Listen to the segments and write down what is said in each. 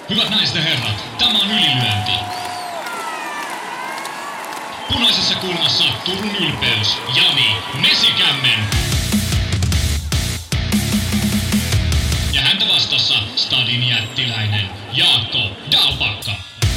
Hyvät naiset ja herrat, tämä on Ylilyönti. Punaisessa kulmassa Turun ylpeys, Jani Mesikämmen. Ja häntä vastassa Stadin jättiläinen Jaakko Dalpakka.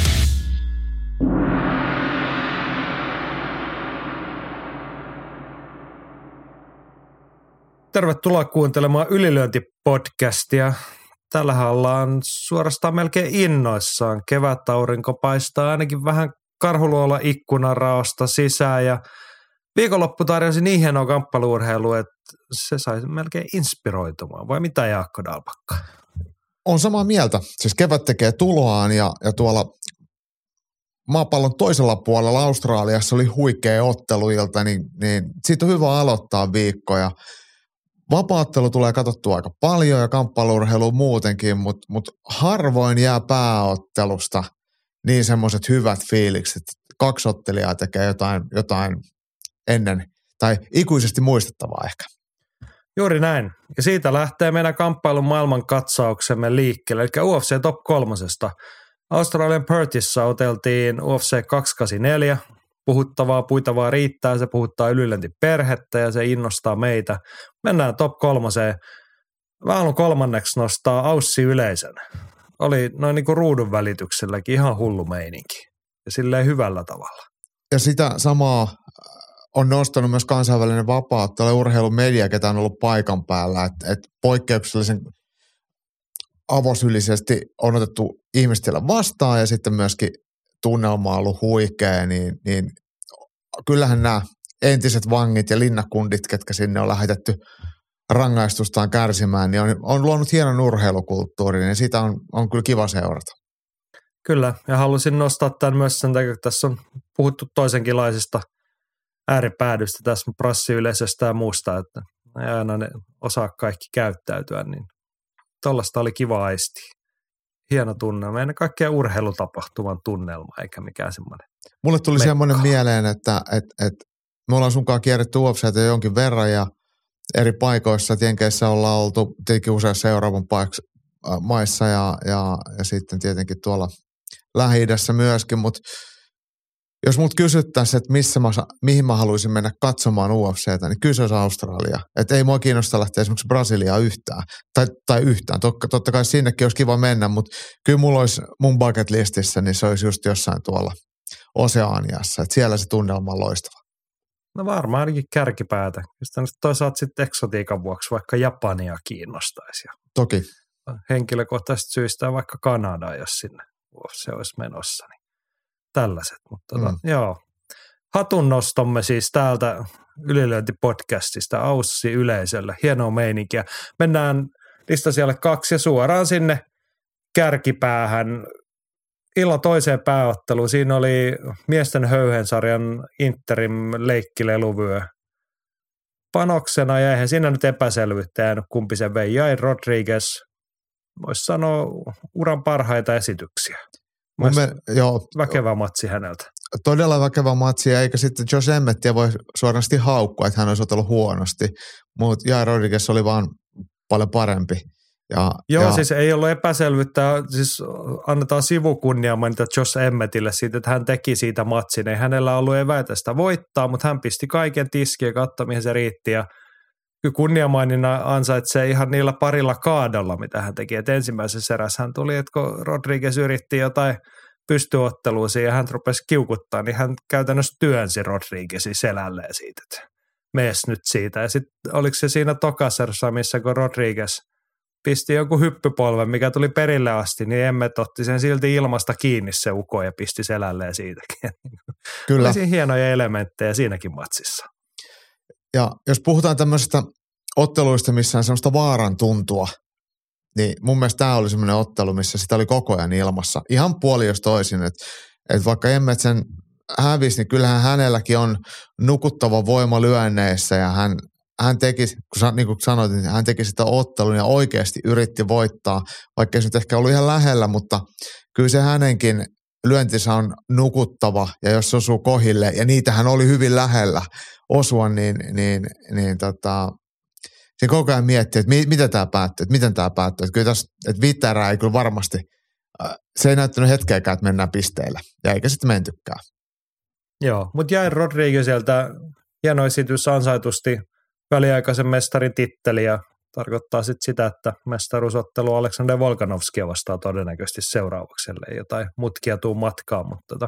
Tervetuloa kuuntelemaan Ylilyönti-podcastia. Tällähän ollaan suorastaan melkein innoissaan. Kevätaurinko paistaa ainakin vähän karhuluola ikkunan raosta sisään ja viikonloppu tarjosi niin hienoa kamppailu-urheilua, että se sai melkein inspiroitumaan. Vai mitä, Jaakko Dalpakka? On samaa mieltä. Siis kevät tekee tuloaan ja tuolla maapallon toisella puolella Australiassa oli huikea otteluilta, niin siitä on hyvä aloittaa viikkoja. Vapaattelu tulee katsottua aika paljon ja kamppailu-urheilu muutenkin, mutta harvoin jää pääottelusta niin semmoiset hyvät fiilikset. Kaksi ottelijaa tekee jotain ennen tai ikuisesti muistettavaa ehkä. Juuri näin. Ja siitä lähtee meidän kamppailun maailman katsauksemme liikkeelle, eli UFC Top 3. Australian Perthissa oteltiin UFC 284. Puitavaa riittää, se puhuttaa Ylilönti-perhettä ja se innostaa meitä. Mennään top 3. Mä haluan kolmanneksi nostaa Aussi-yleisön. Oli noin niin kuin ruudun välitykselläkin ihan hullu meininki ja silleen hyvällä tavalla. Ja sitä samaa on nostanut myös kansainvälinen vapaattelu ja urheilumedia, ketä on ollut paikan päällä. Että poikkeuksellisen avosylisesti on otettu ihmistellä vastaan ja sitten myöskin tunnelma on ollut huikea, niin kyllähän nämä entiset vangit ja linnakundit, ketkä sinne on lähetetty rangaistustaan kärsimään, niin on luonut hienon urheilukulttuurin ja sitä on kyllä kiva seurata. Kyllä, ja halusin nostaa tämän myös sen takia, että tässä on puhuttu toisenkinlaisista ääripäädystä tässä prassiyleisöstä ja muusta, että ei aina ne osaa kaikki käyttäytyä, niin tollaista oli kiva aistia. Hieno tunnelma, ennen kaikkea urheilutapahtuman tunnelma, eikä mikään semmoinen. Mulle tuli semmoinen mieleen, että me ollaan sunkaan kierretty UFC:tä jonkin verran ja eri paikoissa, että Jenkeissä ollaan oltu tietenkin useassa Euroopan maissa ja sitten tietenkin tuolla Lähi-idässä myöskin, mutta jos mut kysyttäisiin, että mihin mä haluaisin mennä katsomaan UFC:tä, niin kyllä se olisi Australia. Että ei mua kiinnosta lähteä esimerkiksi Brasiliaa yhtään. Tai yhtään. Totta kai sinnekin olisi kiva mennä, mutta kyllä mulla olisi mun bucket listissä, niin se olisi just jossain tuolla Oseaniassa. Että siellä se tunnelma on loistava. No varmaan ainakin kärkipäätä. Toisaalta sitten eksotiikan vuoksi vaikka Japania kiinnostaisi. Toki. Henkilökohtaisista syistä vaikka Kanadaa, jos sinne UFC olisi menossa, niin tällaiset, mutta joo. Hatunnostomme siis täältä Ylilöinti-podcastista Aussi-yleisölle. Hienoa meininkiä. Mennään listasijalle 2 ja suoraan sinne kärkipäähän. Illan toiseen pääotteluun. Siinä oli miesten höyhensarjan interim-leikkileluvyö panoksena ja eihän siinä nyt epäselvyyttä jäänyt, kumpi se vei. Jair Rodriguez, voisi sanoa uran parhaita esityksiä. Väkevä matsi häneltä. Todella väkevä matsi, eikä sitten Josh Emmettiä voi suorasti haukkua, että hän olisi otellut huonosti, mutta Jair Rodriguez oli vaan paljon parempi. Siis ei ollut epäselvyyttä, siis annetaan sivukunnia mainita Josh Emmettille siitä, että hän teki siitä matsin. Ei hänellä ollut eväitä sitä voittaa, mutta hän pisti kaiken tiskiin ja katsoi, mihin se riitti ja kyllä kunniamaininnan ansaitsee ihan niillä parilla kaadolla, mitä hän teki. Et ensimmäisessä erässä hän tuli, että kun Rodriguez yritti jotain pystyottelua ja hän rupesi kiukuttaa, niin hän käytännössä työnsi Rodriguezin selälleen siitä, että mees nyt siitä. Ja sitten oliko se siinä tokaserassa, missä kun Rodriguez pisti joku hyppypolven, mikä tuli perille asti, niin Emmet otti sen silti ilmasta kiinni se uko ja pisti selälleen siitäkin. Kyllä. Oli siinä hienoja elementtejä siinäkin matsissa. Ja jos puhutaan tämmöisestä otteluista, missä on semmoista vaaran tuntua, niin mun mielestä tämä oli semmoinen ottelu, missä sitä oli koko ajan ilmassa. Ihan puoli jos toisin, että vaikka Emmet sen hävisi, niin kyllähän hänelläkin on nukuttava voima lyönneissä ja hän teki, niin kuin sanoit, niin hän teki sitä ottelun ja oikeasti yritti voittaa, vaikka se nyt ehkä ollut ihan lähellä, mutta kyllä se hänenkin lyöntinsä on nukuttava ja jos se osuu kohille, ja niitähän oli hyvin lähellä osua, niin siinä koko ajan miettii, että miten tämä päättyy, että kyllä tässä, että Vitärä ei kyllä varmasti se ei näyttänyt hetkeäkään, että mennään pisteille. Ja eikä sitten mentykään. Joo, mutta Jair Rodrigueziltä hieno esitys ansaitusti väliaikaisen mestarin titteli ja tarkoittaa sitten sitä, että mestaruusottelu Aleksander Volkanovskia vastaa todennäköisesti seuraavaksi, ellei jotain mutkia tuu matkaan, mutta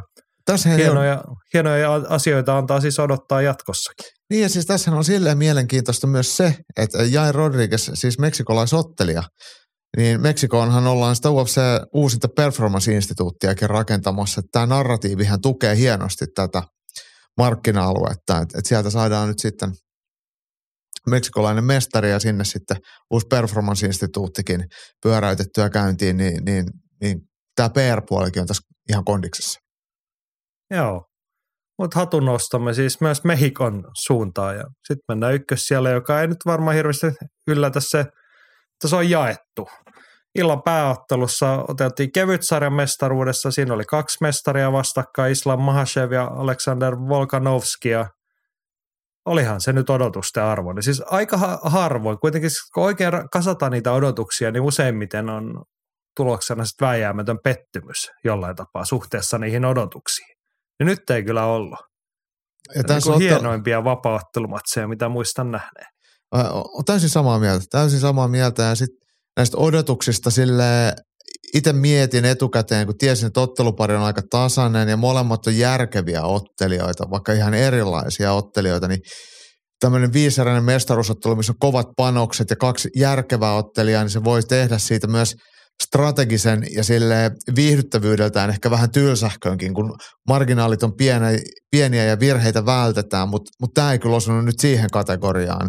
hienoja asioita antaa siis odottaa jatkossakin. Niin ja siis tässä on silleen mielenkiintoista myös se, että Jair Rodriguez, siis meksikolaisottelija, niin Meksikoonhan ollaan sitä UFC uusinta performance-instituuttiakin rakentamassa, että tämä narratiivihan tukee hienosti tätä markkina-aluetta, että sieltä saadaan nyt sitten meksikolainen mestari ja sinne sitten uusi performance-instituuttikin pyöräytettyä käyntiin, niin tämä PR-puolikin on tässä ihan kondiksessa. Joo, mutta hatun nostamme siis myös Mexikon suuntaan ja sitten mennään ykkössijalle, joka ei nyt varmaan hirveästi yllätä se, että se on jaettu. Illan pääottelussa oteltiin kevytsarjan mestaruudessa, siinä oli 2 mestaria vastakkain, Islam Makhachev ja Aleksander Volkanovski ja olihan se nyt odotusten arvoinen. Siis aika harvoin, kuitenkin kun oikein kasataan niitä odotuksia, niin useimmiten on tuloksena sitten vääjäämätön pettymys jollain tapaa suhteessa niihin odotuksiin. Ja nyt ei kyllä ollut. Ja niin hienoimpia vapaa-ottelumatseja, mitä muistan nähneen. Täysin samaa mieltä ja sitten näistä odotuksista sille itse mietin etukäteen, kun tiesin, että ottelupari on aika tasainen ja molemmat on järkeviä ottelijoita, vaikka ihan erilaisia ottelijoita, niin tämmöinen 5-eräinen mestaruusottelu, missä on kovat panokset ja 2 järkevää ottelijaa, niin se voi tehdä siitä myös strategisen ja sille viihdyttävyydeltään ehkä vähän tylsähköönkin, kun marginaalit on pieniä ja vältetään, mutta tämä ei kyllä osunut nyt siihen kategoriaan.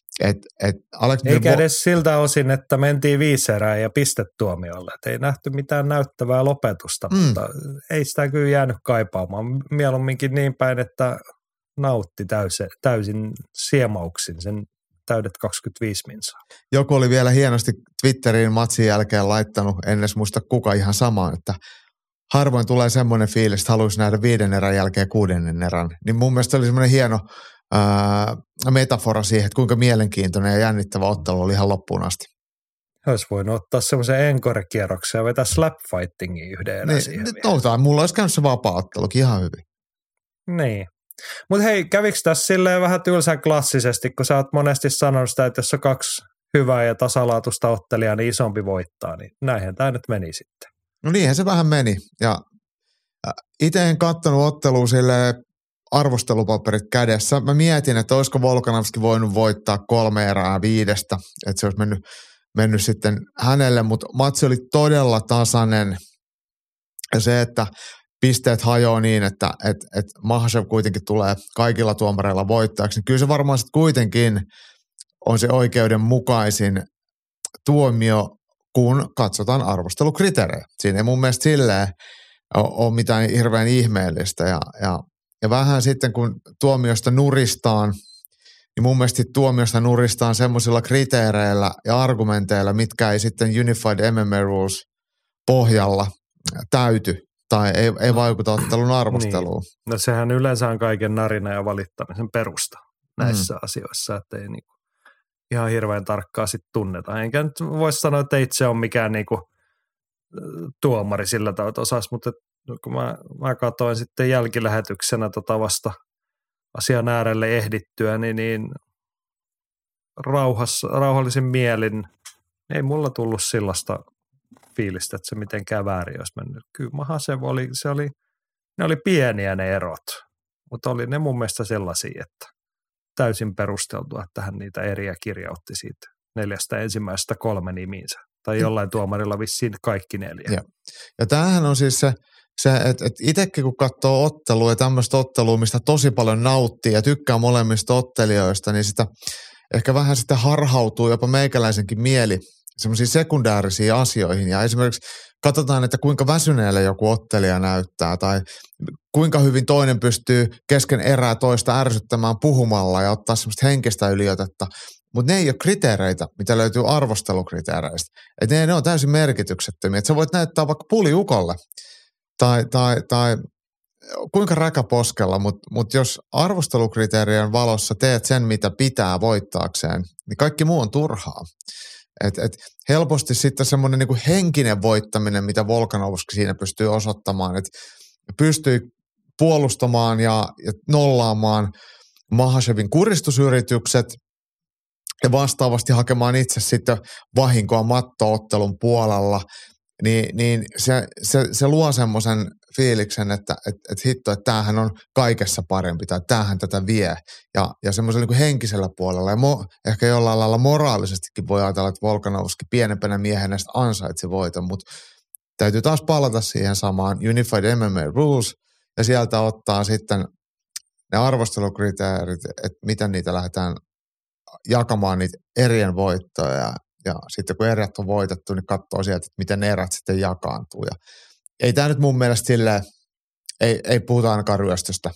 Eikä edes siltä osin, että mentiin 5 erää ja pistetuomiolle. Et ei nähty mitään näyttävää lopetusta, mutta ei sitä kyllä jäänyt kaipaamaan. Mieluumminkin niin päin, että nautti täysin siemauksin sen täydet 25 minsaa. Joku oli vielä hienosti Twitteriin matsin jälkeen laittanut, en edes muista kuka ihan samaan, että harvoin tulee semmoinen fiilis, että haluaisi nähdä 5 erän jälkeen 6 erän. Niin mun mielestä oli semmoinen hieno metafora siihen, että kuinka mielenkiintoinen ja jännittävä ottelu oli ihan loppuun asti. Olisi voinut ottaa semmoisen encore-kierroksen ja vetää slap-fightingin yhden erän siihen vielä. Mulla olisi käynyt se vapaa-ottelukin ihan hyvin. Niin. Mutta hei, kävikö tässä silleen vähän tylsän klassisesti, kun sä oot monesti sanonut sitä, että jos on 2 hyvää ja tasalaatuista ottelijaa, niin isompi voittaa, niin näinhän tämä nyt meni sitten. No niinhän se vähän meni ja itse en kattonut ottelua silleen arvostelupaperit kädessä. Mä mietin, että olisiko Volkanovski voinut voittaa 3 erää 5, että se olisi mennyt sitten hänelle, mutta matsi oli todella tasainen. Ja se, että pisteet hajoaa niin, että Makhachev kuitenkin tulee kaikilla tuomareilla voittajaksi, niin kyllä se varmaan sitten kuitenkin on se oikeudenmukaisin tuomio, kun katsotaan arvostelukriteerejä. Siinä ei mun mielestä silleen ole mitään hirveän ihmeellistä ja vähän sitten kun tuomiosta nuristaan, niin mun mielestä tuomiosta nuristaan semmoisilla kriteereillä ja argumenteilla, mitkä ei sitten Unified MMA Rules pohjalla täyty tai ei vaikuta ottelun arvosteluun. Niin. No sehän yleensä on kaiken narina ja valittamisen perusta näissä asioissa, että ei niinku ihan hirveän tarkkaa sitten tunneta. Enkä nyt voisi sanoa, että itse on mikään niinku tuomari sillä tavalla, että osaisi, mutta kun mä katsoin sitten jälkilähetyksenä vasta asian äärelle ehdittyä, niin rauhallisin mielin ei mulla tullut sellaista fiilistä, että se mitenkään väärin olisi mennyt. Kyllä Makhachev ne oli pieniä ne erot, mutta oli ne mun mielestä sellaisia, että täysin perusteltua, että hän niitä eriä kirjautti siitä 4 ensimmäisestä 3 nimiinsä. Tai jollain tuomarilla vissiin kaikki 4. Ja tämähän on siis se että itsekin kun katsoo ottelua ja tämmöistä ottelua, mistä tosi paljon nauttii ja tykkää molemmista ottelijoista, niin sitä ehkä vähän sitten harhautuu jopa meikäläisenkin mieli semmoisiin sekundäärisiin asioihin. Ja esimerkiksi katsotaan, että kuinka väsyneelle joku ottelija näyttää tai kuinka hyvin toinen pystyy kesken erää toista ärsyttämään puhumalla ja ottaa semmoista henkistä yliotetta. Mutta ne ei ole kriteereitä, mitä löytyy arvostelukriteereistä. Että ne on täysin merkityksettömiä. Että sä voit näyttää vaikka puliukolle tai kuinka räkäposkella, mutta jos arvostelukriteerien valossa teet sen, mitä pitää voittaakseen, niin kaikki muu on turhaa. Helposti sitten semmoinen niin kuin henkinen voittaminen, mitä Volkanovski siinä pystyy osoittamaan, että pystyy puolustamaan ja nollaamaan Makhachevin kuristusyritykset ja vastaavasti hakemaan itse sitten vahinkoa mattoottelun puolella, niin se luo semmoisen fiiliksen, että hitto, että tämähän on kaikessa parempi tai tämähän tätä vie. Ja semmoisella niin kuin henkisellä puolella ja ehkä jollain lailla moraalisestikin voi ajatella, että Volkanovski pienempänä miehenä ansaitsi voiton, mutta täytyy taas palata siihen samaan Unified MMA Rules ja sieltä ottaa sitten ne arvostelukriteerit, että miten niitä lähdetään jakamaan niitä erien voittoja ja sitten kun erät on voitettu, niin katsoo sieltä, että miten erät sitten jakaantuu. Ja ei tämä nyt mun mielestä silleen, ei puhuta ainakaan ryöstöstä.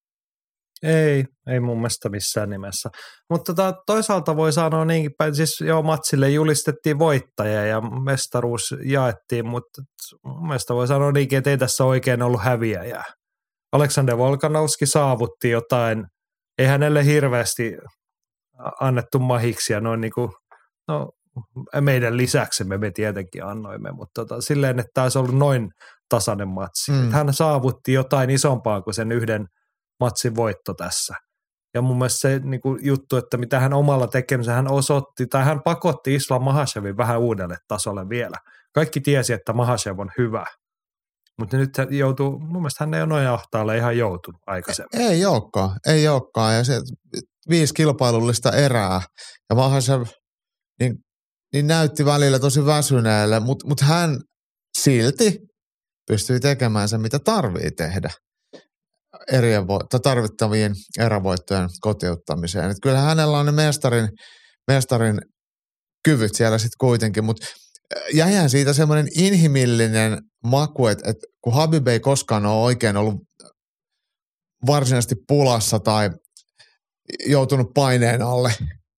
Ei mun mielestä missään nimessä. Mutta toisaalta voi sanoa niinkin päin, siis joo, matsille julistettiin voittaja ja mestaruus jaettiin, mutta mun mielestä voi sanoa niinkin, että ei tässä oikein ollut häviäjää. Aleksander Volkanovski saavutti jotain, ei hänelle hirveästi annettu mahiksia noin niin kuin, no meidän lisäksemme me tietenkin annoimme, mutta silleen, että taisi ollut noin tasainen matsi. Hän saavutti jotain isompaa kuin sen yhden matsin voitto tässä. Ja mun mielestä se niin kuin juttu, että mitä hän omalla tekemisellä hän osoitti, tai hän pakotti Islam Makhachevin vähän uudelle tasolle vielä. Kaikki tiesi, että Makhachev on hyvä. Mutta nyt hän joutuu, mun mielestä hän ei ole noin ahtaalle ihan joutunut aikaisemmin. Ei olekaan. Ja se 5 kilpailullista erää. Ja Makhachev niin näytti välillä tosi väsyneelle, mutta hän silti pystyi tekemään sen, mitä tarvii tehdä tarvittavien erävoittojen kotiuttamiseen. Et kyllä hänellä on ne mestarin kyvyt siellä sitten kuitenkin, mutta jäihän siitä semmoinen inhimillinen maku, että kun Khabib ei koskaan ole oikein ollut varsinaisesti pulassa tai joutunut paineen alle,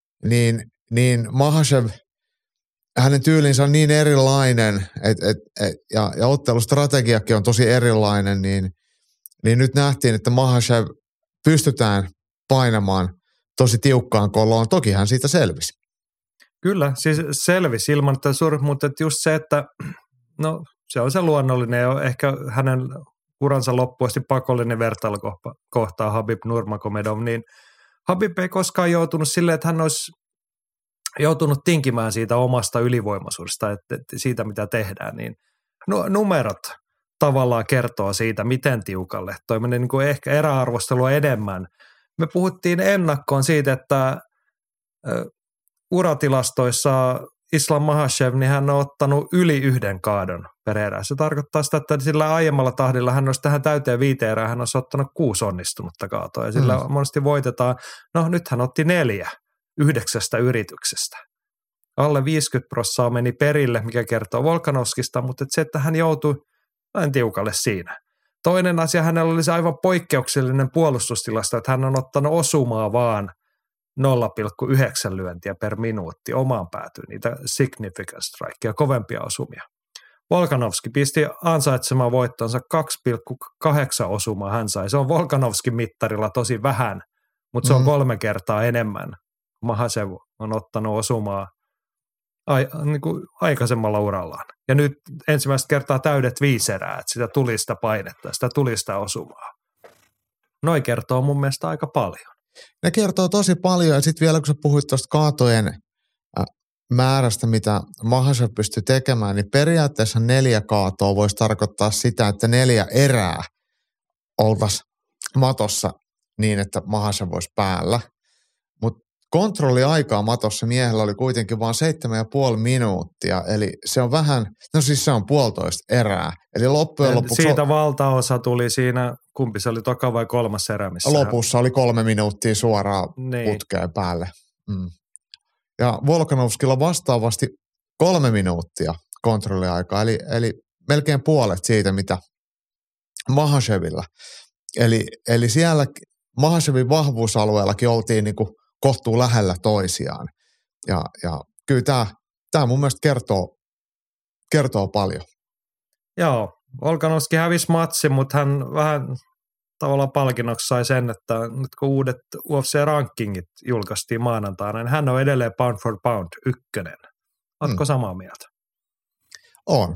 niin Makhachev, hänen tyylinsä on niin erilainen, ja ottelustrategiakin on tosi erilainen, niin nyt nähtiin, että Makhachev pystytään painamaan tosi tiukkaan koloon. Toki hän siitä selvisi. Kyllä, siis selvisi ilman, että mutta just se, että no se on se luonnollinen ja ehkä hänen uransa loppuasti pakollinen vertailukohtaa Khabib Nurmagomedov, niin Khabib ei koskaan joutunut silleen, että hän olisi joutunut tinkimään siitä omasta ylivoimaisuudesta, että siitä mitä tehdään, niin numerot tavallaan kertoo siitä, miten tiukalle. Toiminen niin kuin ehkä eräarvostelua enemmän. Me puhuttiin ennakkoon siitä, että uratilastoissa Islam Makhachev, niin hän on ottanut yli 1 kaadon per erä. Se tarkoittaa sitä, että sillä aiemmalla tahdilla hän olisi tähän täyteen 5 erää, hän olisi ottanut 6 onnistunutta kaatoa. Ja sillä monesti voitetaan, no nyt hän otti 4 9 yrityksestä. Alle 50% meni perille, mikä kertoo Volkanovskista, mutta se, että hän joutui näin tiukalle siinä. Toinen asia, hänellä oli se aivan poikkeuksellinen puolustustilasta, että hän on ottanut osumaa vaan 0,9 lyöntiä per minuutti omaan päätyyn, niitä significant strikeja, kovempia osumia. Volkanovski pisti ansaitsemaan voittonsa 2,8 osumaa hän sai. Se on Volkanovskin mittarilla tosi vähän, mutta se on 3 kertaa enemmän. Makhachev on ottanut osumaa niin kuin aikaisemmalla urallaan. Ja nyt ensimmäistä kertaa täydet 5 erää, että sitä tuli sitä painetta, sitä tuli sitä osumaa. Noi kertoo mun mielestä aika paljon. Ne kertoo tosi paljon ja sitten vielä kun sä puhuit tuosta kaatojen määrästä, mitä Makhachev pystyy tekemään, niin periaatteessa 4 kaatoa voisi tarkoittaa sitä, että 4 erää oltaisiin matossa niin, että Makhachev olisi päällä. Mutta kontrolliaikaa matossa miehellä oli kuitenkin vain 7,5 minuuttia, eli se on vähän, no siis se on 1,5 erää. Eli loppujen lopuksi siitä valtaosa tuli siinä, kumpi se oli, toka vai 3 erä? Lopussa oli 3 minuuttia suoraan putkeen päälle. Ja Volkanovskilla vastaavasti 3 minuuttia kontrolliaikaa, eli melkein puolet siitä, mitä Makhachevilla. Eli siellä Makhachevin vahvuusalueellakin oltiin niin kuin kohtuu lähellä toisiaan. Ja kyllä tämä mun mielestä kertoo paljon. Joo, Volkanovski hävisi matsin, mutta hän vähän tavallaan palkinnoksi sai sen, että nyt kun uudet UFC-rankingit julkaistiin maanantaina, niin hän on edelleen pound for pound 1. Ootko samaa mieltä? On.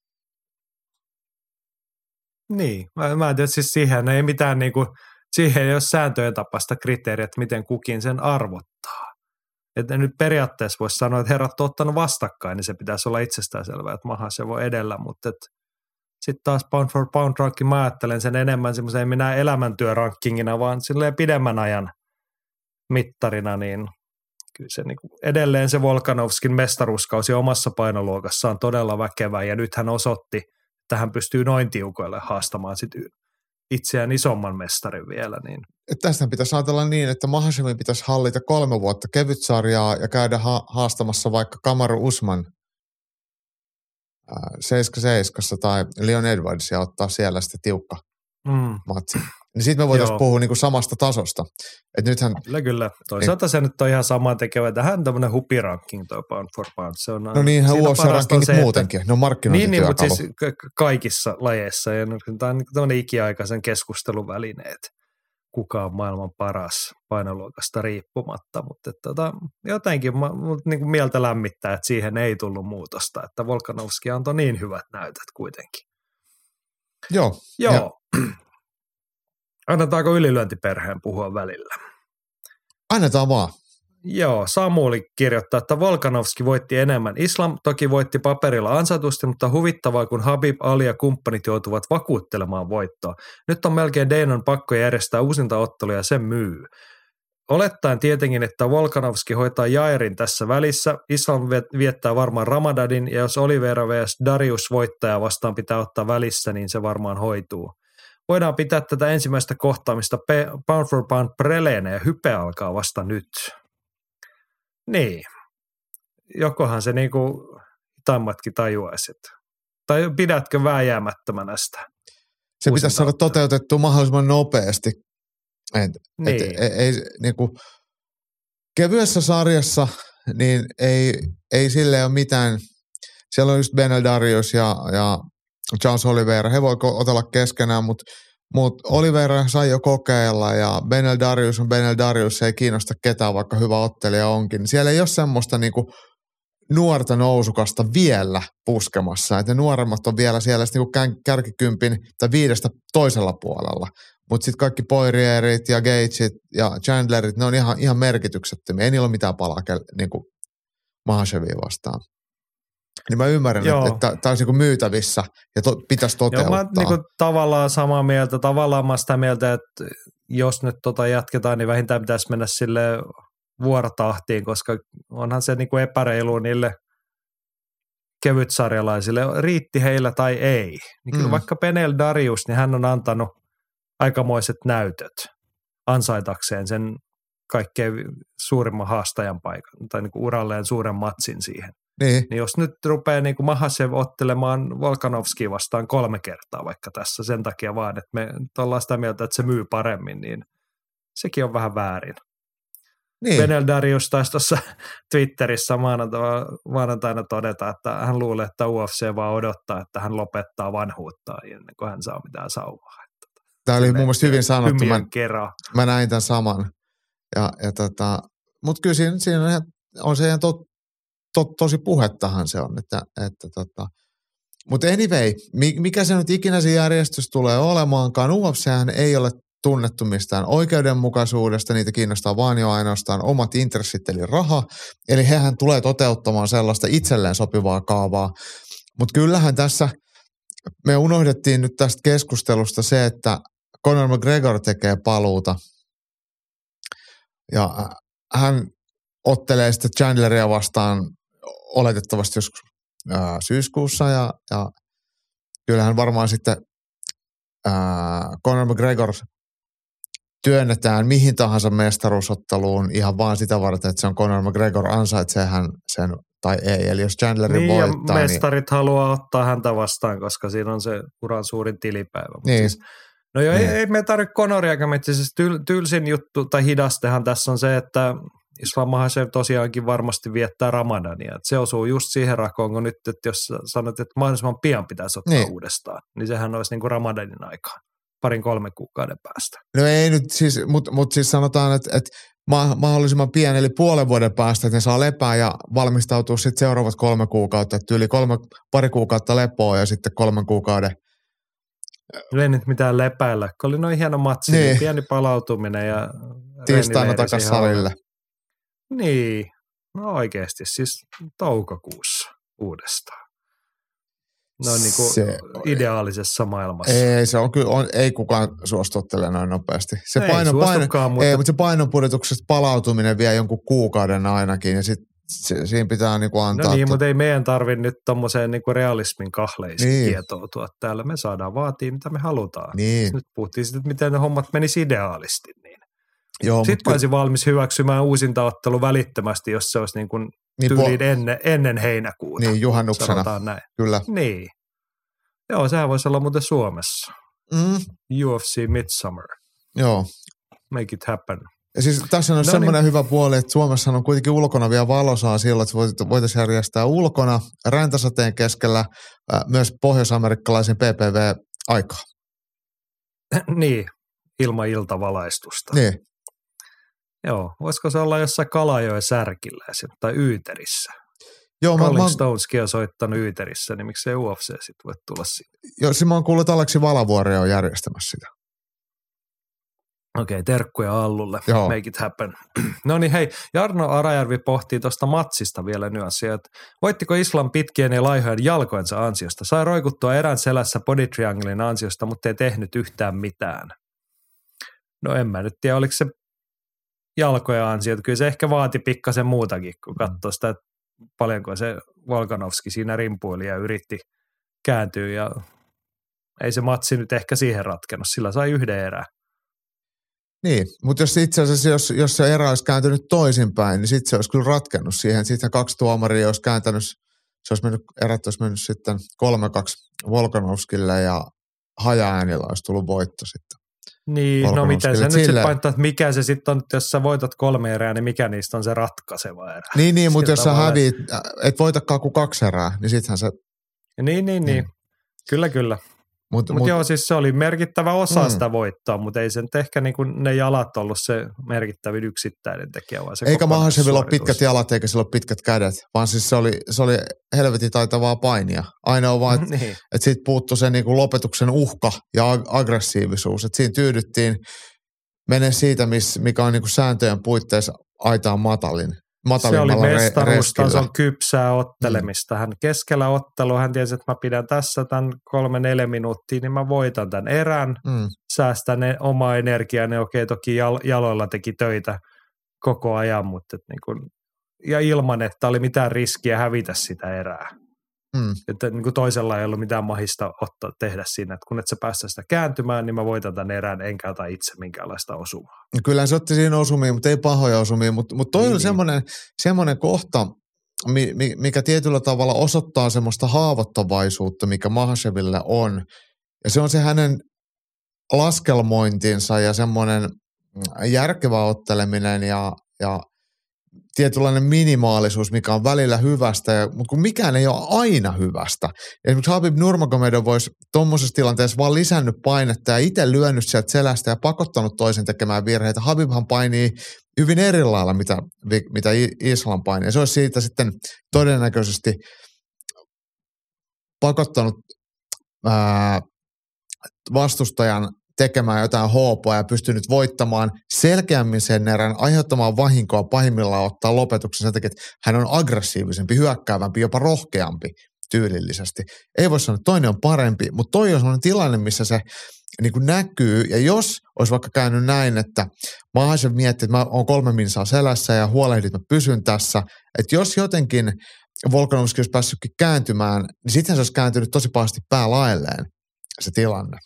Niin, mä en tiedä, siis siihen ei mitään niinku, siihen ei ole sääntöjen tapaista kriteeriä, että miten kukin sen arvottaa. Että nyt periaatteessa voisi sanoa, että herrat on ottanut vastakkain, niin se pitäisi olla itsestäänselvää, että maha se voi edellä, mutta sitten taas pound for pound ranking, mä ajattelen sen enemmän semmoisen, ei minä elämäntyörankingina, vaan silleen pidemmän ajan mittarina, niin kyllä se niin edelleen se Volkanovskin mestaruuskausi omassa painoluokassaan on todella väkevä, ja nyt hän osoitti, että hän pystyy noin tiukoille haastamaan sit itseään isomman mestarin vielä. Niin. Tästä pitäisi ajatella niin, että Mahashemin pitäisi hallita 3 vuotta kevytsarjaa ja käydä haastamassa vaikka Kamaru Usman 7-7 tai Leon Edwardsia ottaa siellä sitten tiukka matsi. Niin sitten me voitaisiin puhua niinku samasta tasosta. Et nythän, kyllä. Toisaalta se nyt on ihan samaan tekevä. Tähän on tämmöinen hupiranking toi pound for pound. Se on, no niinhän UFC-rankingit muutenkin. Ne on markkinointityökalu. Niin, mutta siis kaikissa lajeissa. Ja tämä on tämmöinen ikiaikaisen keskustelun välineet. Kuka on maailman paras painoluokasta riippumatta. Mutta jotenkin niin mieltä lämmittää, että siihen ei tullut muutosta. Että Volkanovski antoi niin hyvät näytöt kuitenkin. Joo. Ja annetaanko ylilyöntiperheen puhua välillä? Annetaan vaan. Joo, Samuli kirjoittaa, että Volkanovski voitti enemmän. Islam toki voitti paperilla ansaitusti, mutta huvittavaa, kun Habib, Ali ja kumppanit joutuvat vakuuttelemaan voittoa. Nyt on melkein Danon pakko järjestää uusinta ottelua ja se myy. Olettaen tietenkin, että Volkanovski hoitaa Jairin tässä välissä. Islam viettää varmaan Ramadanin, ja jos Oliveira vs. Darius voittaja vastaan pitää ottaa välissä, niin se varmaan hoituu. Voidaan pitää tätä ensimmäistä kohtaamista pound for pound preleenä ja hype alkaa vasta nyt. Niin. Jokohan se niinku hitaimmatkin tajuaisi. Tai pidätkö vääjäämättömänä sitä? Se pitäisi saada toteutettua mahdollisimman nopeasti. Niinku, kevyessä sarjassa niin ei sille ole mitään. Siellä on just Benel Darius ja Charles Oliveira, he voi otella keskenään, mutta Oliveira sai jo kokeilla ja Benel Darius on Benel Darius, se ei kiinnosta ketään, vaikka hyvä ottelija onkin. Siellä ei ole semmoista niinku nuorta nousukasta vielä puskemassa, että ne nuoremmat on vielä siellä niinku kärkikympin tai 5 toisella puolella. Mutta sitten kaikki Poirierit ja Gageit ja Chandlerit, ne on ihan merkityksettömiä. Ei niillä ole mitään palaa niinku Mahashevia vastaan. Niin mä ymmärrän, että tämä olisi niinku myytävissä ja pitäisi toteuttaa. Joo, mä niinku tavallaan samaa mieltä. Tavallaan mä sitä mieltä, että jos nyt jatketaan, niin vähintään pitäisi mennä sille vuorotahtiin, koska onhan se niinku epäreilu niille kevytsarjalaisille. Riitti heillä tai ei. Niin kyllä vaikka Benel Darius, niin hän on antanut aikamoiset näytöt ansaitakseen sen kaikkein suurimman haastajan paikan tai niinku uralleen suuren matsin siihen. Niin jos nyt rupeaa niin kuin Makhachev ottelemaan Volkanovskia vastaan 3 kertaa vaikka tässä sen takia vaan, että me ollaan sitä mieltä, että se myy paremmin, niin sekin on vähän väärin. Niin. Benel Darius taisi tuossa Twitterissä maanantaina todeta, että hän luulee, että UFC vaan odottaa, että hän lopettaa vanhuuttaan ennen kuin hän saa mitään sauvaa. Tämä oli mun mielestä hyvin sanottu. Mä näin tämän saman. Mutta kyllä siinä on se ihan tosi puhettahan se on. Mutta anyway, mikä se nyt ikinä se järjestys tulee olemaankaan, UFChän ei ole tunnettu mistään oikeudenmukaisuudesta, niitä kiinnostaa vaan jo ainoastaan omat intressit eli raha, eli hehän tulee toteuttamaan sellaista itselleen sopivaa kaavaa, mutta kyllähän tässä me unohdettiin nyt tästä keskustelusta se, että Conor McGregor tekee paluuta ja hän ottelee sitten Chandleria vastaan oletettavasti joskus syyskuussa ja kyllähän varmaan sitten Conor McGregor työnnetään mihin tahansa mestaruusotteluun ihan vaan sitä varten, että se on Conor McGregor, ansaitsee hän sen tai ei. Eli jos Chandlerin voittaa, niin mestarit haluaa ottaa häntä vastaan, koska siinä on se uran suurin tilipäivä. Niin. Siis, no joo, ei me tarvitse Conoriakaan, mutta siis tylsin juttu tai hidastehan tässä on se, että Islam Makhachev tosiaankin varmasti viettää Ramadania. Se osuu just siihen rakoon, kun nyt, että jos sanot, että mahdollisimman pian pitäisi ottaa uudestaan, niin sehän olisi niin kuin Ramadanin aikaan 3 kuukauden päästä. No ei nyt siis, mutta siis sanotaan, että mahdollisimman pieni, eli puolen vuoden päästä, että ne saa lepää ja valmistautua sitten seuraavat 3 kuukautta, että yli pari kuukautta lepoa ja sitten 3 kuukauden. Ei nyt mitään lepäillä, kun oli noin hieno matsi, niin pieni palautuminen ja tiistaina takas salille. Niin, no oikeasti siis toukokuussa uudestaan. No niin kuin ideaalisessa maailmassa. Ei, se on kyllä, ei kukaan suostuttele noin nopeasti. Mutta se painonpudotuksesta palautuminen vie jonkun kuukauden ainakin ja sitten siinä pitää niinku antaa. No niin, mutta ei meidän tarvitse nyt tommoseen niinku realismin kahleisiin kietoutua täällä. Me saadaan vaatia, mitä me halutaan. Niin. Nyt puhuttiin sitten, että miten ne hommat menisi ideaalisti. Niin. Joo, sitten olisin valmis hyväksymään uusintaottelu välittömästi, jos se olisi niin kuin tyyliin ennen heinäkuuta. Niin, juhannuksena. Näin. Kyllä. Niin. Joo, sehän voisi olla muuten Suomessa. UFC Midsummer. Joo. Make it happen. Ja siis tässä on semmoinen hyvä puoli, että Suomessa on kuitenkin ulkona vielä valosaa silloin, että voitaisiin järjestää ulkona räntäsateen keskellä myös pohjois-amerikkalaisen PPV-aikaa. Niin, ilman iltavalaistusta. Niin. Joo, voisiko se olla jossain Kalajoen särkillä tai Yyterissä? Joo, Rolling Stoneskin on soittanut Yyterissä, niin miksei UFC sitten voi tulla siitä? Joo, mä oon kuullut, että Aleksi Valavuori on järjestämässä sitä. Okei, terkkuja Allulle. Joo. Make it happen. No niin hei, Jarno Arajärvi pohtii tuosta matsista vielä nyanssia, että voittiko Islam pitkien ja laihojen jalkojensa ansiosta? Sai roikuttua erän selässä body trianglein ansiosta, mutta ei tehnyt yhtään mitään. No en mä nyt tiedä, oliko se jalkojen ansiota. Kyllä se ehkä vaati pikkasen muutakin, kun katsoi sitä, että paljonko se Volkanovski siinä rimpuili ja yritti kääntyä ja ei se matsi nyt ehkä siihen ratkennut. Sillä sai 1 erää. Niin, mutta jos itse asiassa, jos se erä olisi kääntynyt toisinpäin, niin sitten se olisi kyllä ratkennut siihen. Sitten 2 tuomaria olisi kääntänyt, erät olisi mennyt sitten 3-2 Volkanovskille ja hajaäänillä olisi tullut voitto sitten. Niin, no miten se nyt sitten painottaa, että mikä se sitten on, jos sä voitat 3 erää, niin mikä niistä on se ratkaiseva erä? Niin, mutta jos sä häviit, et voitakaan kuin 2 erää, niin sittenhän se... Niin. Kyllä. Mutta joo, siis se oli merkittävä osa sitä voittoa, mutta ei se nyt ehkä niin kuin ne jalat ollut se merkittävin yksittäinen tekijä. Vaan se eikä Mahashevilla ole pitkät jalat eikä sillä ole pitkät kädet, vaan siis se oli helvetin taitavaa painia. Ainoa vaan, että niin. Siitä puuttui se niin kuin lopetuksen uhka ja aggressiivisuus. Että siinä tyydyttiin mene siitä, mikä on niin kuin sääntöjen puitteissa aitaan se oli mestaruustason kypsää ottelemista. Hän keskellä ottelua, hän tiesi, että mä pidän tässä tämän 3-4 minuuttia, niin mä voitan tämän erän, säästän omaa energiaa. Ne toki jaloilla teki töitä koko ajan, mutta niin kuin, ja ilman, että oli mitään riskiä hävitä sitä erää. Että niin kuin toisella ei ollut mitään mahista tehdä siinä, että kun et sä päästä sitä kääntymään, niin mä voitan tämän erään, enkä ota itse minkäänlaista osumaa. Kyllä se otti siinä osumia, mutta ei pahoja osumia, mutta toi on semmoinen kohta, mikä tietyllä tavalla osoittaa semmoista haavoittavaisuutta, mikä Mahasheville on. Ja se on se hänen laskelmointinsa ja semmoinen järkevä otteleminen ja tietynlainen minimaalisuus, mikä on välillä hyvästä, mutta kun mikään ei ole aina hyvästä. Esimerkiksi Habib Nurmagomedov voisi tuommoisessa tilanteessa vaan lisännyt painetta ja itse lyönyt sieltä selästä ja pakottanut toisen tekemään virheitä. Habibhan painii hyvin eri lailla, mitä Islam painii. Ja se olisi siitä sitten todennäköisesti pakottanut vastustajan tekemään jotain hoopoa ja pystynyt voittamaan selkeämmin sen erän, aiheuttamaan vahinkoa, pahimmillaan ottaa lopetuksen sen takia, että hän on aggressiivisempi, hyökkäävämpi, jopa rohkeampi tyylillisesti. Ei voi sanoa, että toinen on parempi, mutta toi on sellainen tilanne, missä se niin kuin näkyy, ja jos olisi vaikka käynyt näin, että Mahashev miettii, että mä oon 3 minsaa selässä ja huolehdit, että mä pysyn tässä, että jos jotenkin Volkanovski olisi päässytkin kääntymään, niin sitten se olisi kääntynyt tosi pahasti päälaelleen se tilanne.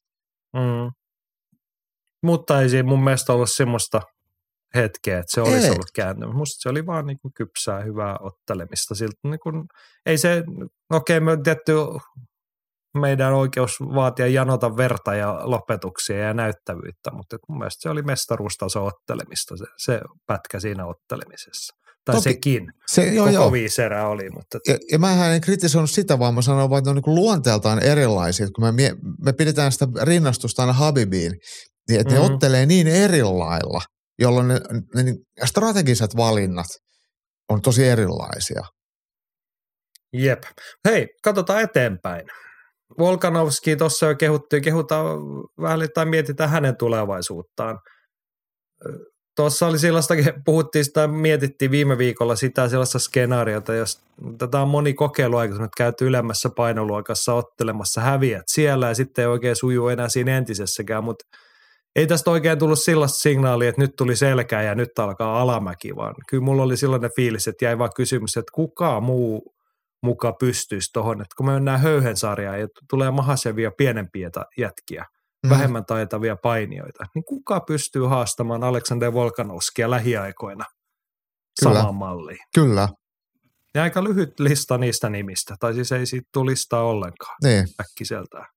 Mutta ei siinä mun mielestä ollut semmoista hetkeä, että se olisi ollut kääntynyt. Musta se oli vaan niin kuin kypsää, hyvää ottelemista. Siltä, niin kuin, ei se, me on tietty meidän oikeus vaatia janota verta ja lopetuksia ja näyttävyyttä, mutta mun mielestä se oli mestaruustaso ottelemista, se pätkä siinä ottelemisessa. Tai toki, sekin. Koko 5 erää oli. Mutta... Ja mähän en kritisoinut sitä, vaan mä sanoin vaan, että ne on niin luonteeltaan erilaisia. Kun me pidetään sitä rinnastusta aina Habibiin, niin että ne ottelee niin eri lailla, jolloin ne strategiset valinnat on tosi erilaisia. Jep. Hei, katsotaan eteenpäin. Volkanovski tuossa jo kehutaan vähän tai mietitään hänen tulevaisuuttaan. Tuossa oli sellaistakin, puhuttiin sitä, mietittiin viime viikolla sitä sellaista skenaariota, jos tätä on moni kokeilu aikaisemmin, että käyty ylemmässä painoluokassa ottelemassa, häviät siellä ja sitten ei oikein suju enää siinä entisessäkään, mutta ei tästä oikein tullut sellaista signaalia, että nyt tuli selkää ja nyt alkaa alamäki, vaan kyllä mulla oli sellainen fiilis, että jäi vaan kysymys, että kuka muu muka pystyisi tuohon, että kun me mennään Höyhensarjaan ja tulee Mahasevia pienempiä jätkiä, vähemmän taitavia painijoita, niin kuka pystyy haastamaan Aleksander Volkanovskia lähiaikoina samaan malliin? Kyllä. Ja aika lyhyt lista niistä nimistä, tai siis ei siitä tule listaa ollenkaan äkkiseltään.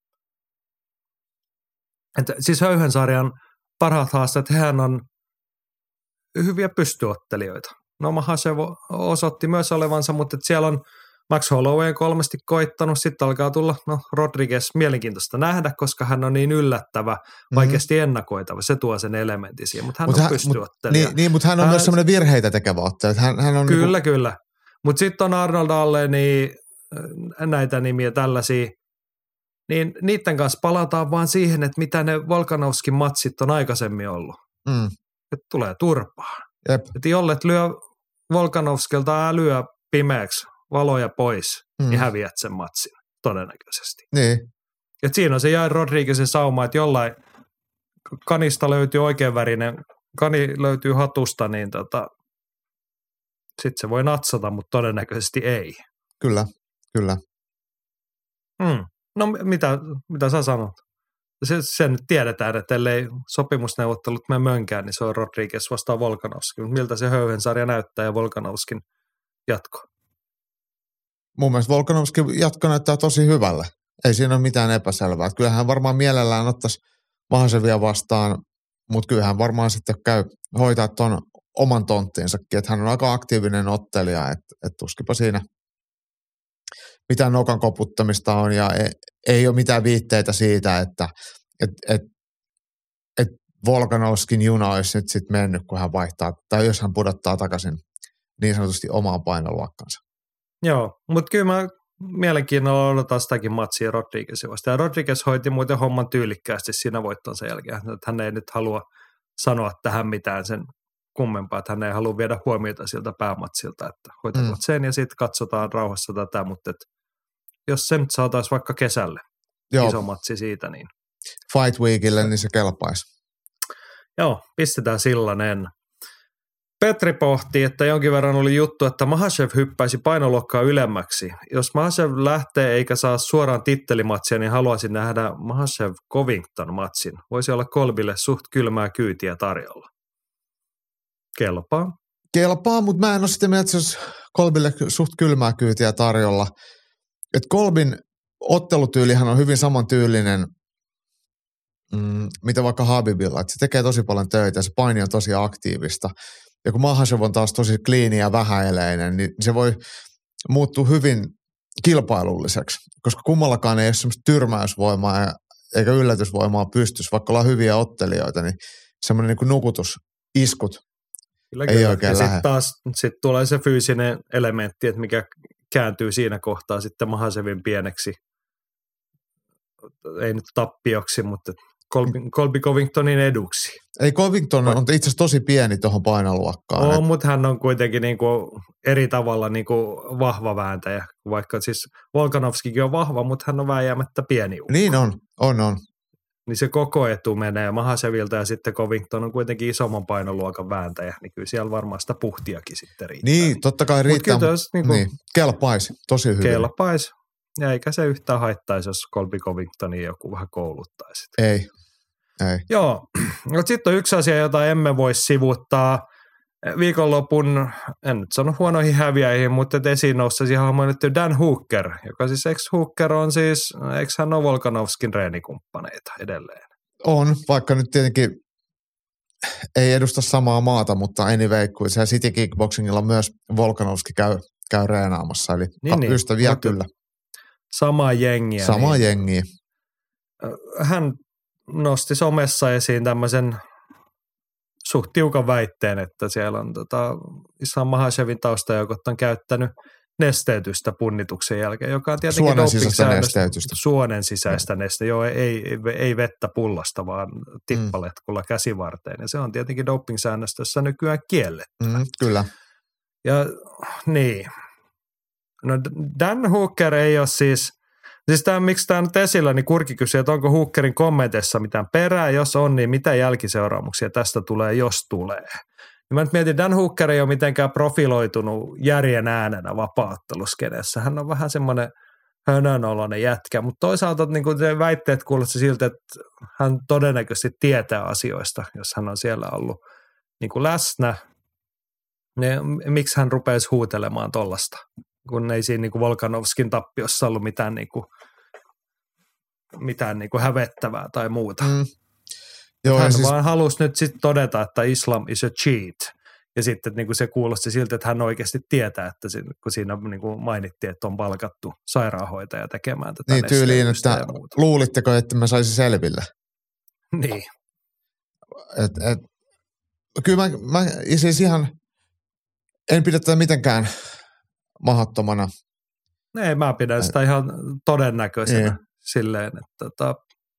Että siis Höyhensarjan parhaat haasteet, hehän on hyviä pystyottelijoita. No Mahasev osoitti myös olevansa, mutta siellä on Max Holloway 3 koittanut, sitten alkaa tulla Rodriguez mielenkiintoista nähdä, koska hän on niin yllättävä, vaikeasti ennakoitava. Se tuo sen elementin siihen, mutta hän on pystyottelija. Mutta hän on myös semmoinen virheitä tekevä ottelija. Hän on kyllä, kyllä. Mutta sitten on Arnold Allen, niin näitä nimiä tällaisia, niin niiden kanssa palataan vaan siihen, että mitä ne Volkanovskin matsit on aikaisemmin ollut. Että tulee turpaa. Että jollet lyö Volkanovskilta älyä pimeäksi, valoja pois, niin häviät sen matsin todennäköisesti. Niin. Et siinä on se Jair Rodriguezin sauma, että jollain kanista löytyy oikeanvärinen, kani löytyy hatusta, niin sitten se voi natsata, mutta todennäköisesti ei. Kyllä, kyllä. No mitä sä sanot? Se nyt tiedetään, että ellei sopimusneuvottelut mene mönkään, niin se on Rodriguez vastaan Volkanovski. Miltä se Höyhensarja näyttää ja Volkanovskin jatko? Mun mielestä Volkanovskin jatko näyttää tosi hyvälle. Ei siinä ole mitään epäselvää. Kyllähän varmaan mielellään ottaisi Mahasevia vastaan, mutta kyllähän varmaan sitten käy hoitaa tuon oman tonttiinsakin. Että hän on aika aktiivinen ottelija, että tuskipa siinä mitään nokan koputtamista on ja ei ole mitään viitteitä siitä, että Volkanovskin juna olisi nyt sitten mennyt, kun hän vaihtaa, tai jos hän pudottaa takaisin niin sanotusti omaan painoluokkansa. Joo, mutta kyllä mä mielenkiinnolla odotan sitäkin matsia Rodriguezin vastaan. Ja Rodriguez hoiti muuten homman tyylikkäästi siinä voittonsa jälkeen, että hän ei nyt halua sanoa tähän mitään sen kummempaa, että hän ei halua viedä huomiota siltä päämatsilta, että hoitavat sen ja sitten katsotaan rauhassa tätä, mutta jos se nyt saataisiin vaikka kesälle iso matsi siitä, niin Fight Weekille, niin se kelpaisi. Joo, pistetään sellainen. Petri pohti, että jonkin verran oli juttu, että Makhachev hyppäisi painoluokkaa ylemmäksi. Jos Makhachev lähtee eikä saa suoraan tittelimatsia, niin haluaisin nähdä Makhachev-Covington-matsin. Voisi olla Kolbille suht kylmää kyytiä tarjolla. Kelpaa. Kelpaa, mutta mä en ole sitä mieltä, että se olisi Kolbille suht kylmää kyytiä tarjolla. Että Kolbin ottelutyylihän on hyvin samantyylinen, mitä vaikka Habibilla. Että se tekee tosi paljon töitä ja se paini on tosi aktiivista. Ja kun Makhachev on taas tosi kliini ja vähäeleinen, niin se voi muuttua hyvin kilpailulliseksi, koska kummallakaan ei ole semmoista tyrmäysvoimaa eikä yllätysvoimaa pystyssä, vaikka ollaan hyviä ottelijoita, niin semmoinen niin kuin nukutusiskut ei oikein lähde. Sitten tulee se fyysinen elementti, että mikä kääntyy siinä kohtaa sitten Makhachevin pieneksi, ei nyt tappioksi, mutta Colby Covingtonin eduksi. Ei, Covington on itse asiassa tosi pieni tuohon painoluokkaan. Mutta hän on kuitenkin niinku eri tavalla niinku vahva vääntäjä, vaikka siis Volkanovskikin on vahva, mutta hän on vääjäämättä pieni ukko. Niin on. Niin se koko etu menee Makhachevilta ja sitten Covington on kuitenkin isomman painoluokan vääntäjä, niin kyllä siellä varmaan sitä puhtiakin sitten riittää. Niin, totta kai riittää, niin, kelpaisi tosi hyvin. Kelpaisi, ja eikä se yhtään haittaisi, jos Colby Covingtonia joku vähän kouluttaisi. Ei. Joo, mutta sitten on yksi asia, jota emme voi sivuuttaa. Viikonlopun, en nyt sano huonoihin häviäjiin, mutta esiin noussasi ihan mainittu Dan Hooker, joka siis ex-Hooker on siis, eikö hän ole Volkanovskin reenikumppaneita edelleen? On, vaikka nyt tietenkin ei edusta samaa maata, mutta anyway, kun se City Kickboxingilla myös Volkanovski käy reenaamassa, eli ystäviä kyllä. Samaa jengiä. Samaa jengiä. Hän nosti somessa esiin tämmöisen suht tiukan väitteen, että siellä on Islam Makhachevin taustajoukot on käyttänyt nesteytystä punnituksen jälkeen, joka on tietenkin suonen sisäistä nestettä. Joo, ei vettä pullasta, vaan tippaletkulla käsivarteen. Ja se on tietenkin doping-säännöstössä nykyään kielletty. Kyllä. Ja niin. No Dan Hooker ei ole siis miksi tämä on nyt esillä, niin Kurki kysyy, että onko Hookerin kommenteissa mitään perää, jos on, niin mitä jälkiseuraamuksia tästä tulee, jos tulee. Ja mä nyt mietin, Dan Hooker ei ole mitenkään profiloitunut järjen äänenä vapaa-otteluskenessä. Hän on vähän semmoinen hönönoloinen jätkä, mutta toisaalta niin kuin te väitteet kuulosti siltä, että hän todennäköisesti tietää asioista, jos hän on siellä ollut niin kuin läsnä. Niin miksi hän rupeaisi huutelemaan tollasta, kun ei siinä niin kuin Volkanovskin tappiossa ollut mitään hävettävää tai muuta. Joo, hän vaan halusi nyt sitten todeta, että Islam is a cheat. Ja sitten niin kuin se kuulosti siltä, että hän oikeasti tietää, että kun siinä niin kuin mainittiin, että on palkattu sairaanhoitaja tekemään tätä niin tyyliin, että luulitteko, että mä saisin selville? Niin. Kyllä mä siis ihan en pidä tätä mitenkään mahdottomana. Ei, mä pidän sitä ihan todennäköisenä silleen, että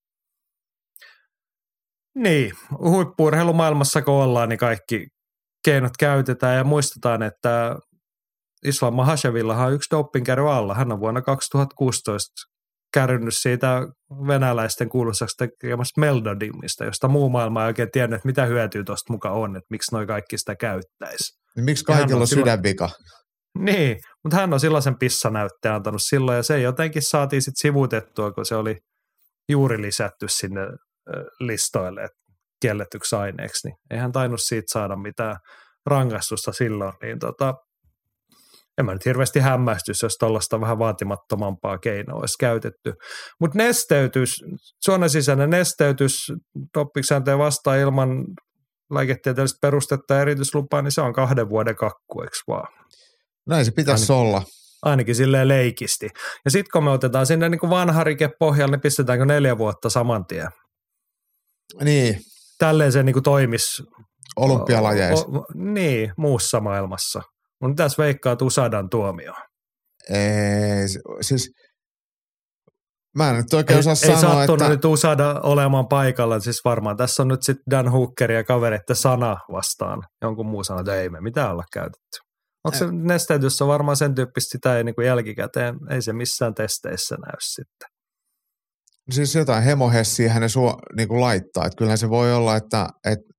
niin, huippu-urheilumaailmassa kun ollaan, niin kaikki keinot käytetään ja muistetaan, että Islam Makhachevillahan on yksi dopingkäry alla. Hän on vuonna 2016 kärrynyt siitä venäläisten kuuluisaksi tekemästä Meldodimista, josta muu maailma ei oikein tiennyt, että mitä hyötyä tuosta mukaan on, että miksi noi kaikki sitä käyttäisi. Miksi kaikilla on sydänvika? Niin, mutta hän on silloin sen pissanäytteen antanut silloin ja se jotenkin saatiin sitten sivutettua, kun se oli juuri lisätty sinne listoille kielletyksi aineeksi, niin eihän tainnut siitä saada mitään rangaistusta silloin, niin en mä nyt hirveästi hämmästys, jos tuollaista vähän vaatimattomampaa keinoa olisi käytetty. Mutta nesteytys, suonen sisäinen nesteytys dopingsääntöjä vastaan ilman lääketieteellistä perustetta ja erityislupaa, niin se on 2 vuoden kakku, eikö vaan? Näin se pitäisi olla. Ainakin silleen leikisti. Ja sitten kun me otetaan sinne niin kuin vanha rike pohjalle, niin pistetäänkö 4 vuotta saman tien? Niin. Tälleen se niin kuin toimisi. Olympialajeissa. Niin, muussa maailmassa. Mun tässä veikkaa USADAn tuomio. Ei, siis mä en nyt oikein osaa sanoa, että ei sattunut nyt USADA olemaan paikalla. Siis varmaan tässä on nyt sitten Dan Hooker ja kavereiden sana vastaan. Jonkun muu sanoo, että ei me mitään olla käytetty. Onko se nesteytys on varmaan sen tyyppistä, sitä ei niin kuin jälkikäteen, ei se missään testeissä näy sitten. Siis jotain hemohessiä hänen niin kuin laittaa. Että kyllähän se voi olla, että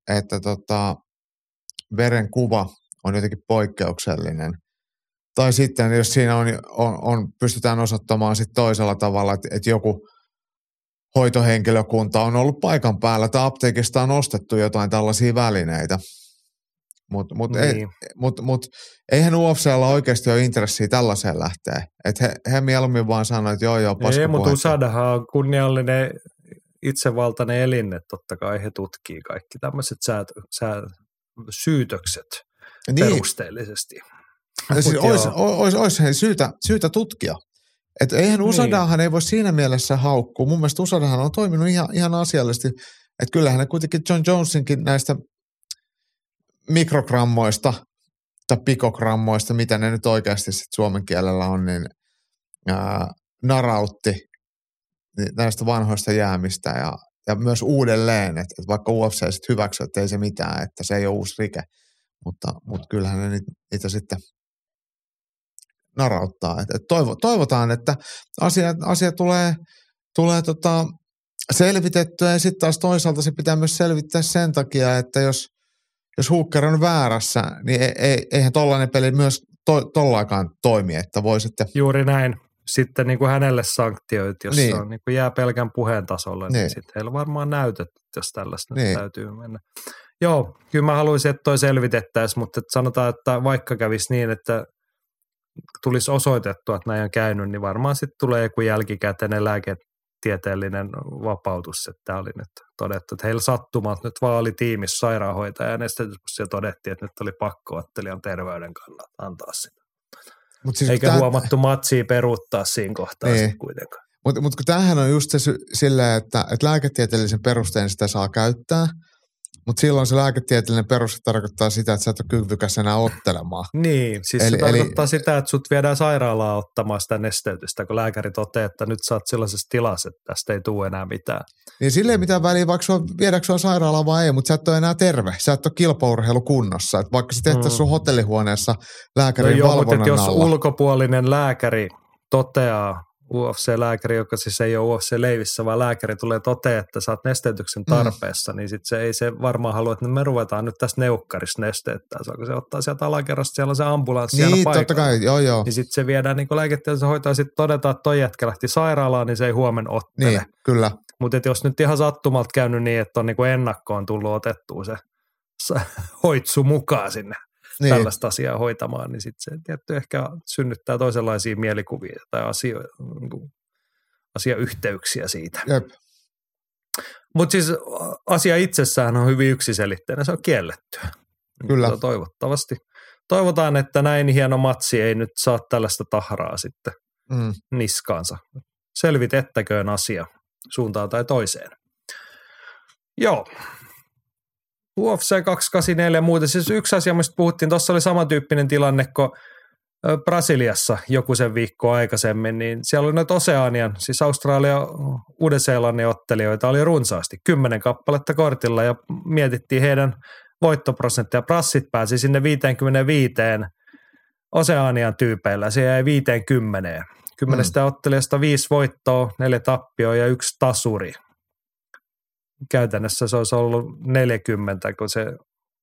veren kuva on jotenkin poikkeuksellinen. Tai sitten, jos siinä pystytään osoittamaan sitten toisella tavalla, että joku hoitohenkilökunta on ollut paikan päällä tai apteekista on ostettu jotain tällaisia välineitä. Mutta eihän UFC:lla oikeasti ole intressiä tällaiseen lähteä. Että he mieluummin vaan sanoo, että joo, paskapuhetta. Ei, mutta USADAhan on kunniallinen itsevaltainen elin, että totta kai he tutkii kaikki tämmöiset syytökset perusteellisesti. Siis olisi syytä tutkia. Että eihän USADAhan ei voi siinä mielessä haukkua. Mun mielestä USADAhan on toiminut ihan asiallisesti. Että kyllähän ne kuitenkin John Jonesinkin näistä mikrogrammoista tai pikogrammoista, mitä ne nyt oikeasti sit suomen kielellä on, niin narautti näistä vanhoista jäämistä ja myös uudelleen, että vaikka UFC sitten hyväksyy, että ei se mitään, että se ei ole uusi rike, mutta kyllähän ne niitä sitten narauttaa. Et toivotaan, että asia tulee selvitettyä ja sitten taas toisaalta se pitää myös selvittää sen takia, että jos Hooker on väärässä, niin eihän tollainen peli myös tollaakaan toimi, että voi sitten. Juuri näin. Sitten niin kuin hänelle sanktioit, jos se on, niin kuin jää pelkän puheen tasolle, niin sitten heillä varmaan näytöt, jos tällaista täytyy mennä. Joo, kyllä mä haluaisin, että toi selvitettäisiin, mutta sanotaan, että vaikka kävisi niin, että tulisi osoitettua, että näin on käynyt, niin varmaan sitten tulee joku jälkikäteinen lääketieteellinen vapautus, että tämä oli nyt todettu, että heillä sattumalta nyt vaan oli tiimissä sairaanhoitaja ja nesteytyspussi ja todettiin, että nyt oli pakko ottelijan terveyden kannalta antaa sitä. Siis eikä huomattu matsia peruuttaa siinä kohtaa sitten kuitenkaan. Mutta kun tämähän on just se silleen, että lääketieteellisen perusteen sitä saa käyttää, mutta silloin se lääketieteellinen peruste tarkoittaa sitä, että sä et ole kyvykäs enää ottelemaan. Niin, siis se tarkoittaa sitä, että sut viedään sairaalaan ottamaan sitä nesteytystä, kun lääkäri toteaa, että nyt sä oot sellaisessa tilassa, että tästä ei tule enää mitään. Niin sille ei mitään väliä, vaikka viedäänkö sua sairaalaan vai ei, mutta sä et ole enää terve. Sä et ole kilpaurheilukunnossa. Että vaikka sä tehtäisiin sun hotellihuoneessa lääkärin valvonnan mutta jos alla. ulkopuolinen lääkäri toteaa, UFC-lääkäri, joka siis ei ole UFC-leivissä, vaan lääkäri tulee toteaa, että sä oot nesteytyksen tarpeessa, niin sit se ei se varmaan halua, että me ruvetaan nyt tässä neukkarissa nesteyttää. Saako se ottaa sieltä alakerrasta, siellä on se ambulanssi siellä paikalla. Niin, totta kai, joo. Niin sitten se viedään niin lääketieteellisen hoitoon ja sitten todetaan, että toi jätkä lähti sairaalaan, niin se ei huomenna ottele. Niin, kyllä. Mutta jos nyt ihan sattumalta käynyt niin, että on niin ennakkoon tullut otettua se hoitsu mukaan sinne. Niin. Tällaista asiaa hoitamaan, niin sitten se tietty ehkä synnyttää toisenlaisia mielikuvia tai asiayhteyksiä siitä. Mutta siis asia itsessään on hyvin yksiselitteinen, se on kiellettyä. Kyllä. Mutta toivottavasti. Toivotaan, että näin hieno matsi ei nyt saa tällaista tahraa sitten niskaansa. Selvitettäköön asia suuntaan tai toiseen. Joo. UFC 284 ja muuta. Siis yksi asia, mistä puhuttiin, tuossa oli samantyyppinen tilanne kuin Brasiliassa joku sen viikkoa aikaisemmin, niin siellä oli noita Oseanian, siis Australia, Uuden-Seelannin ottelijoita oli runsaasti, 10 kappaletta kortilla ja mietittiin heidän voittoprosenttia. Brassit pääsi sinne 55 Oseanian tyypeillä, se jäi 50. 10 ottelijasta 5 voittoa, 4 tappioa ja 1 tasuri. Käytännössä se olisi ollut 40, kun se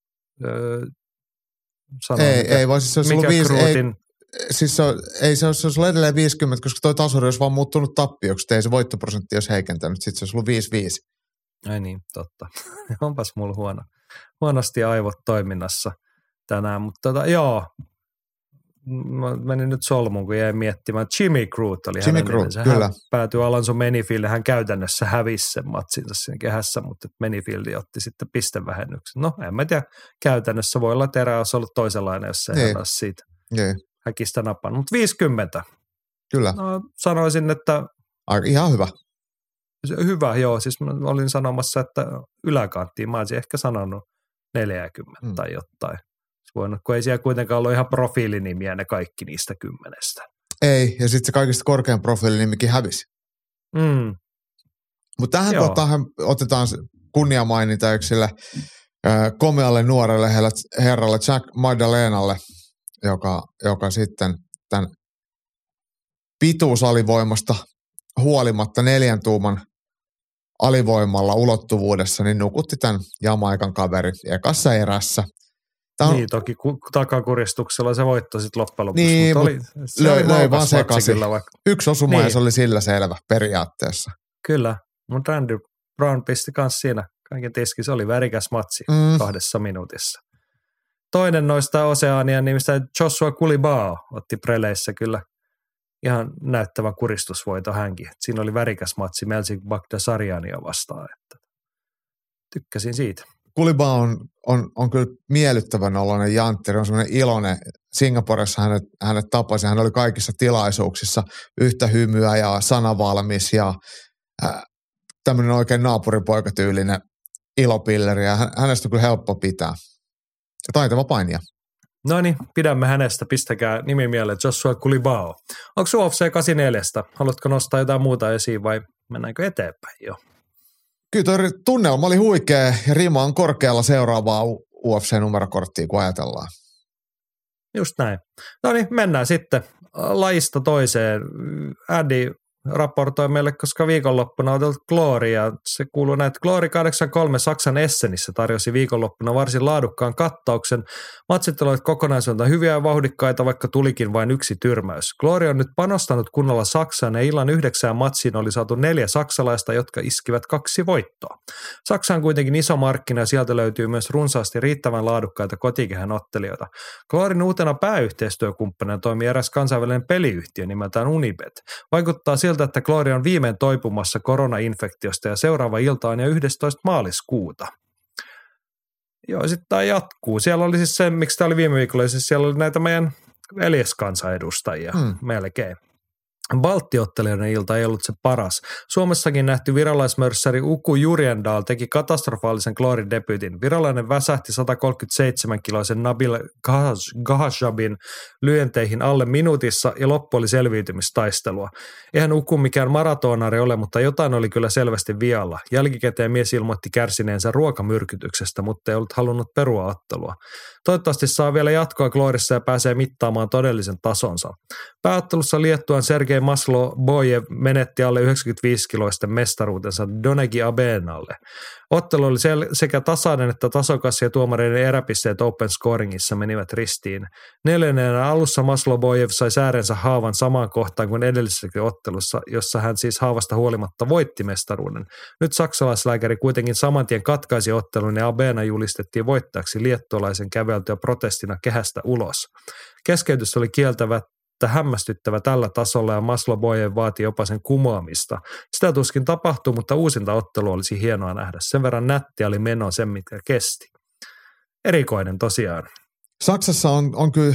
sanoi. Ei, vaan siis se olisi ollut 5. Siis se olisi ollut edelleen 50, koska toi tasuri olisi vaan muuttunut tappioksi, ei se voittoprosentti olisi heikentänyt. Sitten se olisi ollut 5-5. Ai niin, totta. Onpas mulla huonosti aivot toiminnassa tänään, mutta joo. Mä menin nyt solmuun, kun jäin miettimään. Jimmy Crute oli hänen nimensä. Hän päätyi Alonso Menifield, hän käytännössä hävisi sen matsinsa siinä kehässä, mutta Menifield otti sitten pistevähennyksen. No, en mä tiedä. Käytännössä voi olla, että erä olisi ollut toisenlainen, jos se ei ole siitä häkistä napannut. Mutta 50. Kyllä. No, sanoisin, että ihan hyvä. Hyvä, joo. Siis mä olin sanomassa, että yläkanttiin. Mä olisin ehkä sanonut 40 tai jotain. Kun ei siellä kuitenkaan ollut ihan profiilinimiä ne kaikki niistä 10. Ei, ja sitten se kaikista korkean profiilinimikin hävisi. Mutta tähän kohtaan otetaan kunniamaininta yksille komealle nuorelle herralle Jack Magdalenalle, joka sitten tämän pituusalivoimasta huolimatta 4 tuuman alivoimalla ulottuvuudessa, niin nukutti tämän Jamaikan kaveri ekassa erässä. Niin, toki takakuristuksella se voitto sitten loppujen lopuksi. Niin, löi vaan sekaisin. Yksi osuma ja se oli sillä selvä periaatteessa. Kyllä, mutta Randy Brown pisti kanssa siinä kaiken tiski. Se oli värikäs matsi 2 minuutissa. Toinen noista Oseanian nimistä Joshua Culibao otti preleissä kyllä ihan näyttävän kuristusvoito hänkin. Siinä oli värikäs matsi Melzik Baghdasarjania vastaan. Että tykkäsin siitä. Culibao on kyllä miellyttävän oloinen jantteri, on semmoinen iloinen. Singaporessa hänet tapasi, hän oli kaikissa tilaisuuksissa yhtä hymyä ja sanavalmis ja tämmöinen oikein naapuripoikatyylinen ilopilleri ja hänestä on kyllä helppo pitää. Taitava painija. No niin, pidämme hänestä, pistäkää nimi mieleen Joshua Culibao. Onko UFC 84? Haluatko nostaa jotain muuta esiin vai mennäänkö eteenpäin jo? Kyllä tuo tunnelma oli huikea ja rima on korkealla seuraavaa UFC-numerokorttia, kun ajatellaan. Just näin. No niin, mennään sitten lajista toiseen. Addi raportoi meille, koska viikonloppuna on oteltu Gloria. Se kuuluu näin, että Glory 83 Saksan Essenissä tarjosi viikonloppuna varsin laadukkaan kattauksen. Matsit olivat kokonaisuudeltaan hyviä ja vauhdikkaita, vaikka tulikin vain 1 tyrmäys. Glory on nyt panostanut kunnolla Saksaan ja illan 9 matsiin oli saatu 4 saksalaista, jotka iskivät 2 voittoa. Saksa on kuitenkin iso markkina ja sieltä löytyy myös runsaasti riittävän laadukkaita kotikehän ottelijoita. Gloryn uutena pääyhteistyökumppanina toimii eräs kansainvälinen peliyhtiö nimeltään Unibet. Vaikuttaa siltä, siltä, että Gloria on viimein toipumassa koronainfektiosta ja seuraava ilta on jo 11. maaliskuuta. Joo, sitten tämä jatkuu. Siellä oli siis se, miksi tämä oli viime viikolla, siis siellä oli näitä meidän veljeskansanedustajia melkein. Balttiottelijoiden ilta ei ollut se paras. Suomessakin nähty virolaismörssäri Uku Jurjendal teki katastrofaalisen Glory-debyytin. Virolainen väsähti 137-kiloisen Nabil Ghajabin lyönteihin alle minuutissa ja loppu oli selviytymistaistelua. Eihän Uku mikään maratonari ole, mutta jotain oli kyllä selvästi vialla. Jälkikäteen mies ilmoitti kärsineensä ruokamyrkytyksestä, mutta ei ollut halunnut perua ottelua. Toivottavasti saa vielä jatkoa Glorissa ja pääsee mittaamaan todellisen tasonsa. Pääottelussa Liettuan Sergei Maslobojev menetti alle 95-kiloisten mestaruutensa Donegi Abenalle. Ottelu oli sekä tasainen että tasokas ja tuomareiden eräpisteet open scoringissa menivät ristiin. 4. alussa Maslobojev sai säärensä haavan samaan kohtaan kuin edellisessäkin ottelussa, jossa hän siis haavasta huolimatta voitti mestaruuden. Nyt saksalaislääkäri kuitenkin samantien katkaisi ottelun ja Abena julistettiin voittajaksi liettualaisen käveltyä protestina kehästä ulos. Keskeytys oli kieltävä hämmästyttävä tällä tasolla ja Maslobojev vaati jopa sen kumoamista. Sitä tuskin tapahtui, mutta uusinta ottelu olisi hienoa nähdä. Sen verran nättiä oli meno sen, mitkä kesti. Erikoinen tosiaan. Saksassa on kyllä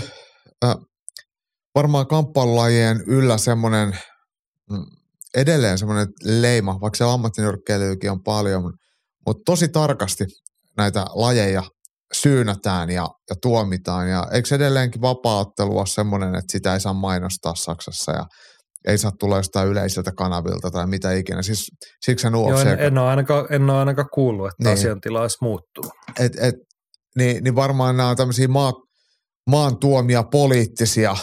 varmaan kamppailulajien yllä semmoinen, edelleen semmoinen leima, vaikka siellä ammattinyrkkeilyäkin on paljon, mutta tosi tarkasti näitä lajeja syynätään ja tuomitaan. Ja eikö edelleenkin vapaa-ottelu ole semmoinen, että sitä ei saa mainostaa Saksassa ja ei saa tulla jostain yleisiltä kanavilta tai mitä ikinä. Siis, siksi UFC... Joo, en ole ainakaan kuullut, että niin. Asiantila olisi muuttunut. Niin varmaan nämä on tämmöisiä maan tuomia poliittisia,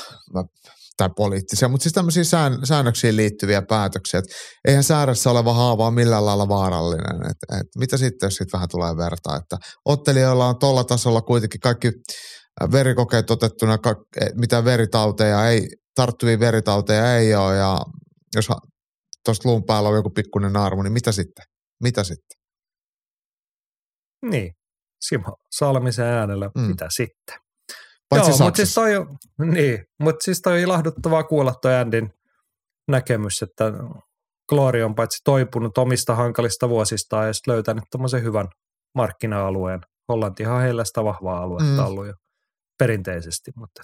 mutta siis tämmöisiä säännöksiin liittyviä päätöksiä. Eihän säädössä oleva haava ole millään lailla vaarallinen. Mitä sitten, jos sitten vähän tulee vertaa? Että ottelijoilla on tuolla tasolla kuitenkin kaikki verikokeet otettuna, mitä veritauteja ei, tarttuvia veritauteja ei ole. Ja jos tuosta luun päällä on joku pikkuinen naarmu, niin mitä sitten? Niin, Simo Salmisen äänellä, mitä sitten? Paitsi joo, mutta siis toi on ilahduttavaa kuulla toi Andin näkemys, että Glory on paitsi toipunut omista hankalista vuosistaan ja sitten löytänyt tommosen hyvän markkina-alueen. Hollantihan heillä sitä vahvaa aluetta ollut jo perinteisesti, mutta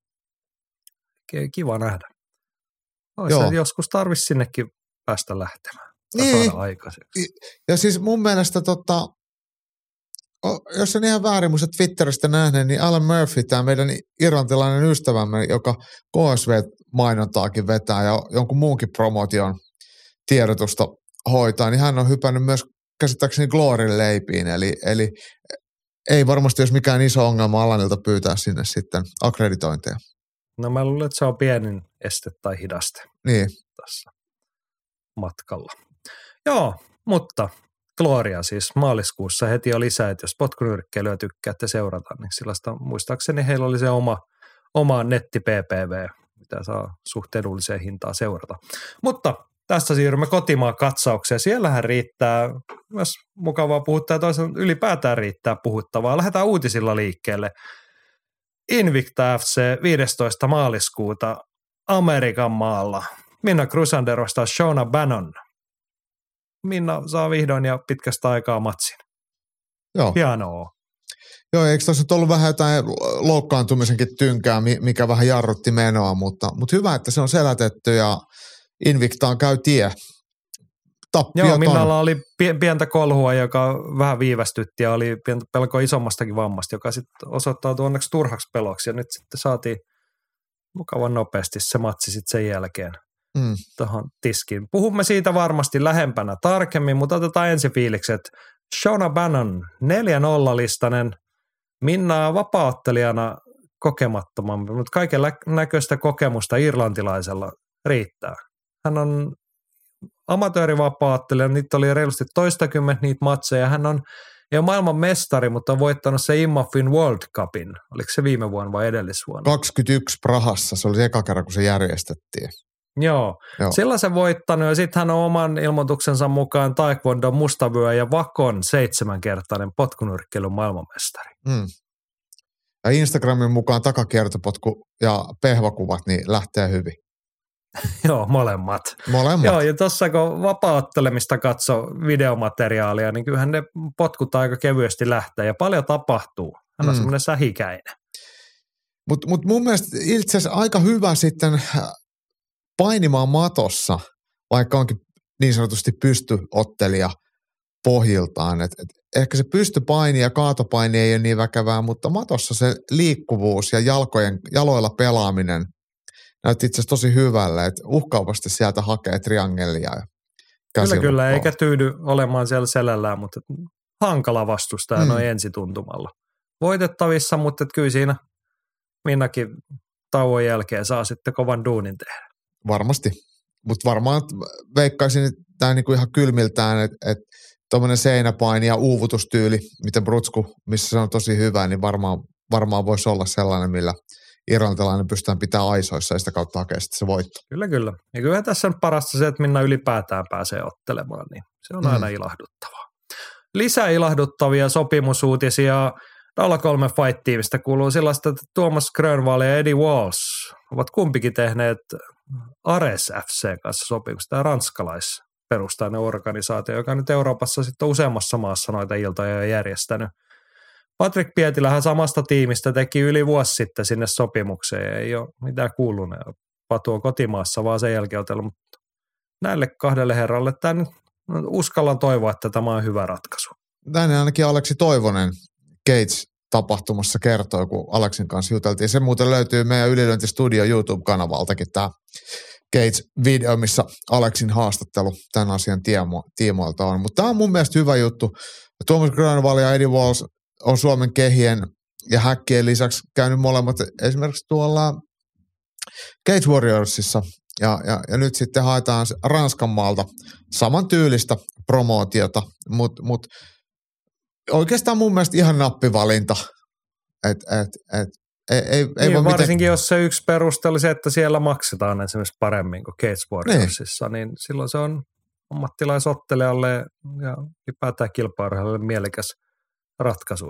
kiva nähdä. Joskus tarvitsisi sinnekin päästä lähtemään tai saada aikaiseksi. Ja siis mun mielestä jos on ihan väärin muista Twitteristä nähnyt, niin Alan Murphy, tämä meidän irlantilainen ystävämme, joka KSV-mainontaakin vetää ja jonkun muunkin promotion tiedotusta hoitaa, niin hän on hypännyt myös käsittääkseni Gloryn leipiin. Eli ei varmasti olisi mikään iso ongelma Alanilta pyytää sinne sitten akkreditointeja. No mä luulen, että se on pienin este tai hidaste tässä matkalla. Joo, mutta Gloria siis maaliskuussa heti jo lisää, että jos potkunyrkkeilyä tykkäätte seurata, niin sellaista muistaakseni heillä oli se oma netti-PPV, mitä saa suht edulliseen hintaan seurata. Mutta tästä siirrymme kotimaan katsaukseen. Siellähän riittää myös mukavaa puhuttaa ja toisaalta ylipäätään riittää puhuttavaa. Lähdetään uutisilla liikkeelle. Invicta FC 15. maaliskuuta Amerikan maalla. Minna Crusader vastaa Shona Bannon. Minna saa vihdoin ja pitkästä aikaa matsin. Joo. Hienoa. Joo, eikö tuossa ollut vähän jotain loukkaantumisenkin tynkää, mikä vähän jarrutti menoa, mutta hyvä, että se on selätetty ja Invictaan käy tie. Joo, Minnalla oli pientä kolhua, joka vähän viivästytti ja oli pientä pelkoa isommastakin vammasta, joka sitten osoittautui onneksi turhaksi peloksi ja nyt sitten saatiin mukavan nopeasti se matsi sitten sen jälkeen tuohon tiskiin. Puhumme siitä varmasti lähempänä tarkemmin, mutta otetaan ensi fiilikset. Shona Bannon, 4-0-listainen, Minna vapaaottelijana kokemattomampi, mutta kaiken näköistä kokemusta irlantilaisella riittää. Hän on amatöörivapaaottelija, niitä oli reilusti toistakymmentä niitä matseja. Hän on jo maailman mestari, mutta on voittanut se IMMAFin World Cupin. Oliko se viime vuonna vai edellisvuonna? 21 Prahassa, se oli eka kerran, kun se järjestettiin. Joo. Sellaisen voittanut ja sitten hän on oman ilmoituksensa mukaan taekwondo, mustavyö ja vakon 7-kertainen potkunyrkkeilyn maailmanmestari. Ja Instagramin mukaan takakiertopotku ja pehvakuvat niin lähtee hyvin. Joo, molemmat. Joo, ja tuossa kun vapaa-ottelemista katsoo videomateriaalia, niin kyllähän ne potkut aika kevyesti lähtee ja paljon tapahtuu. Hän on semmoinen sähikäinen. Mutta mun mielestä itse asiassa aika hyvä sitten painimaan matossa, vaikka onkin niin sanotusti pystyottelija pohjiltaan. Et ehkä se pystypaini ja kaatopaini ei ole niin väkevää, mutta matossa se liikkuvuus ja jaloilla pelaaminen näytti itse asiassa tosi hyvälle, että uhkaavasti sieltä hakee triangelia. Kyllä, eikä tyydy olemaan siellä selällään, mutta hankala vastustaja noin ensituntumalla. Voitettavissa, mutta kyllä siinä Minnakin tauon jälkeen saa sitten kovan duunin tehdä. Varmasti, mutta varmaan veikkaisin, että tämä niinku ihan kylmiltään, että tuommoinen seinäpaini ja uuvutustyyli, miten Brutsku, missä se on tosi hyvä, niin varmaan voisi olla sellainen, millä irlantilainen pystytään pitämään aisoissa ja sitä kautta hakea sitten se voitto. Kyllä. Ja kyllä tässä on parasta se, että Minna ylipäätään pääsee ottelemaan, niin se on aina ilahduttavaa. Lisää ilahduttavia sopimusuutisia Dalla 3 Fight-tiivistä kuuluu sellaista, että Tuomas Grönvall ja Eddie Walls ovat kumpikin tehneet Ares FC kanssa sopimuksia, tämä ranskalaisperustainen organisaatio, joka nyt Euroopassa sitten useammassa maassa noita iltoja on järjestänyt. Patrick Pietilähän samasta tiimistä teki yli vuosi sitten sinne sopimukseen, ei ole mitään kuulunut. Patu on kotimaassa vaan sen jälkeen otellut, mutta näille kahdelle herralle tämän uskallan toivoa, että tämä on hyvä ratkaisu. Näin ainakin Aleksi Toivonen Cage-tapahtumassa kertoi, kun Aleksin kanssa juteltiin. Se muuten löytyy meidän Ylilyöntistudio YouTube-kanavaltakin tämä Cage-video, missä Aleksin haastattelu tämän asian tiimoilta on. Mutta tämä on mun mielestä hyvä juttu. Tuomas Grönvall ja Eddie Walls on Suomen kehien ja häkkien lisäksi käynyt molemmat esimerkiksi tuolla Cage Warriorsissa. Ja nyt sitten haetaan Ranskan maalta saman tyylistä promootiota, mutta oikeastaan mun mielestä ihan nappivalinta. Ei niin, varsinkin jos se yksi peruste oli se, että siellä maksetaan esimerkiksi paremmin kuin Cage Warriorsissa, niin silloin se on ammattilaisottelijalle ja ylipäätään kilpailijalle mielekäs ratkaisu.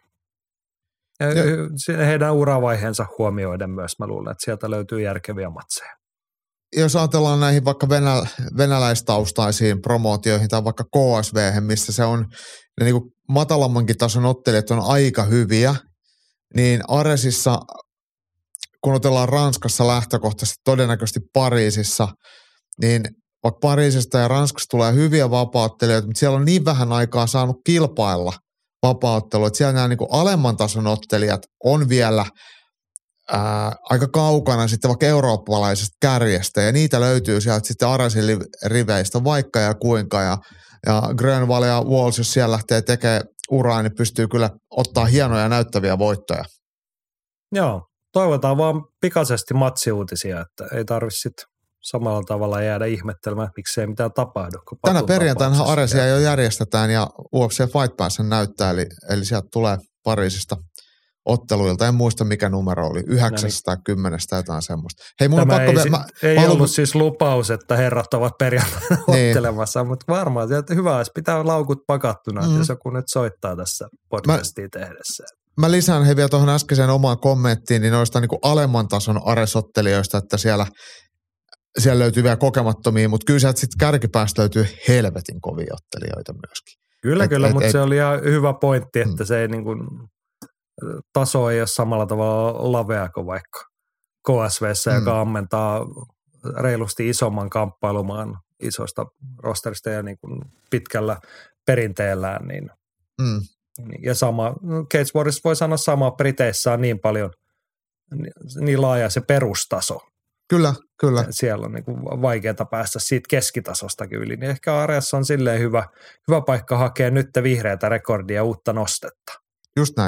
Heidän uravaiheensa huomioiden myös mä luulen, että sieltä löytyy järkeviä matseja. Jos ajatellaan näihin vaikka venäläistaustaisiin promootioihin tai vaikka KSV, missä se on, ne niin kuin matalammankin tason ottelijat on aika hyviä, niin Aresissa, kun otellaan Ranskassa lähtökohtaisesti, todennäköisesti Pariisissa, niin vaikka Pariisista ja Ranskasta tulee hyviä vapaaottelijoita, mutta siellä on niin vähän aikaa saanut kilpailla vapaaottelua, että siellä nämä niin kuin alemman tason ottelijat on vielä aika kaukana sitten vaikka eurooppalaisesta kärjestä, ja niitä löytyy sieltä sitten Aresin riveistä vaikka ja kuinka, ja Grönvall ja Walls, jos siellä lähtee tekemään uraa, niin pystyy kyllä ottaa hienoja näyttäviä voittoja. Joo, toivotaan vaan pikaisesti matsiuutisia, että ei tarvitse sitten samalla tavalla jäädä ihmettelemään, miksi ei mitään tapahdu. Tänä perjantaina Aresia jo järjestetään ja UFC Fight Pass näyttää, eli sieltä tulee Pariisista otteluilta. En muista, mikä numero oli. 910 jotain semmoista. Hei, mun tämä on pakko ei ollut siis lupaus, että herrat ovat perjantaina ottelemassa, mutta varmaan sieltä hyvä olisi pitää laukut pakattuna, jos joku nyt soittaa tässä podcastia tehdessä. Mä lisään vielä tuohon äskeiseen omaan kommenttiin, niin noista niin kuin alemman tason aresottelijoista, että siellä löytyy vielä kokemattomia, mutta kyllä sieltä sitten kärkipäästä löytyy helvetin kovia ottelijoita myöskin. Kyllä, mutta se oli ihan hyvä pointti, että se ei niin kuin taso ei ole samalla tavalla lavea kuin vaikka KSV:ssä, joka ammentaa reilusti isomman kamppailumaan isoista rosterista ja niin kuin pitkällä perinteellään. Ja sama, Cage Warriors voi sanoa sama, Briteissä on niin paljon, niin laaja se perustaso. Kyllä. Siellä on niin kuin vaikeaa päästä siitä keskitasostakin yli, niin ehkä Areassa on silleen hyvä paikka hakea nyt vihreätä rekordia ja uutta nostetta. Just näin.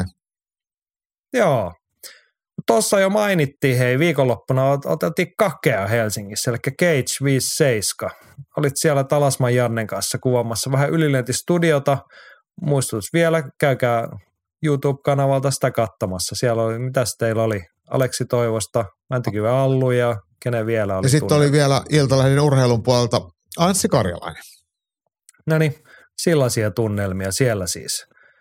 Joo. Tuossa jo mainittiin, viikonloppuna otettiin kakea Helsingissä, eli Cage 57. Olit siellä Talasman Jannen kanssa kuvaamassa vähän Ylilöintistudiota. Muistutus vielä, käykää YouTube-kanavalta sitä katsomassa. Siellä oli, mitäs teillä oli? Aleksi Toivosta, Mäntykiven Allu ja kenen vielä oli? Ja sitten oli vielä Iltalehden urheilun puolelta Anssi Karjalainen. No niin, sellaisia tunnelmia siellä siis.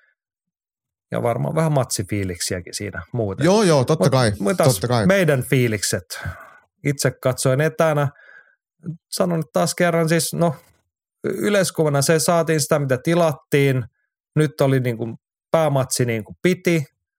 Ja varmaan vähän matsifiiliksiäkin siinä muuten. Joo, totta kai. Meidän fiilikset. Itse katsoin etänä sanon taas kerran siis, yleiskuvana se saatiin sitä, mitä tilattiin. Nyt oli niin kuin päämatsi niin kuin piti.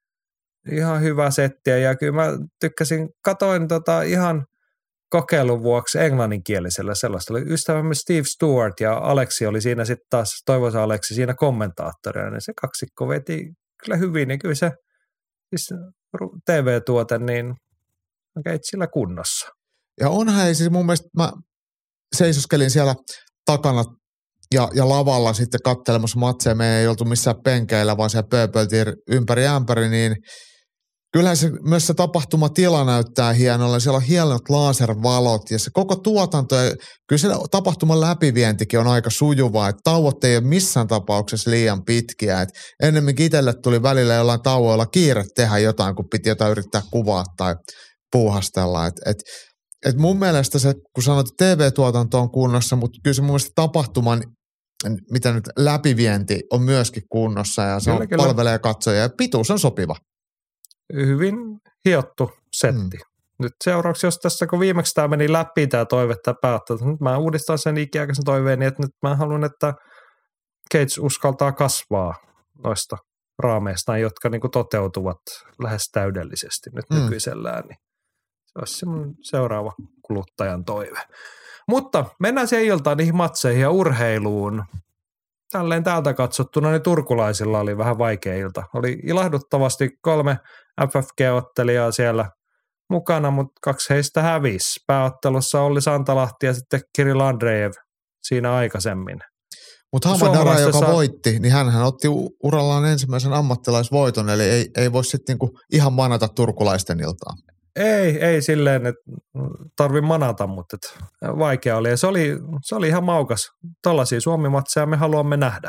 Ihan hyvä settiä ja kyllä mä tykkäsin, katoin ihan kokeilun vuoksi englanninkielisellä sellaista. Oli ystävämme Steve Stewart ja Aleksi oli siinä sitten taas, Toivoisa Aleksi siinä kommentaattorina. Niin se kaksikko veti kyllä hyvin ja kyllä se siis TV-tuote niin käit sillä kunnossa. Ja onhan siis mun mielestä, mä seisoskelin siellä takana ja lavalla sitten katselemassa matseja. Me ei oltu missään penkeillä, vaan siellä pööpöltiin ympäri ämpäri, niin kyllähän se, myös se tapahtumatila näyttää hienolla. Siellä on hienot laservalot ja se koko tuotanto, ja kyllä se tapahtuman läpivientikin on aika sujuvaa, että tauot ei ole missään tapauksessa liian pitkiä. Et ennemminkin itselle tuli välillä jollain tauoilla kiire tehdä jotain, kun piti jotain yrittää kuvaa tai puuhastella. Et mun mielestä se, kun sanot, että TV-tuotanto on kunnossa, mutta kyllä se mun mielestä tapahtuman, mitä nyt läpivienti on myöskin kunnossa ja se kyllä, palvelee katsojia ja pituus on sopiva. Hyvin hiottu setti. Nyt seuraavaksi, jos tässä kun viimeksi tämä meni läpi tämä toive tämä päättää, nyt mä uudistan sen ikiaikaisen toiveeni, että nyt mä haluan, että Cage uskaltaa kasvaa noista raameista, jotka niin kuin toteutuvat lähes täydellisesti nyt nykyisellään, niin se olisi se mun seuraava kuluttajan toive. Mutta mennään se iltaan niihin matseihin ja urheiluun. Tälleen täältä katsottuna niin turkulaisilla oli vähän vaikea ilta. Oli ilahduttavasti 3 FFG-ottelijaa siellä mukana, mutta 2 heistä hävisi. Pääottelussa Olli Santalahti ja sitten Kirill Andreev siinä aikaisemmin. Mutta Hamadara, joka voitti, niin hän otti urallaan ensimmäisen ammattilaisvoiton, eli ei voi sitten niinku ihan manata turkulaisten iltaa. Ei silleen, että tarvi manata, mutta vaikea oli. Ja se oli ihan maukas. Tuollaisia Suomi-matseja me haluamme nähdä.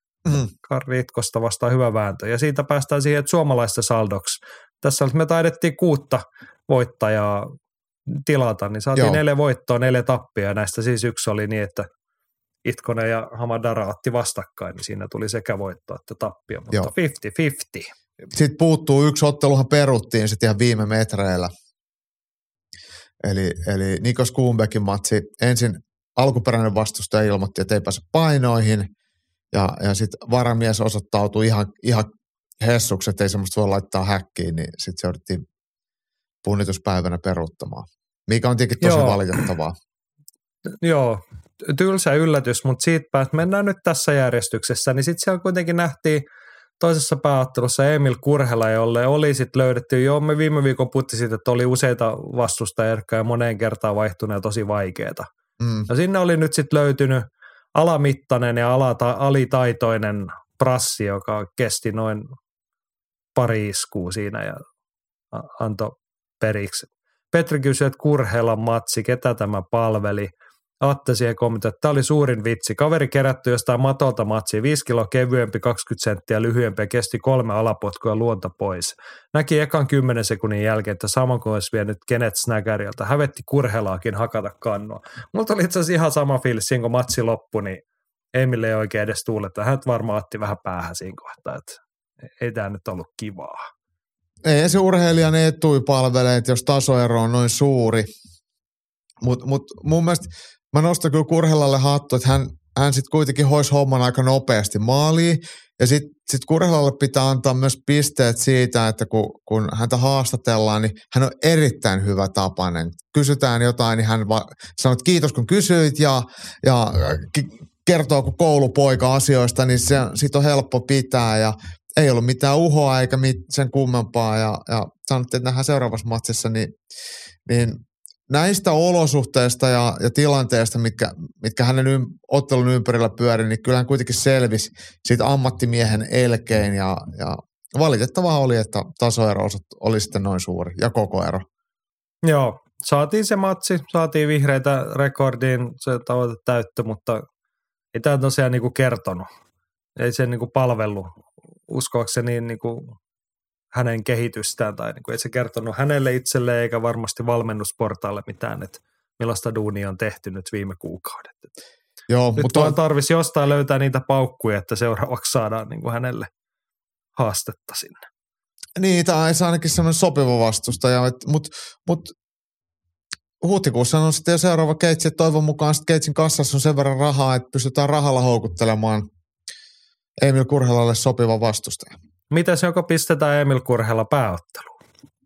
Karri Itkosta vastaan hyvä vääntö. Ja siitä päästään siihen, että suomalaista saldoksi. Tässä me taidettiin 6 voittajaa tilata, niin saatiin 4 voittoa, 4 tappia. Ja näistä siis 1 oli niin, että Itkonen ja Hamadara otti vastakkain, niin siinä tuli sekä voittoa että tappia, mutta 50-50. Sitten puuttuu 1 otteluhan peruttiin sitten ihan viime metreillä. Eli Nikos Kuhnbeckin matsi. Ensin alkuperäinen vastustaja ilmoitti, että ei pääse painoihin. Ja sitten varamies osoittautui ihan hessuksi, että ei semmoista voi laittaa häkkiin. Niin sitten se jouduttiin punnituspäivänä peruuttamaan. Mikä on tietenkin tosi valitettavaa. Joo, tylsä yllätys, mutta siitä että mennään nyt tässä järjestyksessä. Niin sitten siellä kuitenkin nähtiin toisessa pääottelussa Emil Kurhela, jolle oli sitten löydetty, me viime viikon puhutti siitä, että oli useita vastustajia ja moneen kertaan vaihtuneet tosi vaikeita. Ja sinne oli nyt sitten löytynyt alamittainen ja alitaitoinen prassi, joka kesti noin pari iskua siinä ja antoi periksi. Petri kysyi, että Kurhelan matsi, ketä tämä palveli? Atte siihen kommentoi, että tämä oli suurin vitsi. Kaveri kerätty jostain matolta matsia, 5 kiloa kevyempi, 20 senttiä lyhyempi ja kesti 3 alapotkua luonta pois. Näki ekan 10 sekunnin jälkeen, että saman kuin olisi vienyt Kenneth Snaggerilta. Hävetti Kurhelaakin hakata kannua. Multa oli itse asiassa ihan sama fiilis, kun matsi loppui, niin Emille ei oikein edes tuuletta. Hän varmaan otti vähän päähän siinä kohtaa, että ei tämä nyt ollut kivaa. Ei se urheilijan etui palvelee, että jos tasoero on noin suuri. Mutta mun mielestä mä nostan kyllä Kurhelalle hattu, että hän sitten kuitenkin hoisi homman aika nopeasti maaliin. Ja sitten Kurhelalle pitää antaa myös pisteet siitä, että kun häntä haastatellaan, niin hän on erittäin hyvä tapainen. Kysytään jotain, niin hän sanoo, että kiitos kun kysyit ja kertoo kun koulupoika asioista, niin siitä on helppo pitää ja ei ollut mitään uhoa eikä sen kummempaa. Ja sanottiin, että nähdään seuraavassa matsissa, niin näistä olosuhteista ja tilanteista, mitkä hänen ottelun ympärillä pyöri, niin kyllä hän kuitenkin selvisi siitä ammattimiehen elkein ja valitettavaa oli, että tasoero oli sitten noin suuri ja koko ero. Joo, saatiin se matsi, saatiin vihreitä rekordiin, se tavoite täyttö, mutta ei tämä tosiaan niinku kertonut, ei se niinku palvellut, uskoakseni niinku hänen kehitystään tai niinku ei se kertonut hänelle itselleen eikä varmasti valmennusportaalle mitään, että millaista duunia on tehty nyt viime kuukaudet. Joo, nyt vaan tarvitsisi jostain löytää niitä paukkuja, että seuraavaksi saadaan niinku hänelle haastetta sinne. Niin, tämä olisi ainakin sellainen sopiva vastustaja, mutta huhtikuussa on sitten jo seuraava keitsi, että toivon mukaan sitten keitsin kassassa on sen verran rahaa, että pystytään rahalla houkuttelemaan Emil Kurhelalle sopiva vastustaja. Mitäs joko pistetään Emil Kurhela pääotteluun?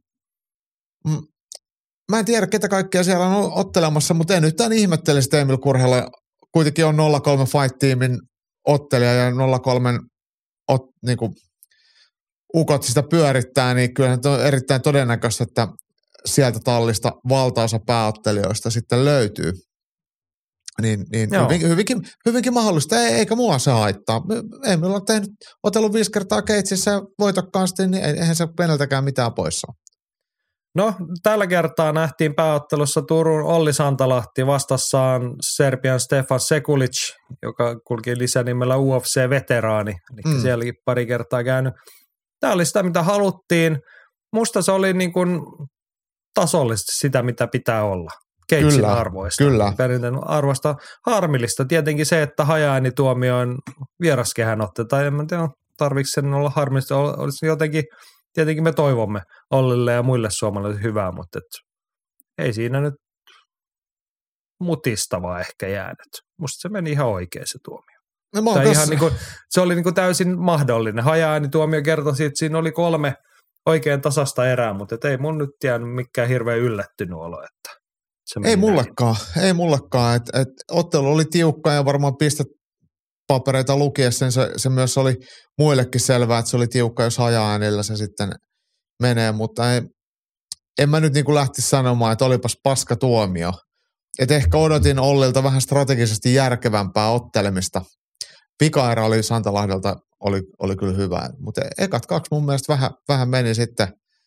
Mä en tiedä, ketä kaikkea siellä on ottelemassa, mutta en yhtään ihmettele sitä Emil Kurhela. Kuitenkin on 0-3 Fight-tiimin ottelija ja 0-3 niinku ukot sitä pyörittää, niin kyllä on erittäin todennäköistä, että sieltä tallista valtaosa pääottelijoista sitten löytyy. Niin hyvinkin mahdollista, eikä mua se haittaa. Emil on otellut 5 kertaa keitsissä ja voitokkaasti, niin eihän se keneltäkään mitään pois ole. No, tällä kertaa nähtiin pääottelussa Turun Olli Santalahti vastassaan Serbian Stefan Sekulic, joka kulki lisänimellä UFC-veteraani, eli sielläkin pari kertaa käynyt. Tämä oli sitä, mitä haluttiin. Musta se oli niin kuin tasollisesti sitä, mitä pitää olla. Keitsin arvoista. Kyllä. Perinteinen arvoista. Harmillista tietenkin se, että haja-äänituomioon vieraskehän otetaan. En tiedä, tarvitse sen olla harmillista. Olisi jotenkin, tietenkin me toivomme Ollille ja muille suomalaisille hyvää, mutta ei siinä nyt mutistavaa ehkä jäänyt. Musta se meni ihan oikein se tuomio. No, ihan niin kuin, se oli niin kuin täysin mahdollinen. Haja-äänituomio kertoi siitä, että siinä oli 3 oikein tasasta erää, mutta ei mun nyt jäänyt mikään hirveän yllättynyt olo, että ei mullakaan. Et ottelu oli tiukka ja varmaan pistepapereita lukiessa se myös oli muillekin selvää, että se oli tiukka, jos haja-äänillä se sitten menee, mutta en mä nyt niin kuin lähtisi sanomaan, että olipas paska tuomio. Et ehkä odotin Ollilta vähän strategisesti järkevämpää ottelemista. Pikaerä oli Santalahdelta, oli kyllä hyvä, mutta ekat 2 mun mielestä vähän meni sitten,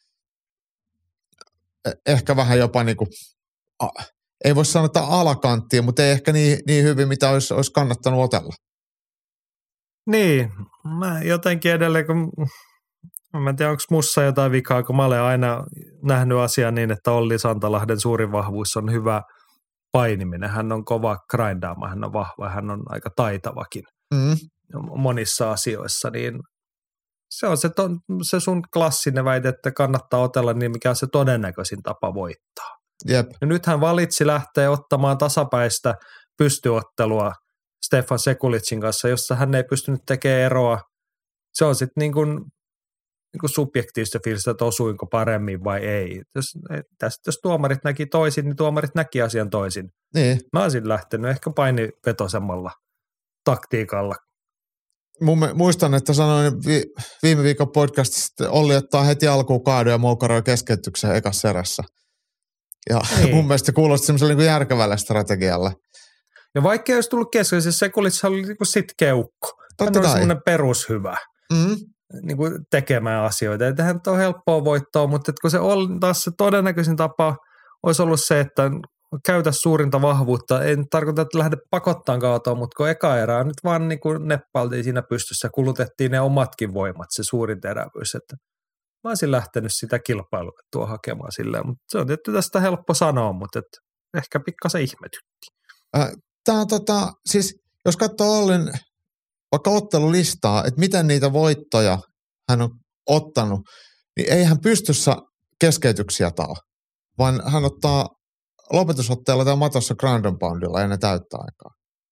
ehkä vähän jopa niin kuin, ei voi sanoa, että alakanttiin, mutta ei ehkä niin hyvin, mitä olisi kannattanut otella. Niin, mä jotenkin edelleen, kun mä en tiedä, onko mussa jotain vikaa, kun mä olen aina nähnyt asian niin, että Olli Santalahden suurin vahvuus on hyvä painiminen. Hän on kova grindaama, hän on vahva, hän on aika taitavakin monissa asioissa, niin se on se sun klassinen väite, että kannattaa otella niin, mikä on se todennäköisin tapa voittaa. Jep. Ja nyt hän valitsi lähteä ottamaan tasapäistä pystyottelua Stefan Sekulicin kanssa, jossa hän ei pystynyt tekemään eroa. Se on sitten niin kuin subjektiivista fiilistä, että osuinko paremmin vai ei. Jos tuomarit näki toisin, niin tuomarit näki asian toisin. Niin. Mä olisin lähtenyt ehkä painivetoisemmalla taktiikalla. Muistan, että sanoin viime viikon podcastissa, että Olli ottaa heti alkuun kaadun ja moukaroi keskeytyksen ekassa erässä. Ja mun mielestä se kuulosti semmoiselle niin järkevälle strategialle. Ja vaikka ei olisi tullut kesken, siis Sekulic oli niin kuin sitkeä ukko. Hän on semmoinen perushyvä niin kuin tekemään asioita. Eihän hän ole helppoa voittoa, mutta kun se on taas se todennäköisin tapa olisi ollut se, että käytä suurinta vahvuutta. En tarkoita, että lähde pakottaan kaatoon, mutta kun eka erää nyt vaan niin kuin neppailtiin siinä pystyssä, kulutettiin ne omatkin voimat, se suurin terävyys. Että mä olisin lähtenyt sitä kilpailua tuo hakemaan silleen, mutta se on tietysti tästä helppo sanoa, mutta ehkä pikkasen ihmetytti. Tämä on siis jos katsoo Ollin vaikka ottelulistaa, että miten niitä voittoja hän on ottanut, niin ei hän pystyssä keskeytyksiä taa, vaan hän ottaa lopetusotteella tai matossa ground and poundilla ennen täyttä aikaa.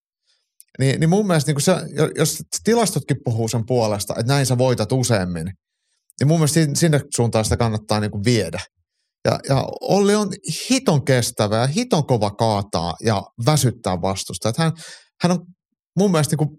Niin mun mielestä niin se, jos tilastotkin puhuu sen puolesta, että näin sä voitat useammin, niin mun mielestä sinne suuntaan sitä kannattaa niin kuin viedä. Ja Olli on hiton kestävä ja hiton kova kaataa ja väsyttää vastusta. Että hän on mun mielestä niin kuin,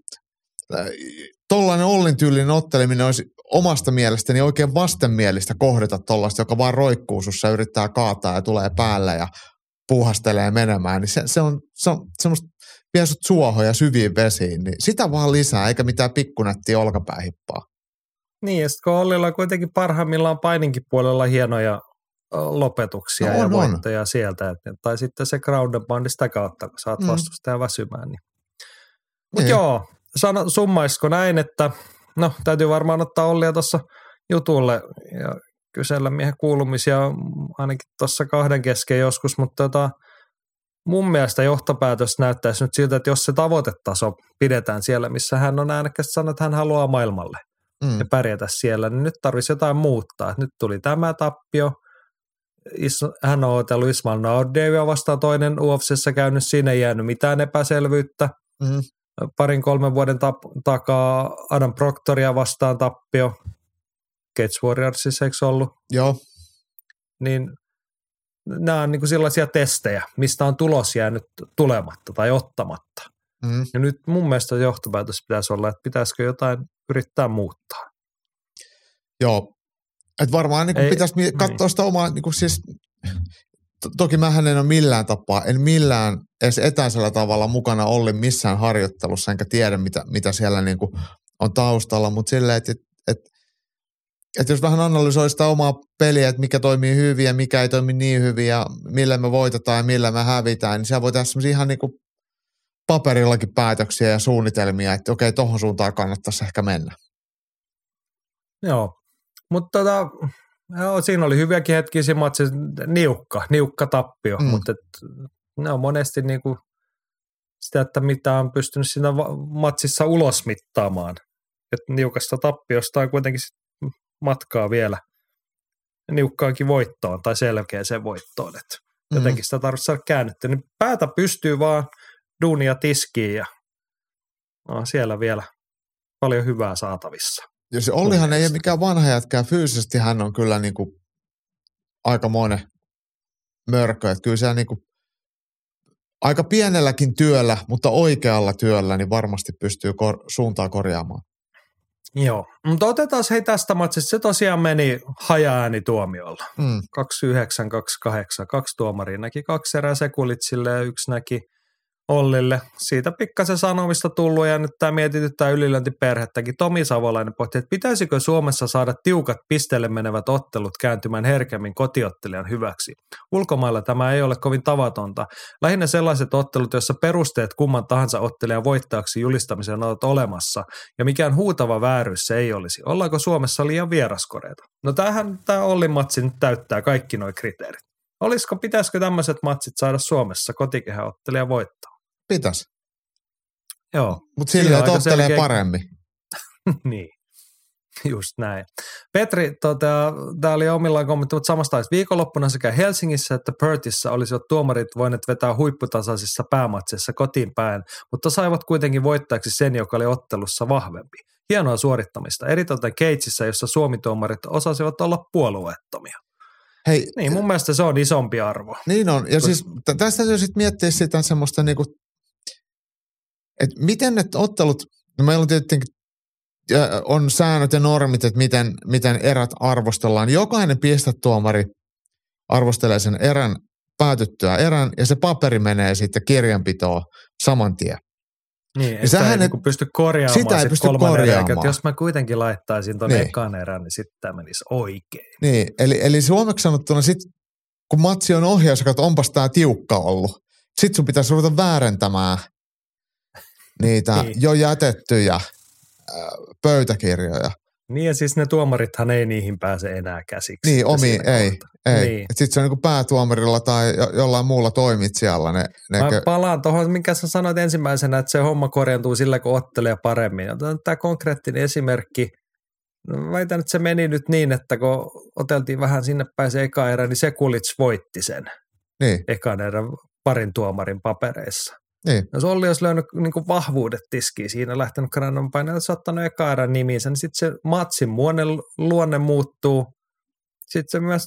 tollainen Ollin tyylinen otteleminen olisi omasta mielestäni oikein vastenmielistä kohdata tollaista, joka vaan roikkuu sussa, yrittää kaataa ja tulee päälle ja puuhastelee menemään. Niin se on semmoista vie sut suohon ja syviin vesiin. Niin sitä vaan lisää, eikä mitään pikkunättiä olkapäähippaa. Niin, ja sitten kun Ollilla kuitenkin parhaimmillaan paininkin puolella hienoja lopetuksia ja voittoja sieltä. Tai sitten se ground and pound sitä kautta, kun saat vastustajan väsymään. Niin. Mutta joo, summaisiko näin, että no täytyy varmaan ottaa Ollia tuossa jutulle ja kysellä miehen kuulumisia ainakin tuossa 2 kesken joskus, mutta mun mielestä johtopäätös näyttäisi nyt siltä, että jos se tavoitetaso pidetään siellä, missä hän on äänekästi sanonut, että hän haluaa maailmalle ja pärjätä siellä, niin nyt tarvitsisi jotain muuttaa. Nyt tuli tämä tappio hän on otellut Ismail Naurdieviä vastaan toinen UFC:ssä käynyt, siinä ei jäänyt mitään epäselvyyttä. 2-3 vuoden takaa Adam Proctoria vastaan tappio. Cage Warriorsissa eikö ollut? Joo. Niin nämä on niin kuin sellaisia testejä, mistä on tulos jäänyt tulematta tai ottamatta. Ja nyt mun mielestä johtopäätös pitäisi olla, että pitäisikö jotain yrittää muuttaa. Joo, että varmaan niin pitäisi katsoa sitä omaa, niin kuin siis, toki mähän en ole millään tapaa, en millään edes etäisellä tavalla mukana ollut missään harjoittelussa, enkä tiedä mitä siellä niin kuin on taustalla, mutta silleen, että jos vähän analysoi sitä omaa peliä, että mikä toimii hyvin ja mikä ei toimi niin hyvin ja millä me voitetaan ja millä me hävitään, niin siellä voi tehdä semmoisia ihan niin kuin paperillakin päätöksiä ja suunnitelmia, että okei, tohon suuntaan kannattaisi ehkä mennä. Joo, mutta siinä oli hyviäkin hetkiä siinä matsissa, niukka tappio, mutta ne on monesti niinku sitä, että mitä on pystynyt siinä matsissa ulosmittaamaan. Että niukasta tappiosta on kuitenkin matkaa vielä niukkaankin voittoon tai selkeäseen voittoon, että jotenkin sitä tarvitsee saada käännettyä. Niin päätä pystyy vaan duunia tiskiin ja on siellä vielä paljon hyvää saatavissa. Ja se Ollihan ei ole mikään vanha jätkää, fyysisesti hän on kyllä niin kuin aikamoinen mörkö, että kyllä se niin kuin aika pienelläkin työllä, mutta oikealla työllä, niin varmasti pystyy suuntaa korjaamaan. Joo, mutta otetaan tästä matsista. Se tosiaan meni haja-äänituomiolla. 29-28. 2 tuomaria näki 2 erää Sekulitsille ja 1 näki Ollille. Siitä pikkasen sanomista tullut ja nyt tämä mietityttää ylilöintiperhettäkin. Tomi Savolainen pohti, että pitäisikö Suomessa saada tiukat pisteelle menevät ottelut kääntymään herkemmin kotiottelijan hyväksi. Ulkomailla tämä ei ole kovin tavatonta. Lähinnä sellaiset ottelut, joissa perusteet kumman tahansa ottelijan voittajaksi julistamiseen ovat olemassa ja mikään huutava vääryys se ei olisi. Ollaanko Suomessa liian vieraskoreita? No tämä Ollin matsi nyt täyttää kaikki nuo kriteerit. Pitäisikö tämmöiset matsit saada Suomessa kotikehäottelija voittaa? Pitäisi. Joo. Mutta silleen ottelee paremmin. Niin, just näin. Petri, tämä oli omillaan kommentti, mutta samasta viikonloppuna sekä Helsingissä että Perthissä olisivat tuomarit voineet vetää huipputasaisissa päämatseissa kotiin päin, mutta saivat kuitenkin voittajaksi sen, joka oli ottelussa vahvempi. Hienoa suorittamista, eritoten Cageissa, jossa Suomi-tuomarit osasivat olla puolueettomia. Hei, niin mun mielestä se on isompi arvo. Niin on, ja siis tästä täytyy sitten miettiä sitä semmoista niinku, että miten ne ottelut, no meillä on tietenkin on säännöt ja normit, että miten erät arvostellaan. Jokainen pistetuomari arvostelee sen erän päätyttyä erän ja se paperi menee sitten kirjanpitoon saman tien. Niin, että sitä ei niin pysty korjaamaan. Sitä ei pysty korjaamaan. Jos mä kuitenkin laittaisin tuon ekan erän, niin sitten tämä menisi oikein. Niin, eli suomeksi sanottuna sitten, kun matsi on ohjaus, että onpas tämä tiukka ollut, sitten sun pitäisi ruveta väärentämään niitä jo jätettyjä pöytäkirjoja. Niin ja siis ne tuomarithan ei niihin pääse enää käsiksi. Niin, ei. Niin. Sitten se on niin päätuomarilla tai jollain muulla toimitsijalla. Mä palaan tuohon, minkä sä sanoit ensimmäisenä, että se homma korjantuu sillä, kun ottelee paremmin. Otetaan tämä konkreettinen esimerkki. Väitän, että se meni nyt niin, että kun oteltiin vähän sinne päin se eka erä, niin Sekulits voitti sen ekan erän parin tuomarin papereissa. Niin. Jos Olli olisi löynyt niin vahvuudet tiskiin siinä, lähtenyt Grannon painella, saattanut eka erän nimiinsä, niin sitten se matsin luonne muuttuu. Sitten se myös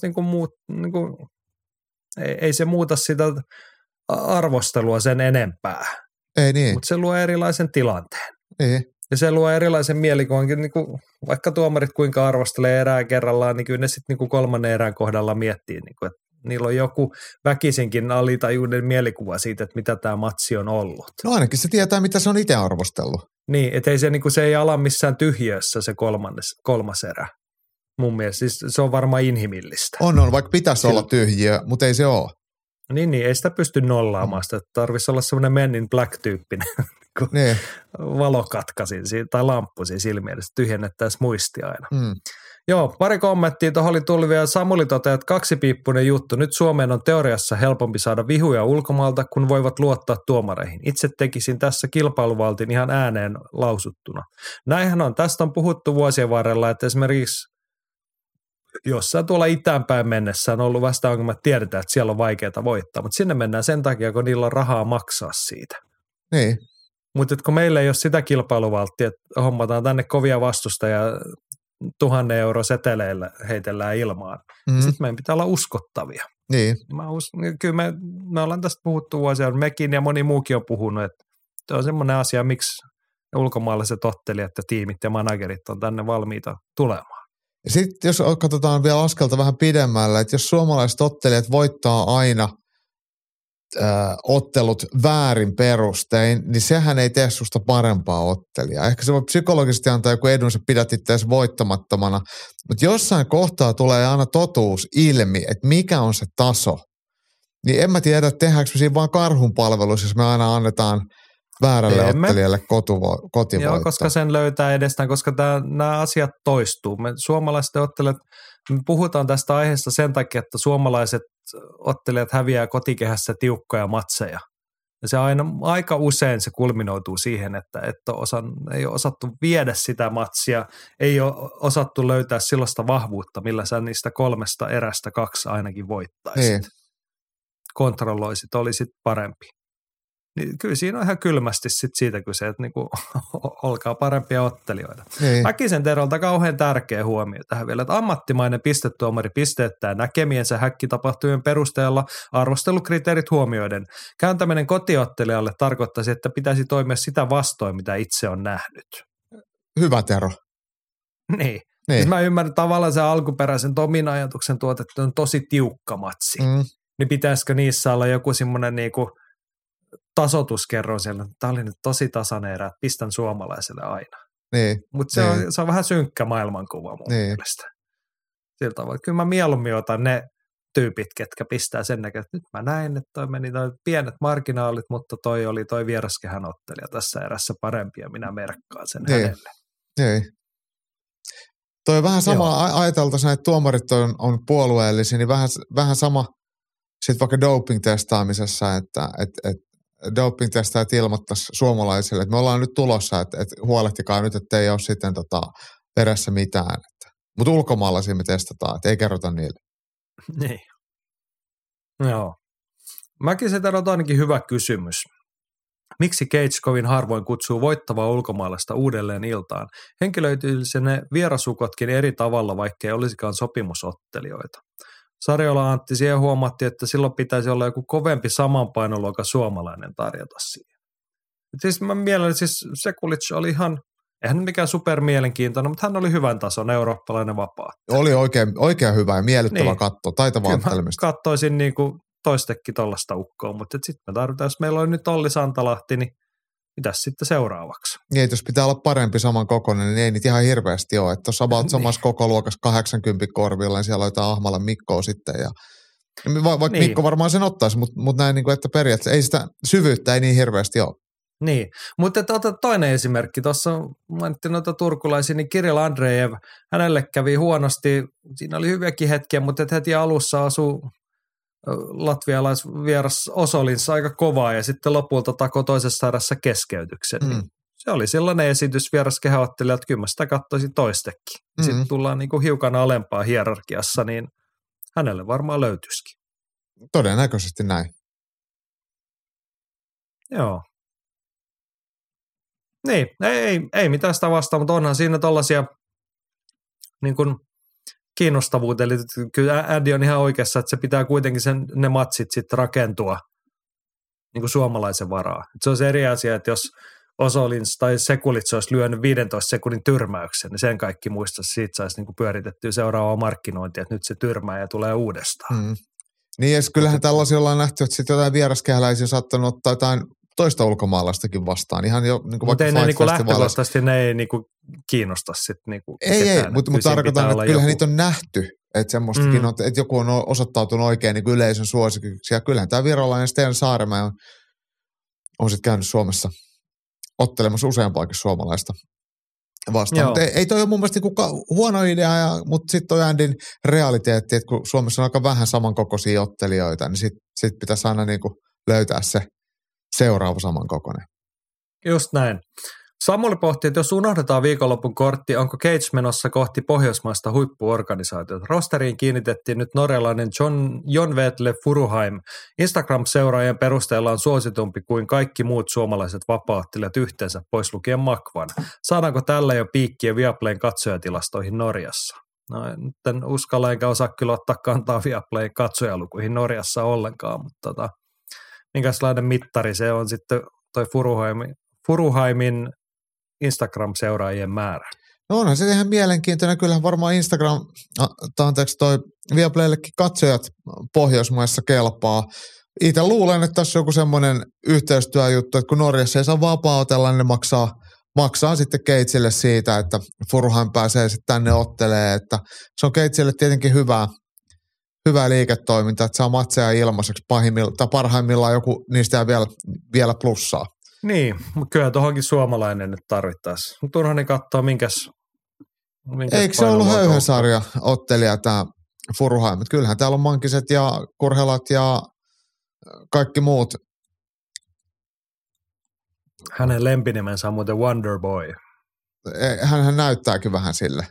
ei se muuta sitä arvostelua sen enempää. Ei niin. Mutta se luo erilaisen tilanteen. Niin. Ja se luo erilaisen mielikuvan, niin vaikka tuomarit kuinka arvostelee erää kerrallaan, niin kyllä ne sitten niin 3. erän kohdalla miettii, että niillä on joku väkisinkin alitajuuden mielikuva siitä, että mitä tämä matsi on ollut. No ainakin se tietää, mitä se on itse arvostellut. Niin, että ei se ei ala missään tyhjössä se kolmas erä. Mun mielestä siis se on varmaan inhimillistä. On, vaikka pitäisi olla tyhjiö, mutta ei se ole. Niin, ei sitä pysty nollaamaan sitä. Tarvitsisi olla semmoinen Men in Black-tyyppinen niin. valokatkasin tai lamppu siinä silmielessä, tyhjennettäisiin muistia aina. Joo, pari kommenttia. Tuohon oli tullut vielä Samuli toteaa, että 2-piippunen juttu. Nyt Suomeen on teoriassa helpompi saada vihuja ulkomaalta, kun voivat luottaa tuomareihin. Itse tekisin tässä kilpailuvaltin ihan ääneen lausuttuna. Näinhän on. Tästä on puhuttu vuosien varrella, että esimerkiksi jossain tuolla itäänpäin mennessä on ollut vasta ongelma, tiedetään, että siellä on vaikeaa voittaa, mutta sinne mennään sen takia, kun niillä on rahaa maksaa siitä. Niin. Mutta kun meillä ei ole sitä kilpailuvalttia, että hommataan tänne kovia vastustajia 1,000 € seteleillä heitellään ilmaan, sitten meidän pitää olla uskottavia. Niin. Kyllä me ollaan tästä puhuttu vuosia, mekin ja moni muukin on puhunut, että se on semmoinen asia, miksi ulkomaalaiset ottelijat ja tiimit ja managerit on tänne valmiita tulemaan. Sitten jos katsotaan vielä askelta vähän pidemmällä, että jos suomalaiset ottelijat voittaa aina ottelut väärin perustein, niin sehän ei tee susta parempaa ottelijaa. Ehkä se voi psykologisesti antaa joku edun, sä pidät itseäsi voittamattomana, mutta jossain kohtaa tulee aina totuus ilmi, että mikä on se taso. Niin en mä tiedä, tehdäänkö me siinä vaan karhunpalvelus, jos me aina annetaan väärälle ottelijalle kotivoitto. Joo, koska sen löytää edestään, koska nämä asiat toistuu. Me suomalaiset ottelijat, me puhutaan tästä aiheesta sen takia, että suomalaiset ottelijat häviää kotikehässä tiukkoja matseja. Ja se aika usein se kulminoituu siihen, että ei ole osattu viedä sitä matsia, ei ole osattu löytää sellaista vahvuutta, millä sä niistä 3 erästä 2 ainakin voittaisit. Niin. Kontrolloisit, olisit parempi. Niin kyllä siinä on ihan kylmästi sit siitä kyse, että niinku, olkaa parempia ottelijoita. Niin. Mäkisen Terolta kauhean tärkeä huomio tähän vielä, että ammattimainen pistetuomari pisteettää näkemiensä häkkitapahtumien perusteella arvostelukriteerit huomioiden. Kääntäminen kotiottelijalle tarkoittaisi, että pitäisi toimia sitä vastoin, mitä itse on nähnyt. Hyvä Tero. Niin. Siis mä ymmärrän tavallaan sen alkuperäisen Tomin ajatuksen tuotettu on tosi tiukka matsi. Niin pitäisikö niissä olla joku semmoinen niinku tasoituskerron siellä, tämä oli nyt tosi tasainen erä, pistän suomalaiselle aina. Niin. Mutta se on vähän synkkä maailmankuva mun mielestä. Sillä tavalla, kyllä mä mieluummin otan ne tyypit, ketkä pistää sen näkö, että nyt mä näin, että toi meni toi pienet marginaalit, mutta toi vieraskehän ottelija tässä erässä parempi ja minä merkkaan sen hänelle. Niin. Toi on vähän sama, ajateltaisiin, että tuomarit on puolueellisia, niin vähän sama sitten vaikka doping-testaamisessa, että doping-testaajat ilmoittaisi suomalaisille, että me ollaan nyt tulossa, että huolehtikaa nyt, että ei ole sitten perässä mitään. Mutta ulkomaalaisia me testataan, että ei kerrota niille. Niin. Joo. Mäkin on ainakin hyvä kysymys. Miksi Cage kovin harvoin kutsuu voittavaa ulkomaalaista uudelleen iltaan? Henkilöityisi ne vierasukotkin eri tavalla, vaikkei olisikaan sopimusottelijoita. Sarjola Antti siihen huomatti, että silloin pitäisi olla joku kovempi saman painoluokan suomalainen tarjota siihen. Siis mä mielen, siis Sekulic oli ihan, eihän mikään supermielenkiintoinen, mutta hän oli hyvän tason eurooppalainen vapaa. Oli oikein hyvä ja miellyttävä katto, taitavaa ottelemista. Kattoisin niinku toistekin tollaista ukkoa, mutta sitten me tarvitaan, jos meillä on nyt Olli Santalahti, niin mitäs sitten seuraavaksi? Niin, jos pitää olla parempi saman kokoinen, niin ei niitä ihan hirveästi ole. Että tuossa about samassa kokoluokassa 80 korvilla, niin siellä on jotain Ahmalan Mikkoa sitten. Ja vaikka niin. Mikko varmaan sen ottaisi, mutta näin, että periaatteessa ei sitä syvyyttä ei niin hirveästi ole. Niin, mutta ota toinen esimerkki. Tuossa mainittiin noita turkulaisia, niin Kirill Andreev, hänelle kävi huonosti. Siinä oli hyviäkin hetkiä, mutta heti alussa asui latvialaisvieras Osolinsa aika kovaa ja sitten lopulta takoi toisessa erässä keskeytyksen. Se oli sellainen esitys vieraskehäottelija, että kyllä mä sitä katsoisin toistekin. Sitten tullaan niin kuin hiukan alempaa hierarkiassa, niin hänelle varmaan löytyisikin. Todennäköisesti näin. Joo. Niin, ei mitään sitä vastaan, mutta onhan siinä tollaisia niin kuin kiinnostavuutta, eli kyllä Addi on ihan oikeassa, että se pitää kuitenkin ne matsit sitten rakentua niin kuin suomalaisen varaa. Et se olisi eri asia, että jos Osolins tai Sekulic olisi lyönyt 15 sekunnin tyrmäyksen, niin sen kaikki muistaisi, siitä saisi niin kuin pyöritettyä seuraavaa markkinointia, että nyt se tyrmää ja tulee uudestaan. Niin, ja kyllähän tällaisia ollaan nähty, että sitten jotain vieraskehäläisiä on saattanut ottaa jotain toista ulkomaalaistakin vastaan. Ihan jo, niin kuin mutta ei ne niin lähtökohtaisesti, ne ei niin kuin kiinnosta sitten niin kuin Ei, mutta tarkoitan, että kyllähän niitä on nähty, että semmoistakin on, että joku on osoittautunut oikein niin kuin yleisön suosikiksi. Ja kyllähän tämä virolainen Sten Saaremäe on sitten käynyt Suomessa ottelemassa useampaakin suomalaista vastaan. Mutta ei toi ole mun mielestä niin huono idea, mutta sitten toi Andin realiteetti, että kun Suomessa on aika vähän samankokoisia ottelijoita, niin sit pitäisi aina niin kuin löytää se seuraava samankokoinen. Just näin. Samuli pohti, että jos unohdetaan viikonlopun kortti, onko Cage menossa kohti pohjoismaista huippuorganisaatiota? Rosteriin kiinnitettiin nyt norjalainen John Vetle Furuheim. Instagram-seuraajien perusteella on suositumpi kuin kaikki muut suomalaiset vapaattelijat yhteensä, pois lukien Makvan. Saadaanko tällä jo piikkiä Viaplayn katsojatilastoihin Norjassa? No nyt en uskalla enkä osaa kyllä ottaa kantaa Viaplayn katsojalukuihin Norjassa ollenkaan, mutta minkälainen mittari se on sitten toi Furuheimin Instagram-seuraajien määrä? No onhan se ihan mielenkiintoinen. Kyllähän varmaan toi Viaplayllekin katsojat Pohjoismaissa kelpaa. Itse luulen, että tässä on joku semmoinen yhteistyöjuttu, että kun Norjassa ei saa vapautella, niin ne maksaa sitten Keitsille siitä, että Furuheim pääsee sitten tänne ottelee. Että se on Keitsille tietenkin hyvää liiketoimintaa, että saa matseja ilmaiseksi parhaimmillaan joku niistä jää vielä plussaa. Niin, mutta kyllä tuohonkin suomalainen nyt tarvittaisiin. Turhani katsoa, minkäs eikö se ollut höyhensarja ottelija tämä Furuheim? Kyllähän täällä on Mankiset ja Kurhelat ja kaikki muut. Hänen lempinimensä on muuten Wonderboy. Hänhän näyttääkin vähän sille.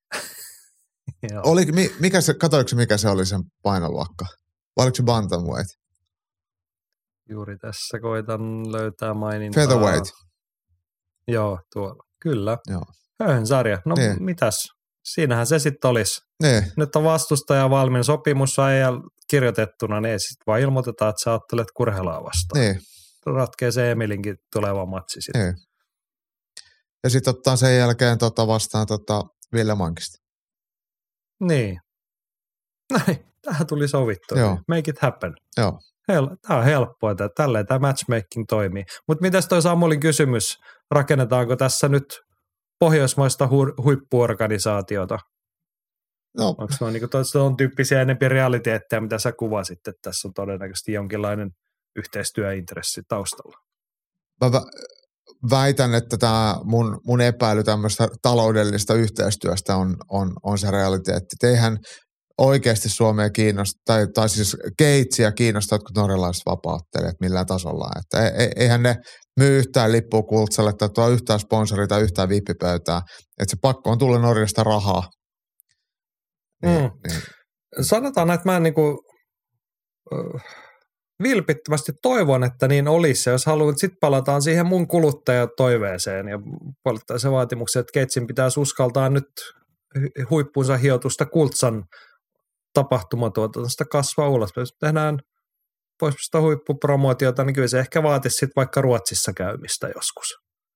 Katoiko mikä se oli sen painoluokka? Vai oliko se bantamweight? Juuri tässä koitan löytää mainintaa. Featherweight. Joo, tuolla. Kyllä. Joo. Höyhensarja. No niin. Mitäs? Siinähän se sitten olisi. Niin. Nyt on vastustaja valmiin. Sopimus ei kirjoitettuna, niin sitten vaan ilmoitetaan, että sä ottelet Kurhelaa vastaan. Niin. Ratkee se Emilinkin tuleva matsi sitten. Niin. Ja sitten ottaa sen jälkeen vastaan Ville Mankista. Niin. Näin. Tähän tuli sovittua. Joo. Make it happen. Joo. Tämä on helppoa, että tälleen tämä matchmaking toimii. Mutta mitäs toi Samulin kysymys, rakennetaanko tässä nyt pohjoismaista huippuorganisaatiota? No. Onko nuo niinku on tyyppisiä enempi realiteetteja, mitä sä kuvasit, että tässä on todennäköisesti jonkinlainen yhteistyöintressi taustalla? Mä väitän, että tämä mun epäily tämmöistä taloudellista yhteistyöstä on se realiteetti. Eihän oikeasti Suomea kiinnostaa, tai siis Keitsiä kiinnostaa jotkut norjalaiset vapauttelijat millään tasolla. Että eihän ne myy yhtään lippua Kultsalle tai tuo yhtään sponsoria tai yhtään vippipöytää. Että se pakko on tulla Norjasta rahaa. Niin. Sanotaan, että mä vilpittömästi toivon, että niin olisi. Jos haluat, sitten palataan siihen mun kuluttajatoiveeseen ja se vaatimukseen, että Keitsin pitäisi uskaltaa nyt huippuunsa hiotusta Kultsan tapahtumatuotannosta kasvaa ulos. Jos tehdään poispäistä huippupromootiota, niin kyllä se ehkä vaatisi sitten vaikka Ruotsissa käymistä joskus.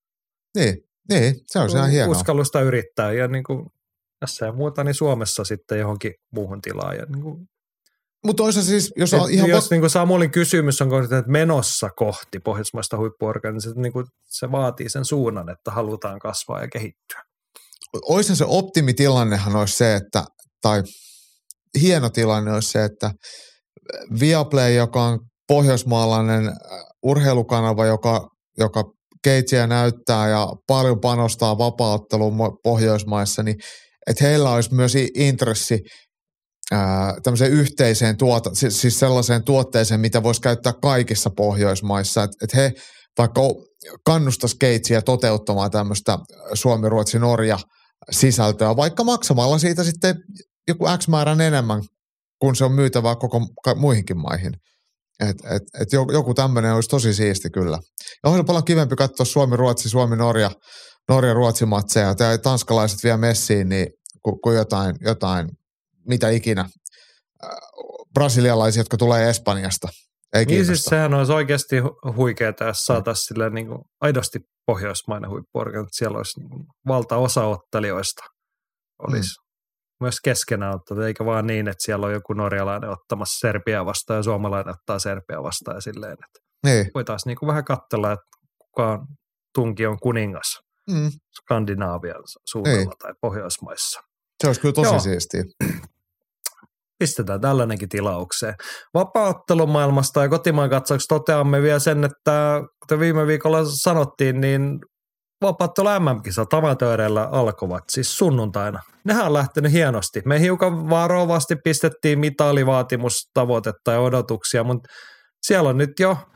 Niin, se on ihan hienoa. Uskallusta yrittää ja niin kuin tässä ja muuta, niin Suomessa sitten johonkin muuhun tilaan. Niin mutta toisaalta siis, jos niin kuin Samulin kysymys on menossa kohti pohjoismaista huippuorganisaatiota, niin kuin se vaatii sen suunnan, että halutaan kasvaa ja kehittyä. Oishan se optimitilannehan olisi se, että, tai hieno tilanne olisi se, että Viaplay, joka on pohjoismaalainen urheilukanava, joka Keitsiä näyttää ja paljon panostaa vapaaotteluun Pohjoismaissa, niin että heillä olisi myös intressi tämmöiseen yhteiseen siis sellaiseen tuotteeseen, mitä voisi käyttää kaikissa Pohjoismaissa, että he vaikka kannustaisi Keitsiä toteuttamaan tämmöistä Suomi, Ruotsi, Norja sisältöä, vaikka maksamalla siitä sitten joku X määrän enemmän, kun se on myytävää koko muihinkin maihin. Et joku tämmöinen olisi tosi siisti kyllä. Ja on paljon kivempi katsoa Suomi, Ruotsi, Suomi, Norja, Ruotsi matseja, ja tanskalaiset vie messiin, niin kuin jotain, mitä ikinä, brasilialaisia, jotka tulee Espanjasta. Ei niin siis sehän olisi oikeasti huikeaa, jos saataisiin silleen niin kuin aidosti pohjoismainen huippuorganisaatio, siellä olisi niin kuin valtaosa ottelijoista olisi myös keskenään ottaa, eikä vaan niin, että siellä on joku norjalainen ottamassa Serbia vastaan ja suomalainen ottaa Serbia vastaan ja silleen, että voitaisiin niin kuin vähän katsella, että kuka tunki on kuningas Skandinaavian suunnalla tai Pohjoismaissa. Se olisi kyllä tosi siistiä. Pistetään tällainenkin tilaukseen. Vapaa-ottelun maailmasta ja kotimaan katsauksessa toteamme vielä sen, että kuten viime viikolla sanottiin, niin vapaa-ottelu MM-kisat amatööreillä alkoivat siis sunnuntaina. Nehän on lähtenyt hienosti. Me hiukan varovasti pistettiin mitalivaatimustavoitetta ja odotuksia, mutta siellä on nyt jo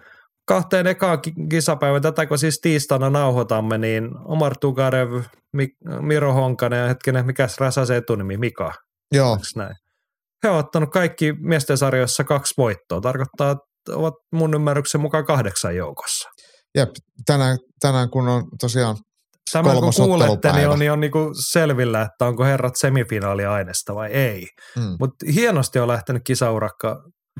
kahteen ekaan kisapäivän, tätä kun siis tiistaina nauhoitamme, niin Omar Tukarev, Miro Honkanen ja hetkinen, mikäs Räsäsen etunimi, Mika? Joo. Näin? He ovat ottanut kaikki miesten sarjoissa 2 voittoa. Tarkoittaa, että ovat mun ymmärryksen mukaan 8 joukossa. Jep, tänään kun on tosiaan tämän kun kuulette, niin on niin kuin selvillä, että onko herrat semifinaaliaineesta vai ei. Mutta hienosti on lähtenyt kisaurakka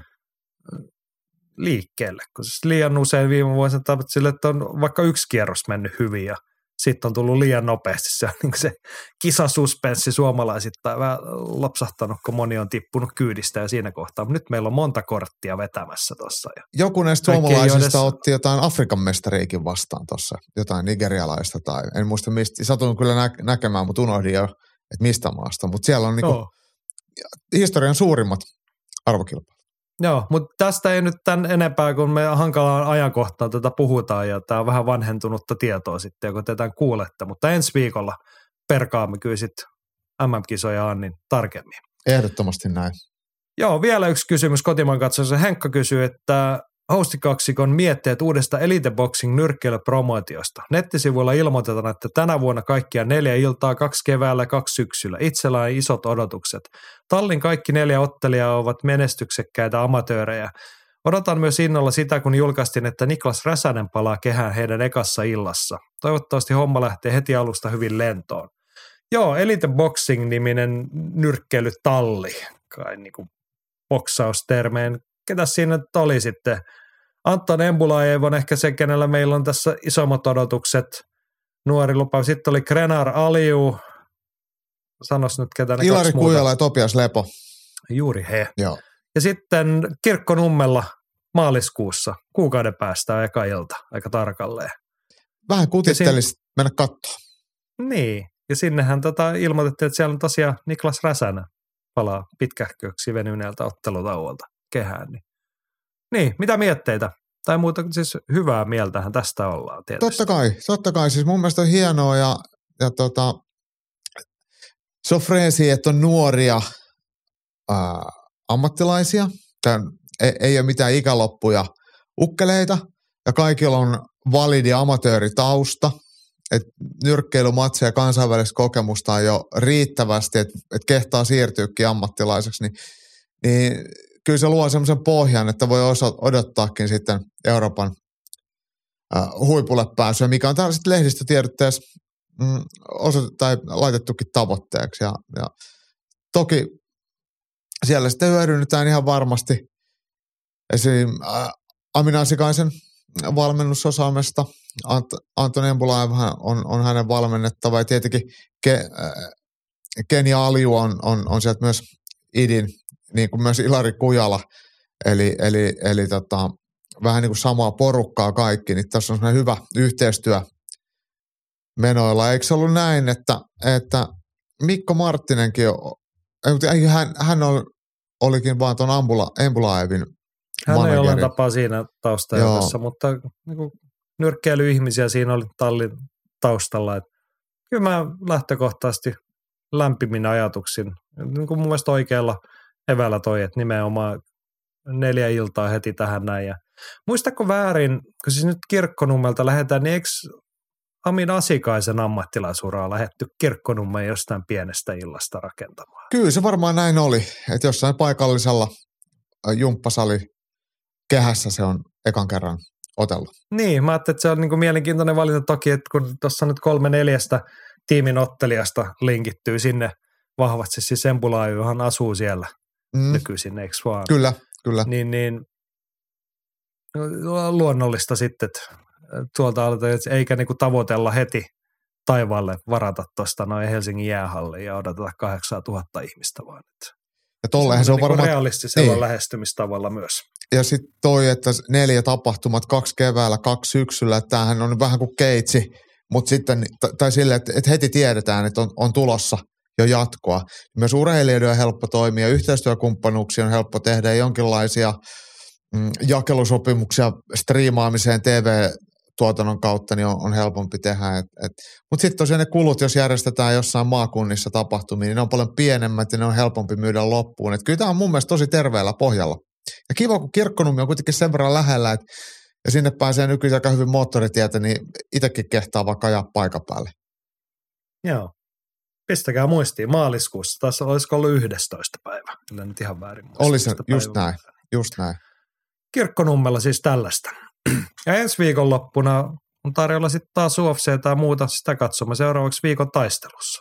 liikkeelle, kun siis liian usein viime vuosina sille, että on vaikka 1 kierros mennyt hyvin ja sitten on tullut liian nopeasti se kisasuspenssi suomalaisittain vähän lopsahtanut, kun moni on tippunut kyydistä ja siinä kohtaa. Nyt meillä on monta korttia vetämässä tuossa. Joku näistä suomalaisista otti jotain Afrikan mestariikin vastaan tuossa, jotain nigerialaista tai en muista mistä. Satuin kyllä näkemään, mutta unohdin jo, että mistä maasta. Mutta siellä on niinku historian suurimmat arvokilpailut. Joo, mutta tästä ei nyt tämän enempää, kun me hankalaan ajankohtaan tätä puhutaan ja tämä on vähän vanhentunutta tietoa sitten, kun tätä kuulette. Mutta ensi viikolla perkaamme kyllä sitten MM-kisoja Annin tarkemmin. Ehdottomasti näin. Joo, vielä yksi kysymys kotimaan katsoessa. Henkka kysyy, että hostikaksikon mietteet uudesta Elite Boxing nyrkkeilypromootiosta. Nettisivuilla ilmoitetaan, että tänä vuonna kaikkia 4 iltaa, 2 keväällä, 2 syksyllä. Itsellä on isot odotukset. Tallin kaikki 4 ottelijaa ovat menestyksekkäitä amatöörejä. Odotan myös innolla sitä, kun julkaistiin, että Niklas Räsänen palaa kehään heidän ekassa illassa. Toivottavasti homma lähtee heti alusta hyvin lentoon. Joo, Elite Boxing-niminen nyrkkeilytalli, kai niin kuin boksaustermeen. Ketäs siinä nyt oli sitten? Anton Embulaev on ehkä se, kenellä meillä on tässä isommat odotukset. Nuori lupa. Sitten oli Krenar Aliu. Sanois nyt ketä ne Ilari Kujala ja Topias Lepo. Juuri he. Joo. Ja sitten Kirkkonummella maaliskuussa, kuukauden päästä eka ilta, aika tarkalleen. Vähän kutittelisi mennä katsoa. Niin, ja sinnehän ilmoitettiin, että siellä on tosiaan Niklas Räsänen palaa pitkähköksi venyneeltä ottelutauolta kehään. Niin, mitä mietteitä? Tai muuta, siis hyvää mieltähän tästä ollaan tietysti. Totta kai. Siis mun mielestä on hienoa ja se on freesi, että on nuoria ammattilaisia. Ei ole mitään ikäloppuja ukkeleita ja kaikilla on validi amatööritausta. Että nyrkkeilymatseja ja kansainvälistä kokemusta on jo riittävästi, että kehtaa siirtyäkin ammattilaiseksi, niin kyllä se luo semmoisen pohjan, että voi odottaakin sitten Euroopan huipulle pääsyä, mikä on täällä sitten lehdistötiedotteessa laitettukin tavoitteeksi. Ja toki siellä sitten hyödynnetään ihan varmasti esimerkiksi Amin Asikaisen valmennusosaamista. Anton Embulaev on hänen valmennettava ja tietenkin Kenia Aliu on sieltä myös IDin, niin kuin myös Ilari Kujala, eli vähän niin kuin samaa porukkaa kaikki, niin tässä on semmoinen hyvä yhteistyö menoilla. Eikö se ollut näin, että Mikko Marttinenkin, hän olikin vaan tuon Embulaevin hän manageri. ei ole tapaa siinä taustajoukassa, mutta niin nyrkkeilyihmisiä siinä oli tallin taustalla. Että kyllä mä lähtökohtaisesti lämpimin ajatuksin, niin kuin mun mielestä oikealla evällä toi, että nimenomaan 4 iltaa heti tähän näin. Ja muistako väärin, kun siis nyt Kirkkonummelta lähdetään, niin eikö Amin Asikaisen ammattilaisuraa lähdetty Kirkkonummeen jostain pienestä illasta rakentamaan? Kyllä se varmaan näin oli, että jossain paikallisella jumppasali kehässä se on ekan kerran otellut. Niin, mä ajattelin, että se on niin kuin mielenkiintoinen valinta toki, että kun tuossa nyt 3-4 tiimin ottelijasta linkittyy sinne vahvasti, siis Embulaevihan asuu siellä nykyisin, eikö vaan? Kyllä. Niin luonnollista sitten, että tuolta aletaan, eikä niinku tavoitella heti taivaalle varata tuosta noin Helsingin jäähalliin ja odoteta 8000 ihmistä vaan. Ja tolleenhan se on varmaan realistisella lähestymistavalla myös. Ja sitten toi, että 4 tapahtumat, 2 keväällä, 2 syksyllä, että tämähän on vähän kuin keitsi, mutta sitten, tai silleen, että heti tiedetään, että on tulossa jo jatkoa. Myös urheilijoiden on helppo toimia, yhteistyökumppanuuksia on helppo tehdä, jonkinlaisia jakelusopimuksia striimaamiseen TV-tuotannon kautta niin on helpompi tehdä. Mutta sitten tosiaan ne kulut, jos järjestetään jossain maakunnissa tapahtumia, niin ne on paljon pienemmät ja ne on helpompi myydä loppuun. Et kyllä tämä on mun mielestä tosi terveellä pohjalla. Ja kiva, kun Kirkkonummi on kuitenkin sen verran lähellä, että Ja sinne pääsee nykyisin aika hyvin moottoritietä, niin itsekin kehtaa vaikka ajaa paikan päälle. Joo. Pistäkää muistiin maaliskuussa. Taas olisiko ollut 11. päivä. Kyllä nyt ihan väärin muista. Oli se, just näin. Kirkkonummella siis tällaista. Ja ensi viikonloppuna on tarjolla sitten taas UFC tai muuta. Sitä katsomme seuraavaksi viikon taistelussa.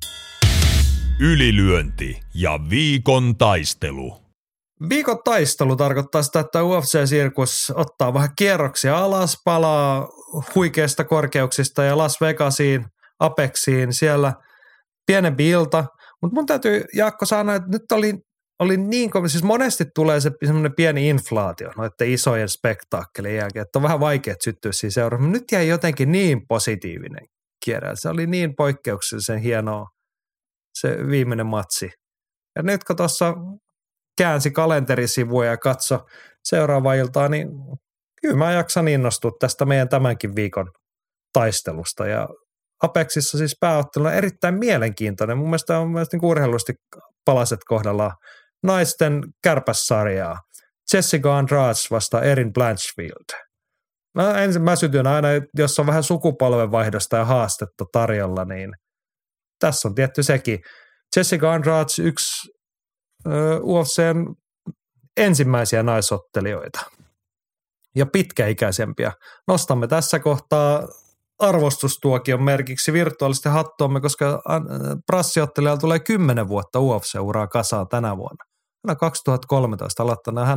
Ylilyönti ja viikon taistelu. Viikon taistelu tarkoittaa sitä, että UFC-sirkus ottaa vähän kierroksia alas, palaa huikeista korkeuksista ja Las Vegasiin, Apexiin, siellä pienempi ilta. Mutta mun täytyy, Jaakko, sanoa, että nyt oli niin kovin, siis monesti tulee se semmoinen pieni inflaatio noiden isojen spektaakkelien jälkeen, että on vähän vaikea syttyä siinä seuraan. Nyt jäi jotenkin niin positiivinen kierre. Se oli niin poikkeuksellisen hienoa se viimeinen matsi. Ja nyt kun tuossa käänsi kalenterisivuja ja katso seuraavaa iltaa, niin kyllä mä jaksan innostua tästä meidän tämänkin viikon taistelusta. Ja Apexissa siis pääottelu on erittäin mielenkiintoinen. Mun mielestä on niin urheilusti palaset kohdallaan. Naisten kärpässarjaa. Jessica Andrade vastaan Erin Blanchfield. Mä sytyn aina, jos on vähän sukupolvenvaihdosta ja haastetta tarjolla, niin tässä on tietty sekin. Jessica Andrade yksi UFCn ensimmäisiä naisottelijoita ja pitkäikäisempiä. Nostamme tässä kohtaa arvostustuokion merkiksi virtuaalisesti hattuamme, koska brassiottelijalla tulee 10 vuotta UFC-uraa kasaan tänä vuonna. Hän on 2013 aloittanut.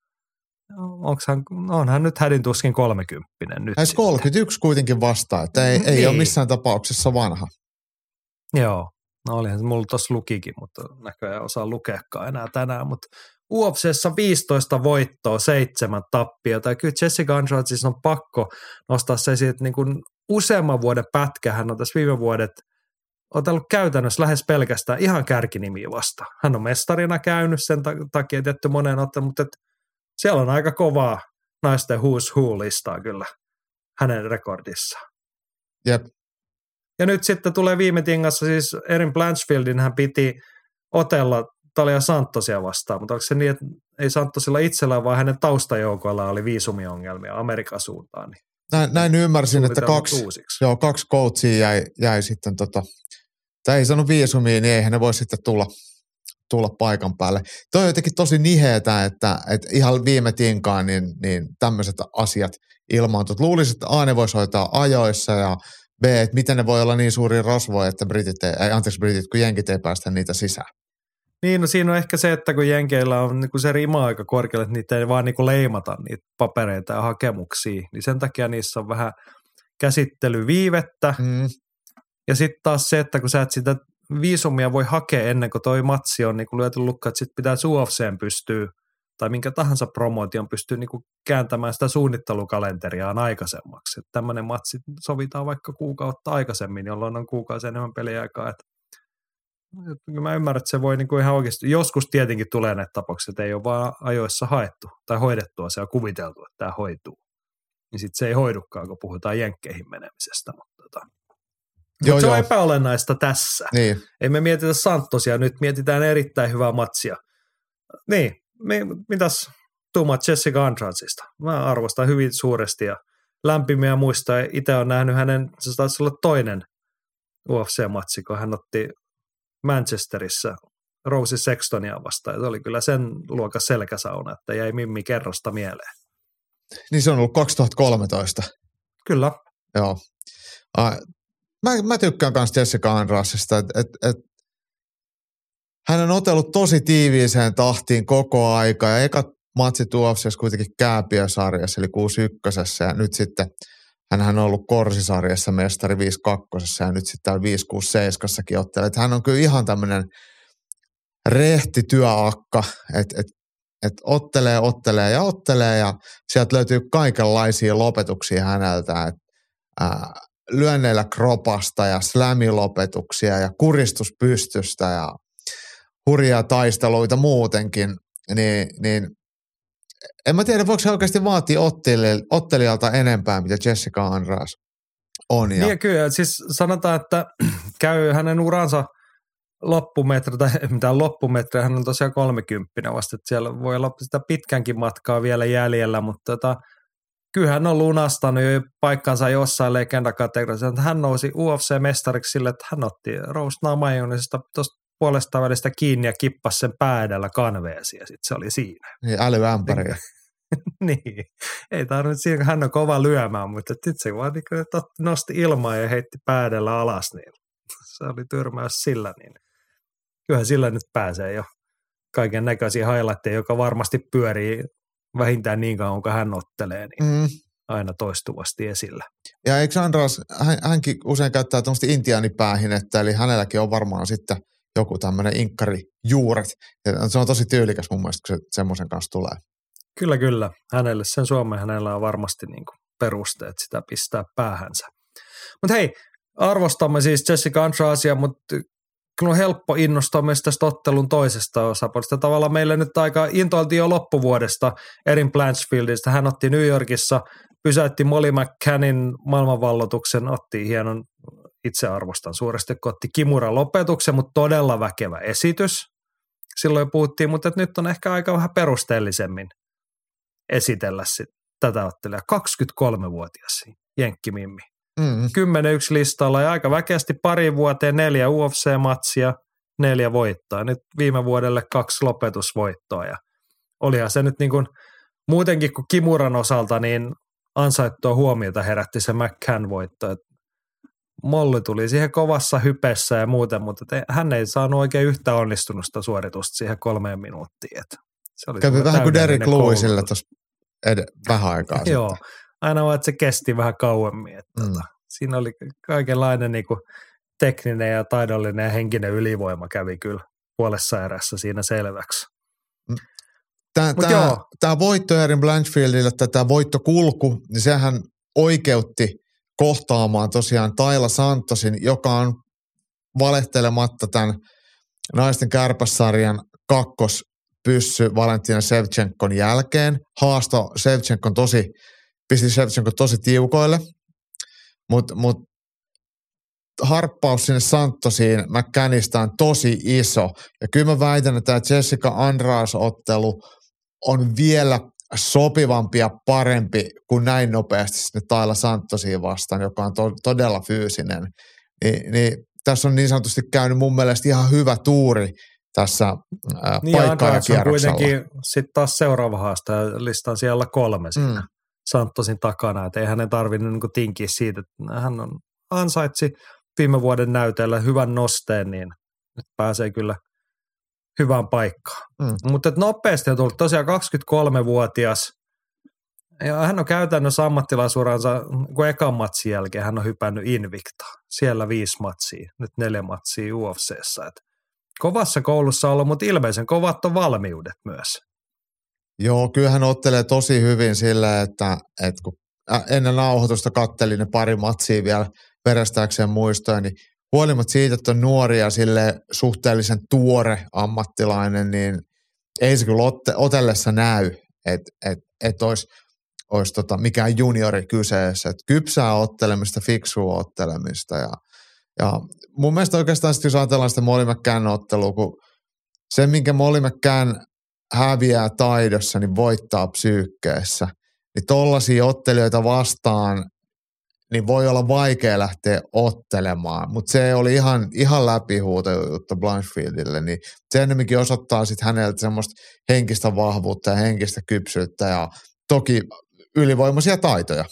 On hän nyt hädin tuskin 30 nyt. Hän 31 kuitenkin vastaa, että ei niin ole missään tapauksessa vanha. Joo, no olihan se mulla tuossa lukikin, mutta näköjään osaa lukeakaan enää tänään, mutta UFC:ssä 15 voittoa, 7 tappiota, ja kyllä Jessica Andrade siis on pakko nostaa se siitä, että niin kuin useamman vuoden pätkä, hän on tässä viime vuodet otellut käytännössä lähes pelkästään ihan kärkinimiä vasta. Hän on mestarina käynyt sen takia tietty moneen otteluun, mutta siellä on aika kovaa naisten who's who-listaa kyllä hänen rekordissaan. Jep. Ja nyt sitten tulee viime tingassa siis Erin Blanchfieldin hän piti otella Talia Santosia vastaan, mutta onko se niin, että ei Santosilla itsellään, vaan hänen taustajoukoillaan oli viisumiongelmia Amerikan suuntaan. Niin näin ymmärsin, että kaksi coachia jäi sitten tai ei sanonut viisumia, niin eihän ne voi sitten tulla paikan päälle. Toi on jotenkin tosi niheetä, että ihan viime tinkaan niin tämmöiset asiat ilmaantut. Luulisin, että A, ne voisi hoitaa ajoissa ja B, että miten ne voi olla niin suuri rosvoja, että britit, kun jenkit ei päästä niitä sisään. Niin, no siinä on ehkä se, että kun jenkeillä on niin kuin se rima aika korkealle, että niitä ei vaan niin kuin leimata niitä papereita ja hakemuksia, niin sen takia niissä on vähän käsittelyviivettä. Ja sitten taas se, että kun sä et sitä viisumia voi hakea ennen kuin toi matsi on niin kuin lyöty lukka, että sitten pitää UFC:n pystyy tai minkä tahansa promootion pystyy niin kuin kääntämään sitä suunnittelukalenteriaan aikaisemmaksi. Että tämmöinen matsi sovitaan vaikka kuukautta aikaisemmin, jolloin on kuukausi enemmän peliaikaa. Että mä ymmärrän, että se voi niin kuin ihan oikeasti, joskus tietenkin tulee näitä tapauksia, että ei ole vaan ajoissa haettu tai hoidettua, se on kuviteltu, että tämä hoituu. Niin sitten se ei hoidukaan, kun puhutaan jenkkeihin menemisestä. Mutta se on epäolennaista tässä. Niin. Ei me mietitä Santosia, nyt mietitään erittäin hyvää matsia. Niin, mitäs tuumaat Jessica Andradesta? Mä arvostan hyvin suuresti ja lämpimiä muistaa. Itse olen nähnyt hänen, se taisi olla toinen UFC-matsi, kun hän otti Manchesterissa Rosie Sextonia vastaan. Se oli kyllä sen luokan selkäsauna, että jäi Mimmi kerrosta mieleen. Niin se on ollut 2013. Kyllä. Joo. Mä tykkään myös Jessica Andradesta, että hän on otellut tosi tiiviiseen tahtiin koko aika ja ekat matsit UFC:ssä kuitenkin kääpiösarjassa eli 6-1 ja nyt sitten hänhän on ollut korsisarjassa mestari 5-2 ja nyt sitten täällä 5-6-7 ottelee. Että hän on kyllä ihan tämmöinen rehti työakka, että ottelee ja sieltä löytyy kaikenlaisia lopetuksia häneltä, että lyönneillä kropasta ja slämilopetuksia ja kuristuspystystä ja hurjaa taisteluita muutenkin, niin en mä tiedä, voiko se oikeasti vaatia ottelijalta enempää, mitä Jessica Andrade on. Niin kyllä, siis sanotaan, että käy hänen uransa loppumetri, tai mitään loppumetriä, hän on tosiaan 30 vasta, että siellä voi olla sitä pitkänkin matkaa vielä jäljellä, mutta kyllä hän on lunastanut jo paikkansa jossain legendakategoriassa. Hän nousi UFC-mestariksi sille, että hän otti Rose Namajunisesta tuosta puolesta välistä kiinni ja kippasi sen pää edellä kanveesi ja sitten se oli siinä. Niin, älyämpäriä. Niin, ei tarvitse siinä, hän on kova lyömään, mutta sitten se vaan nosti ilmaa ja heitti pää edellä alas, niin se oli tyrmäys sillä, niin kyllähän sillä nyt pääsee jo kaiken näköisiä highlightteja, joka varmasti pyörii vähintään niin kauan, kun hän ottelee, niin aina toistuvasti esillä. Ja eikö Andras, hänkin usein käyttää tämmöistä intiaanipäähinettä, eli hänelläkin on varmaan sitten joku tämmöinen inkkarijuuret. Ja se on tosi tyylikäs mun mielestä, kun se semmoisen kanssa tulee. Kyllä. Hänelle sen Suomeen hänellä on varmasti niin kuin perusteet sitä pistää päähänsä. Mutta hei, arvostamme siis Jessica Andrasia, mutta kyllä on helppo innostua myös tästä ottelun toisesta osapuolesta. Tavallaan meille nyt aika intoiltiin jo loppuvuodesta Erin Blanchfieldista. Hän otti New Yorkissa, pysäytti Molly McCannin maailmanvalloituksen, otti hienon, itse arvostan suuresti, kun otti Kimuran lopetuksen, mutta todella väkevä esitys. Silloin puhuttiin, mutta nyt on ehkä aika vähän perusteellisemmin esitellä tätä ottelijaa. 23-vuotias jenkkimimmi. 10-1 listalla ja aika väkeästi pari vuoteen 4 UFC-matsia, 4 voittoa. Nyt viime vuodelle 2 lopetusvoittoa ja olihan se nyt niin kuin muutenkin kuin Kimuran osalta niin ansaittua huomiota herätti se McCann-voitto. Molly tuli siihen kovassa hypessä ja muuten, mutta hän ei saanut oikein yhtä onnistunutta suoritusta siihen 3 minuuttiin. Se oli kävi vähän kuin Derek Lewisille tuossa vähän aikaa sitten. Joo, aina vaan, että se kesti vähän kauemmin. Siinä oli kaikenlainen niin kuin tekninen ja taidollinen ja henkinen ylivoima kävi kyllä puolessa erässä siinä selväksi. Tämä voitto Erin Blanchfieldille, tämä voittokulku, niin sehän oikeutti kohtaamaan tosiaan Taila Santosin, joka on valehtelematta tämän naisten kärpässarjan kakkospyssy Valentina Shevchenkon jälkeen. Pisti Shevchenkon tosi tiukoille, mutta harppaus sinne Santosiin McCannista on tosi iso. Ja kyllä mä väitän, että tämä Jessica Andras-ottelu on vielä sopivampi ja parempi kuin näin nopeasti sinne Taila Santosiin vastaan, joka on todella fyysinen. Niin tässä on niin sanotusti käynyt mun mielestä ihan hyvä tuuri tässä paikkaa ja kierroksella. On kuitenkin sitten taas seuraava haastaja listan siellä 3 siinä Santosin takana, että ei hänen tarvinnut niin tinkiä siitä, että hän ansaitsi viime vuoden näytöllä hyvän nosteen, niin nyt pääsee kyllä hyvään paikkaan. Mutta nopeasti on tullut tosiaan 23-vuotias, ja hän on käytännössä ammattilaisuransa, kun ekan matsin jälkeen hän on hypännyt Invictaa. Siellä 5 matsia, nyt 4 matsia UFC:ssä. Et kovassa koulussa ollut, mutta ilmeisen kovat on valmiudet myös. Joo, kyllä hän ottelee tosi hyvin sillä, että kun ennen nauhoitusta kattelin ne pari matsia vielä verestääkseen muistoja, niin huolimatta siitä, että on nuori ja sille suhteellisen tuore ammattilainen, niin ei se kyllä otellessa näy, että olisi mikään juniori kyseessä. Että kypsää ottelemista, fiksua ottelemista. Ja mun mielestä oikeastaan sitten, jos ajatellaan sitä Molly McCann-ottelua, kun se, minkä Molly McCann häviää taidossa, niin voittaa psyykkeessä. Niin tollaisia ottelijoita vastaan niin voi olla vaikea lähteä ottelemaan, mutta se oli ihan läpihuuto juttu Blanchfieldille, niin se ennemminkin osoittaa sitten häneltä semmoista henkistä vahvuutta ja henkistä kypsyyttä ja toki ylivoimaisia taitoja.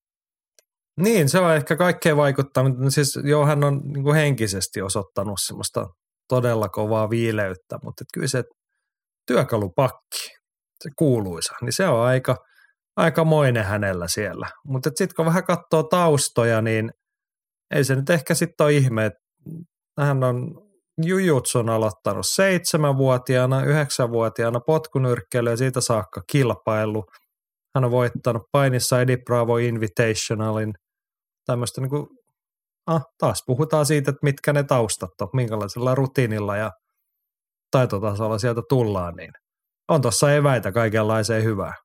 Niin, se on ehkä kaikkein vaikuttanut. Siis joo, hän on niin kuin henkisesti osoittanut semmoista todella kovaa viileyttä, mutta kyllä se työkalupakki, se kuuluisa, niin se on aikamoinen hänellä siellä. Mutta sitten kun vähän katsoo taustoja, niin ei se nyt ehkä sitten ole ihme, että hän on jujutsun aloittanut 7-vuotiaana, 9-vuotiaana potkunyrkkeilyä ja siitä saakka kilpailu. Hän on voittanut painissa Eddie Bravo Invitationalin. Tämmöistä niin kuin, taas puhutaan siitä, että mitkä ne taustat on, minkälaisella rutiinilla ja taitotasolla sieltä tullaan, niin on tuossa eväitä kaikenlaiseen hyvää.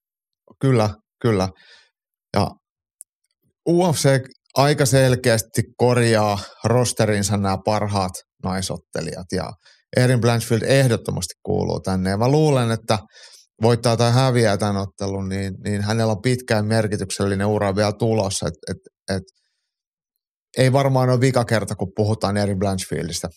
Kyllä. Ja UFC aika selkeästi korjaa rosterinsa nämä parhaat naisottelijat ja Erin Blanchfield ehdottomasti kuuluu tänne. Ja mä luulen, että voittaa tai häviää tämän ottelun, niin hänellä on pitkään merkityksellinen ura vielä tulossa. Et ei varmaan ole vika kerta, kun puhutaan eri Blanchfieldistä.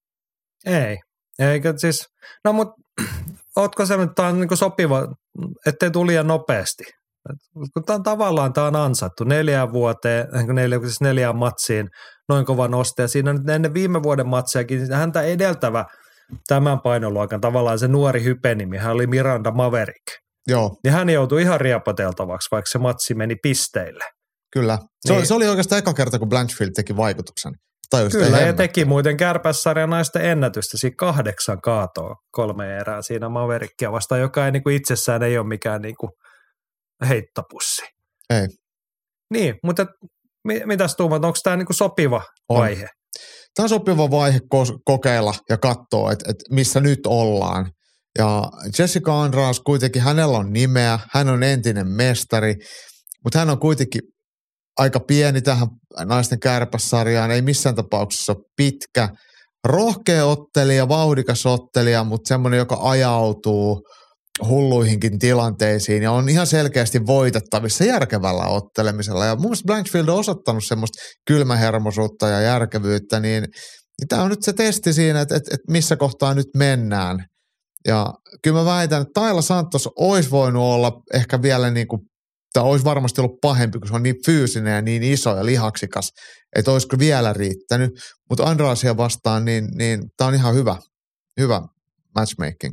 Ei. Eikä siis, no mutta ootko se nyt, tämä on niin sopiva, ettei tule liian nopeasti. Kun tämä on ansattu 4 vuoteen, 4 matsiin, noin kova noste. Ja siinä nyt ennen viime vuoden matsejakin häntä edeltävä tämän painoluokan tavallaan se nuori hypenimi, hän oli Miranda Maverick. Joo. Ja hän joutui ihan riepoteltavaksi, vaikka se matsi meni pisteille. Kyllä. Se oli oikeastaan eka kerta, kun Blanchfield teki vaikutuksen. Kyllä, ja teki muuten Kärpässarjan naisten ennätystä, siinä 8 kaatoa 3 erää siinä Maverickia vastaan, joka ei niinku itsessään ei ole mikään niinku heittopussi. Ei. Niin, mutta mitäs tuumat, onko tämä niinku sopiva vaihe? Tämä on sopiva vaihe kokeilla ja katsoa, että missä nyt ollaan. Ja Jessica Andrade kuitenkin, hänellä on nimeä, hän on entinen mestari, mutta hän on kuitenkin aika pieni tähän naisten Kärpässarjaan, ei missään tapauksessa ole pitkä. Rohkea ottelija, vauhdikas ottelija, mutta semmoinen, joka ajautuu hulluihinkin tilanteisiin ja on ihan selkeästi voitettavissa järkevällä ottelemisella. Ja mun mielestä Blanchfield on osoittanut semmoista kylmähermoisuutta ja järkevyyttä, niin tämä on nyt se testi siinä, että missä kohtaa nyt mennään. Ja kyllä mä väitän, että Taila Santos olisi voinut olla ehkä vielä niin kuin, tai olisi varmasti ollut pahempi, kun se on niin fyysinen ja niin iso ja lihaksikas, että olisiko vielä riittänyt. Mutta Andrasia vastaan, niin tämä on ihan hyvä matchmaking.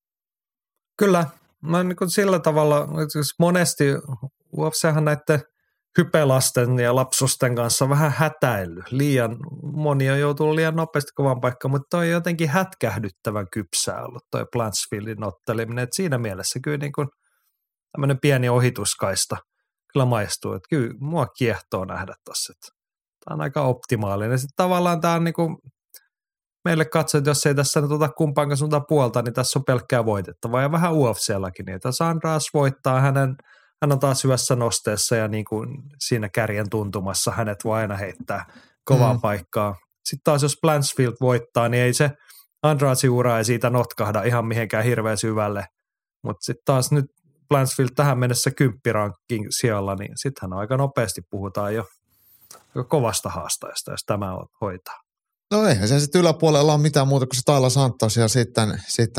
Kyllä. Mä niin kuin sillä tavalla, monesti UFChän näiden hypelasten ja lapsusten kanssa vähän hätäillyt. Moni on joutunut liian nopeasti kovan paikkaan, mutta toi on jotenkin hätkähdyttävän kypsää ollut toi Blanchfieldin otteleminen. Et siinä mielessä kyllä niin kuin tämmöinen pieni ohituskaista kyllä maistuu. Että kyllä mua kiehtoo nähdä tossa. Tämä on aika optimaalinen. Sitten tavallaan tämä on niin kuin meille katsojat, jos ei tässä nyt ota kumpaankaan suuntaan puolta, niin tässä on pelkkää voitettavaa. Ja vähän UFC:lläkin niin, että Andrade voittaa, hän on taas hyvässä nosteessa ja niin kuin siinä kärjen tuntumassa hänet voi aina heittää kovaa paikkaa. Sitten taas jos Blanchfield voittaa, niin ei se Andrade ura ei siitä notkahda ihan mihinkään hirveän syvälle. Mutta sitten taas nyt Blanchfield tähän mennessä 10 ranking sijalla, niin sittenhän aika nopeasti puhutaan jo kovasta haastajasta, jos tämä hoitaa. No eihän se sitten yläpuolella ole mitään muuta kuin se Taila Santos ja sitten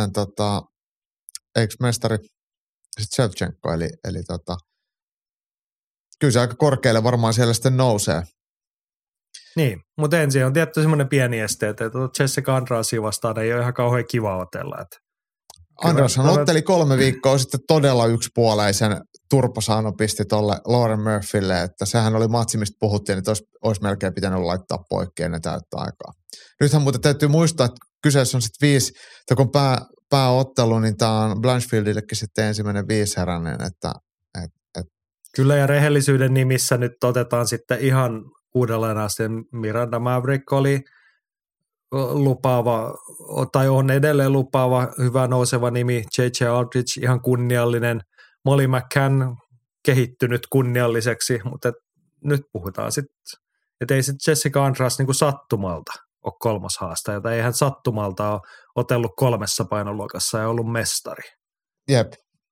ex-mestari Shevchenko, eli kyllä se aika korkealle varmaan siellä sitten nousee. Niin, mutta ensin on tietty semmoinen pieni este, että Jessica Andrade vastaan ei ole ihan kauhean kiva otella. Andradehan otteli 3 viikkoa sitten todella yksipuoleisen turpasaanon pisti tuolle Lauren Murphylle, että sehän oli matsi, mistä puhuttiin, että olisi melkein pitänyt laittaa poikki ennen täyttä aikaa. Nythän muuten täytyy muistaa, että kyseessä on sitten 5, että kun pääottelu, niin tämä on Blanchfieldillekin sitten ensimmäinen 5-heräinen, että Kyllä ja rehellisyyden nimissä nyt otetaan sitten ihan uudelleen asti. Miranda Maverick oli lupaava, tai on edelleen lupaava, hyvä nouseva nimi, J.J. Aldridge, ihan kunniallinen, Molly McCann kehittynyt kunnialliseksi, mutta nyt puhutaan sitten, että ei sitten Jessica Andrade niin kuin sattumalta ole 3. haastaja, tai ei hän sattumalta ole otellut 3 painoluokassa ja ollut mestari. Jep.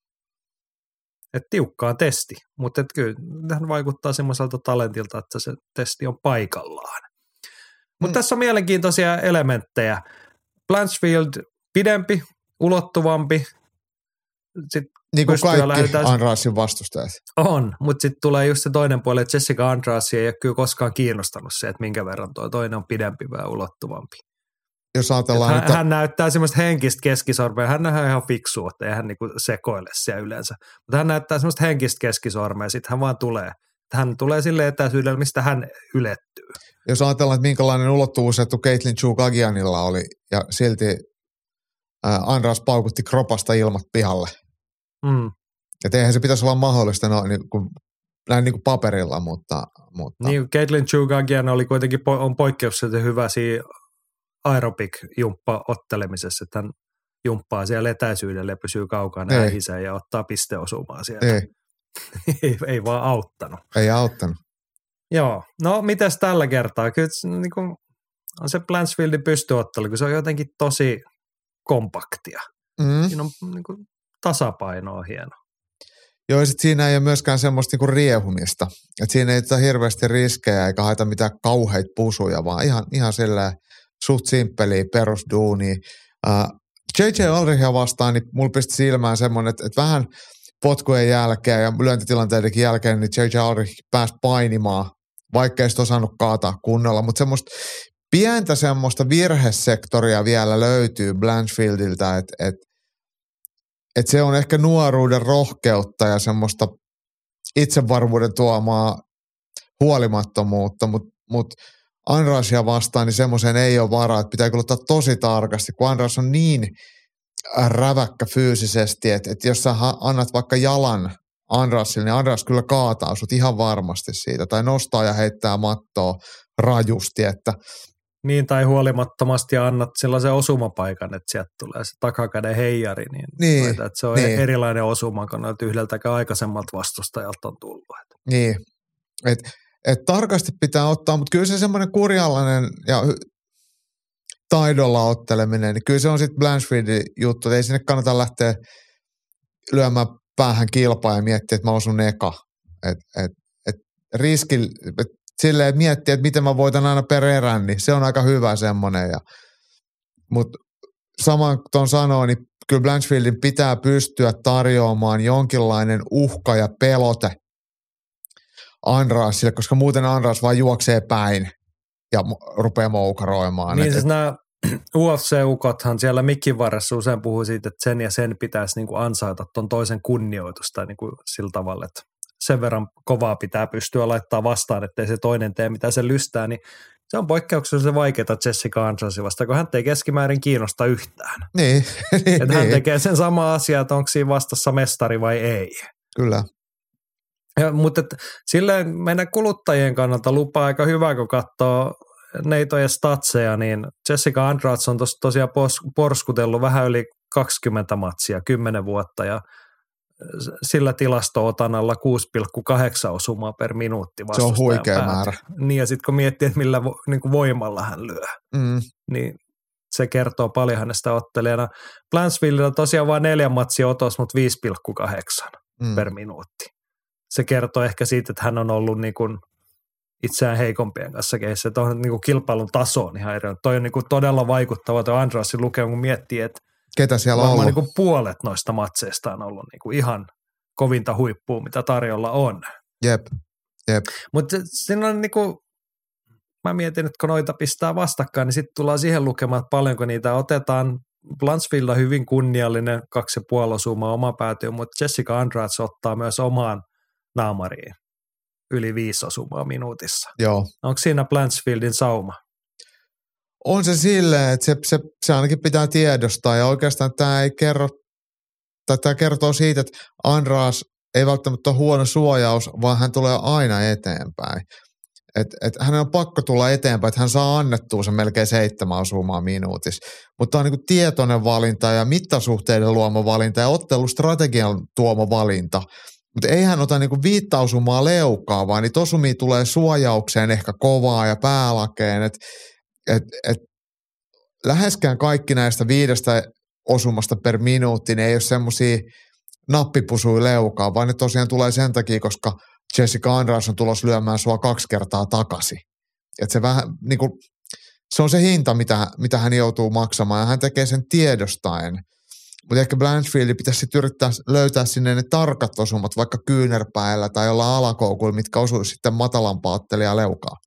Että tiukkaan testi, mutta kyllä hän vaikuttaa semmoiselta talentilta, että se testi on paikallaan. Mutta tässä on mielenkiintoisia elementtejä. Blanchfield pidempi, ulottuvampi. Sitten niin kuin kaikki Andradein vastustajat. On, mutta sitten tulee just se toinen puoli, että Jessica Andrade ei ole kyllä koskaan kiinnostanut se, että minkä verran tuo toinen on pidempi vai ulottuvampi. Jos ajatellaan, hän näyttää semmoista henkistä keskisormea. Hän on ihan fiksu, että ei hän niinku sekoile siellä yleensä. Mutta hän näyttää semmoista henkistä keskisormea, sitten hän vaan tulee. Hän tulee sille etäisyydelle, mistä hän ylettyy. Jos ajatellaan, että minkälainen ulottuvuus että Caitlin Chukagianilla oli, ja silti Andrade paukutti kropasta ilmat pihalle. Että eihän se pitäisi olla mahdollista näin niin kuin paperilla, mutta. Niin, Caitlin Chukagian oli kuitenkin on poikkeuksellisen hyvä siinä aerobik-jumppa-ottelemisessa, että hän jumppaa siellä etäisyydelle ja pysyy kaukana ähiseen ja ottaa pisteosumaa sieltä. Ei vaan auttanut. Ei auttanut. Joo, no mitäs tällä kertaa? Kyllä niin kuin, on se Blanchfieldin pystyottelu, kun se on jotenkin tosi kompaktia. Siinä on niin kuin, tasapaino on hieno. Joo, ja sit siinä ei ole myöskään semmoista niinku riehumista. Että siinä ei ole hirveästi riskejä eikä haeta mitään kauheita pusuja, vaan ihan silleen suht simppeliä perusduunia. J.J. Ulrichia vastaan, niin mulla pisti silmään semmoinen, että vähän potkujen jälkeen ja lyöntitilanteidenkin jälkeen, niin J.J. Ulrich pääsi painimaan, vaikka ei sitä osannut kaataa kunnolla, mutta semmoista pientä semmoista virhesektoria vielä löytyy Blanchfieldiltä, että se on ehkä nuoruuden rohkeutta ja semmoista itsevarmuuden tuomaa huolimattomuutta, mutta Andrasia vastaan, niin semmoiseen ei ole varaa, että pitää kuluttaa tosi tarkasti, kun Andras on niin räväkkä fyysisesti, että jos sä annat vaikka jalan Andrasille, niin Andras kyllä kaataa sut ihan varmasti siitä, tai nostaa ja heittää mattoa rajusti, että niin, tai huolimattomasti annat sellaisen osumapaikan, että sieltä tulee se takakäden heijari, niin. Että se on erilainen osuma, kun yhdeltäkään aikaisemmalta vastustajalta on tullut. Niin, että tarkasti pitää ottaa, mutta kyllä se semmoinen kurjallinen ja taidolla otteleminen, niin kyllä se on sitten Blanchfieldin juttu, että ei sinne kannata lähteä lyömään päähän kilpaa ja miettiä, että mä osun eka. Silleen, että miettiä, että miten mä voitan aina per erän, niin se on aika hyvä semmoinen. Mutta saman tuon sanoo, niin kyllä Blanchfieldin pitää pystyä tarjoamaan jonkinlainen uhka ja pelote Andrasille, koska muuten Andras vaan juoksee päin ja rupeaa moukaroimaan. Niin siis nämä UFC-ukothan siellä mikin varressa usein puhuu siitä, että sen ja sen pitäisi niinku ansaita ton toisen kunnioitusta niinku sillä tavalla, että sen verran kovaa pitää pystyä laittaa vastaan, ettei se toinen tee mitä se lystää, niin se on poikkeuksellisen vaikeaa Jessica Andrasin vasta, kun hän ei keskimäärin kiinnosta yhtään. Niin. Että hän tekee sen sama asia, että onko siinä vastassa mestari vai ei. Kyllä. Mutta silleen meidän kuluttajien kannalta lupaa aika hyvä, kun katsoo neitojen statseja, niin Jessica Andrade on tosiaan porskutellut vähän yli 20 matsia, 10 vuotta ja sillä tilasto-otanalla 6,8 osumaa per minuutti vastustajan se on huikea päältä. määrä. Niin ja sitten kun miettii, että millä niin voimalla hän lyö, niin se kertoo paljon hänestä ottelijana. Blanchfieldilla tosiaan vain 4 matsia otos, mutta 5,8 per minuutti. Se kertoo ehkä siitä, että hän on ollut niin kuin itseään heikompien kanssa keissä. Että on niin kuin kilpailun taso on ihan eri. Toi on niin kuin todella vaikuttava tuo Andrasin lukema, kun miettii, että ketä siellä on ollut? Niin kuin puolet noista matseista on ollut niin kuin ihan kovinta huippua, mitä tarjolla on. Jep. Mutta siinä on niin kuin, mä mietin, että kun noita pistää vastakkain, niin sitten tullaan siihen lukemaan, että paljonko niitä otetaan. Blanchfield on hyvin kunniallinen, 2,5 osumaa oma päätyy, mutta Jessica Andrade ottaa myös omaan naamariin yli 5 osumaa minuutissa. Joo. Onko siinä Blanchfieldin sauma? On se silleen, että se ainakin pitää tiedostaa ja oikeastaan tämä ei kerro, tai tämä kertoo siitä, että Andras ei välttämättä ole huono suojaus, vaan hän tulee aina eteenpäin. Että hänen on pakko tulla eteenpäin, että hän saa annettua sen melkein 7 osumaa minuutissa. Mutta tämä on niinku tietoinen valinta ja mittasuhteiden luoma valinta ja ottelustrategian tuoma valinta. Mutta ei hän ota niinku 5 osumaa leukaa, vaan niitä osumia tulee suojaukseen ehkä kovaa ja päälakeen. Et läheskään kaikki näistä 5 osumasta per minuutti, ne ei ole semmoisia nappipusuja leukaa, vaan ne tosiaan tulee sen takia, koska Jessica Andrade on tulossa lyömään sua 2 kertaa takaisin. Et se vähän niinku, se on se hinta, mitä hän joutuu maksamaan, ja hän tekee sen tiedostaen. Mutta ehkä Blanchfield pitäisi sitten yrittää löytää sinne ne tarkat osumat, vaikka kyynärpäillä tai jollain alakoukuilla, mitkä osuisi sitten matalampaa ottelijaa leukaa.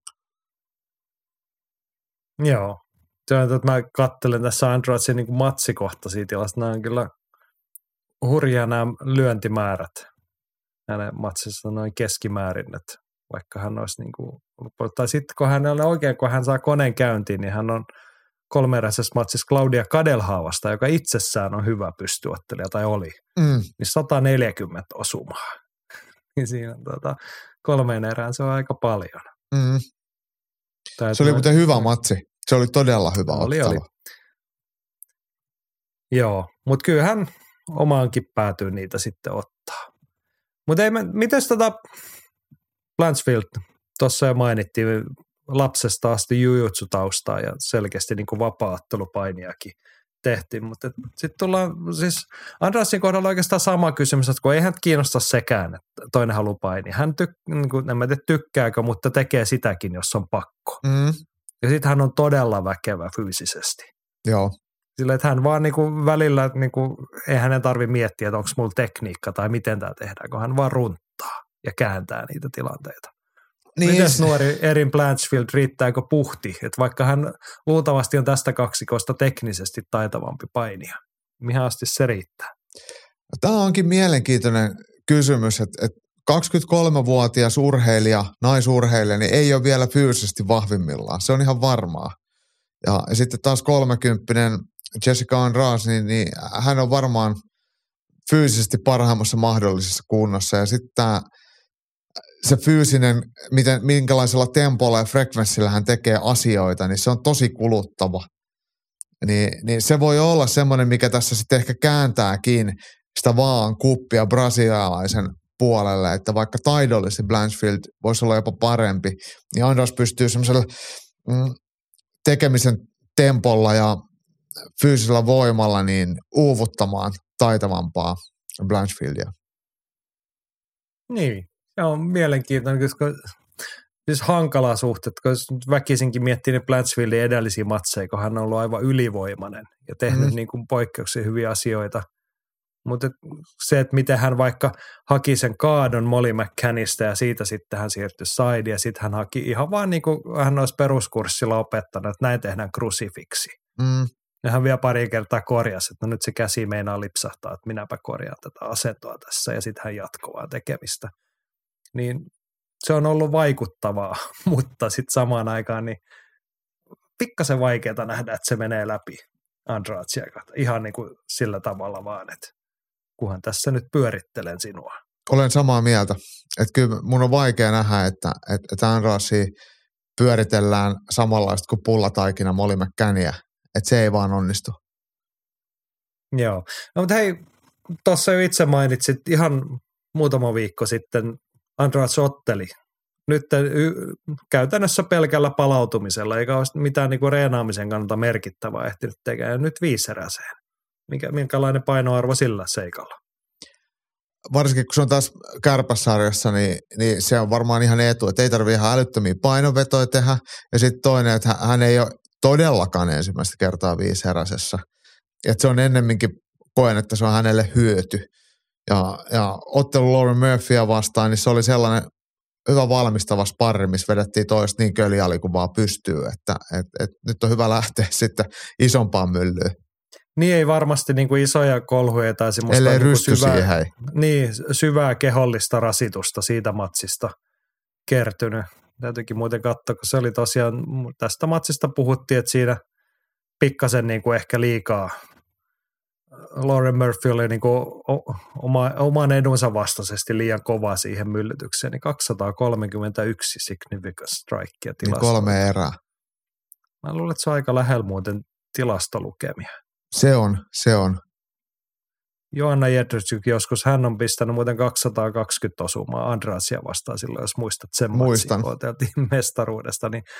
Joo. Se on, että mä katselen tässä Andradesin niin matsikohtaisia tilasta. Nämä on kyllä hurjaa nämä lyöntimäärät hänen matsissa noin keskimäärin, että vaikka hän olisi niin kuin, tai sitten kun hän on oikein, kun hän saa koneen käyntiin, niin hän on 3-eräisessä matsissa Claudia Kadelhavasta, joka itsessään on hyvä pystyottelija, tai oli, niin 140 osumaa. Niin siinä 3 erään se on aika paljon. Se oli muuten hyvä matsi. Se oli todella hyvä ottelu. Oli. Joo, mutta kyllähän omaankin päätyy niitä sitten ottaa. Mutta mites Blanchfield, tuossa jo mainittiin lapsesta asti jujutsu-taustaa ja selkeästi niin kuin vapaa-ottelupainiakin tehtiin. Mutta sitten tullaan, siis Andrasin kohdalla oikeastaan sama kysymys, että kun ei hän kiinnosta sekään, että toinen haluaa painia. Hän en mä tiedä tykkääkö, mutta tekee sitäkin, jos on pakko. Ja sitten hän on todella väkevä fyysisesti. Joo. Sillä että hän vaan niinku välillä, niinku, ei hänen tarvitse miettiä, että onko mulla tekniikka tai miten tämä tehdään, kun hän vaan runttaa ja kääntää niitä tilanteita. Niin. Mites nuori Erin Blanchfield, riittääkö puhti? Että vaikka hän luultavasti on tästä kaksikosta teknisesti taitavampi painija, mihin asti se riittää? Tämä onkin mielenkiintoinen kysymys, että 23-vuotias urheilija, naisurheilija, niin ei ole vielä fyysisesti vahvimmillaan. Se on ihan varmaa. Ja sitten taas 30 Jessica Andrade, niin hän on varmaan fyysisesti parhaimmassa mahdollisessa kunnossa. Ja sitten se fyysinen, minkälaisella tempolla ja frekvenssillä hän tekee asioita, niin se on tosi kuluttava. Niin se voi olla semmoinen, mikä tässä sitten ehkä kääntääkin sitä vaan kuppia brasilialaisen puolelle, että vaikka taidollisesti Blanchfield voisi olla jopa parempi, niin Andras pystyy semmoisella tekemisen tempolla ja fyysisellä voimalla niin uuvuttamaan taitavampaa Blanchfieldia. Niin, se on mielenkiintoinen, koska siis hankala suhte, koska väkisinkin miettii ne Blanchfieldin edellisiä matseja, kun hän on ollut aivan ylivoimainen ja tehnyt niin kuin poikkeuksia hyviä asioita. Mutta se, että miten hän vaikka haki sen kaadon Molly McCannista ja siitä sitten hän siirtyi sideen ja sitten hän haki ihan vaan niin kuin hän olisi peruskurssilla opettanut, että näin tehdään krusifiksi. Ja hän vielä pari kertaa korjasi, että no nyt se käsi meinaa lipsahtaa, että minäpä korjaan tätä asentoa tässä ja sitten hän jatkoi vaan tekemistä. Niin se on ollut vaikuttavaa, mutta sitten samaan aikaan niin pikkasen vaikeaa nähdä, että se menee läpi Andradea. Ihan niin kuin sillä tavalla vaan, että kunhan tässä nyt pyörittelen sinua. Olen samaa mieltä. Että kyllä mun on vaikea nähdä, että Andradea pyöritellään samanlaista kuin pullataikina Molly McCannia. Että se ei vaan onnistu. Joo. No, mutta hei, tuossa jo itse mainitsit ihan muutama viikko sitten Andrade otteli. Nyt käytännössä pelkällä palautumisella, eikä ole mitään niinku reenaamisen kannalta merkittävää ehtinyt tekemään. Nyt 5 eräseen. Minkälainen painoarvo sillä seikalla? Varsinkin kun se on taas kärpäsarjassa, niin se on varmaan ihan etu, että ei tarvitse ihan älyttömiä painonvetoja tehdä. Ja sitten toinen, että hän ei ole todellakaan ensimmäistä kertaa 5 eräsessä. Että se on ennemminkin, koen, että se on hänelle hyöty. Ja ottelu Lauren Murphyä vastaan, niin se oli sellainen hyvä valmistava sparri, missä vedettiin toista niin köliali kuin vaan pystyy, että nyt on hyvä lähteä sitten isompaan myllyyn. Niin ei varmasti niin kuin isoja kolhuja tai semmoista ellei niin rysty siihen. Niin, syvää kehollista rasitusta siitä matsista kertynyt. Täytyykin muuten katsoa, kun se oli tosiaan, tästä matsista puhuttiin, että siinä pikkasen niin kuin ehkä liikaa Lauren Murphy oli niin kuin oman edunsa vastaisesti liian kova siihen myllytykseen, niin 231 significant strikea tilastoa. Niin 3 erää. Mä luulen, että se on aika lähellä muuten tilastolukemia. Se on. Joanna Jedrzejczyk joskus, hän on pistänyt muuten 220 osumaa Andradea vastaan silloin, jos muistat sen matsin, kun oteltiin mestaruudesta, niin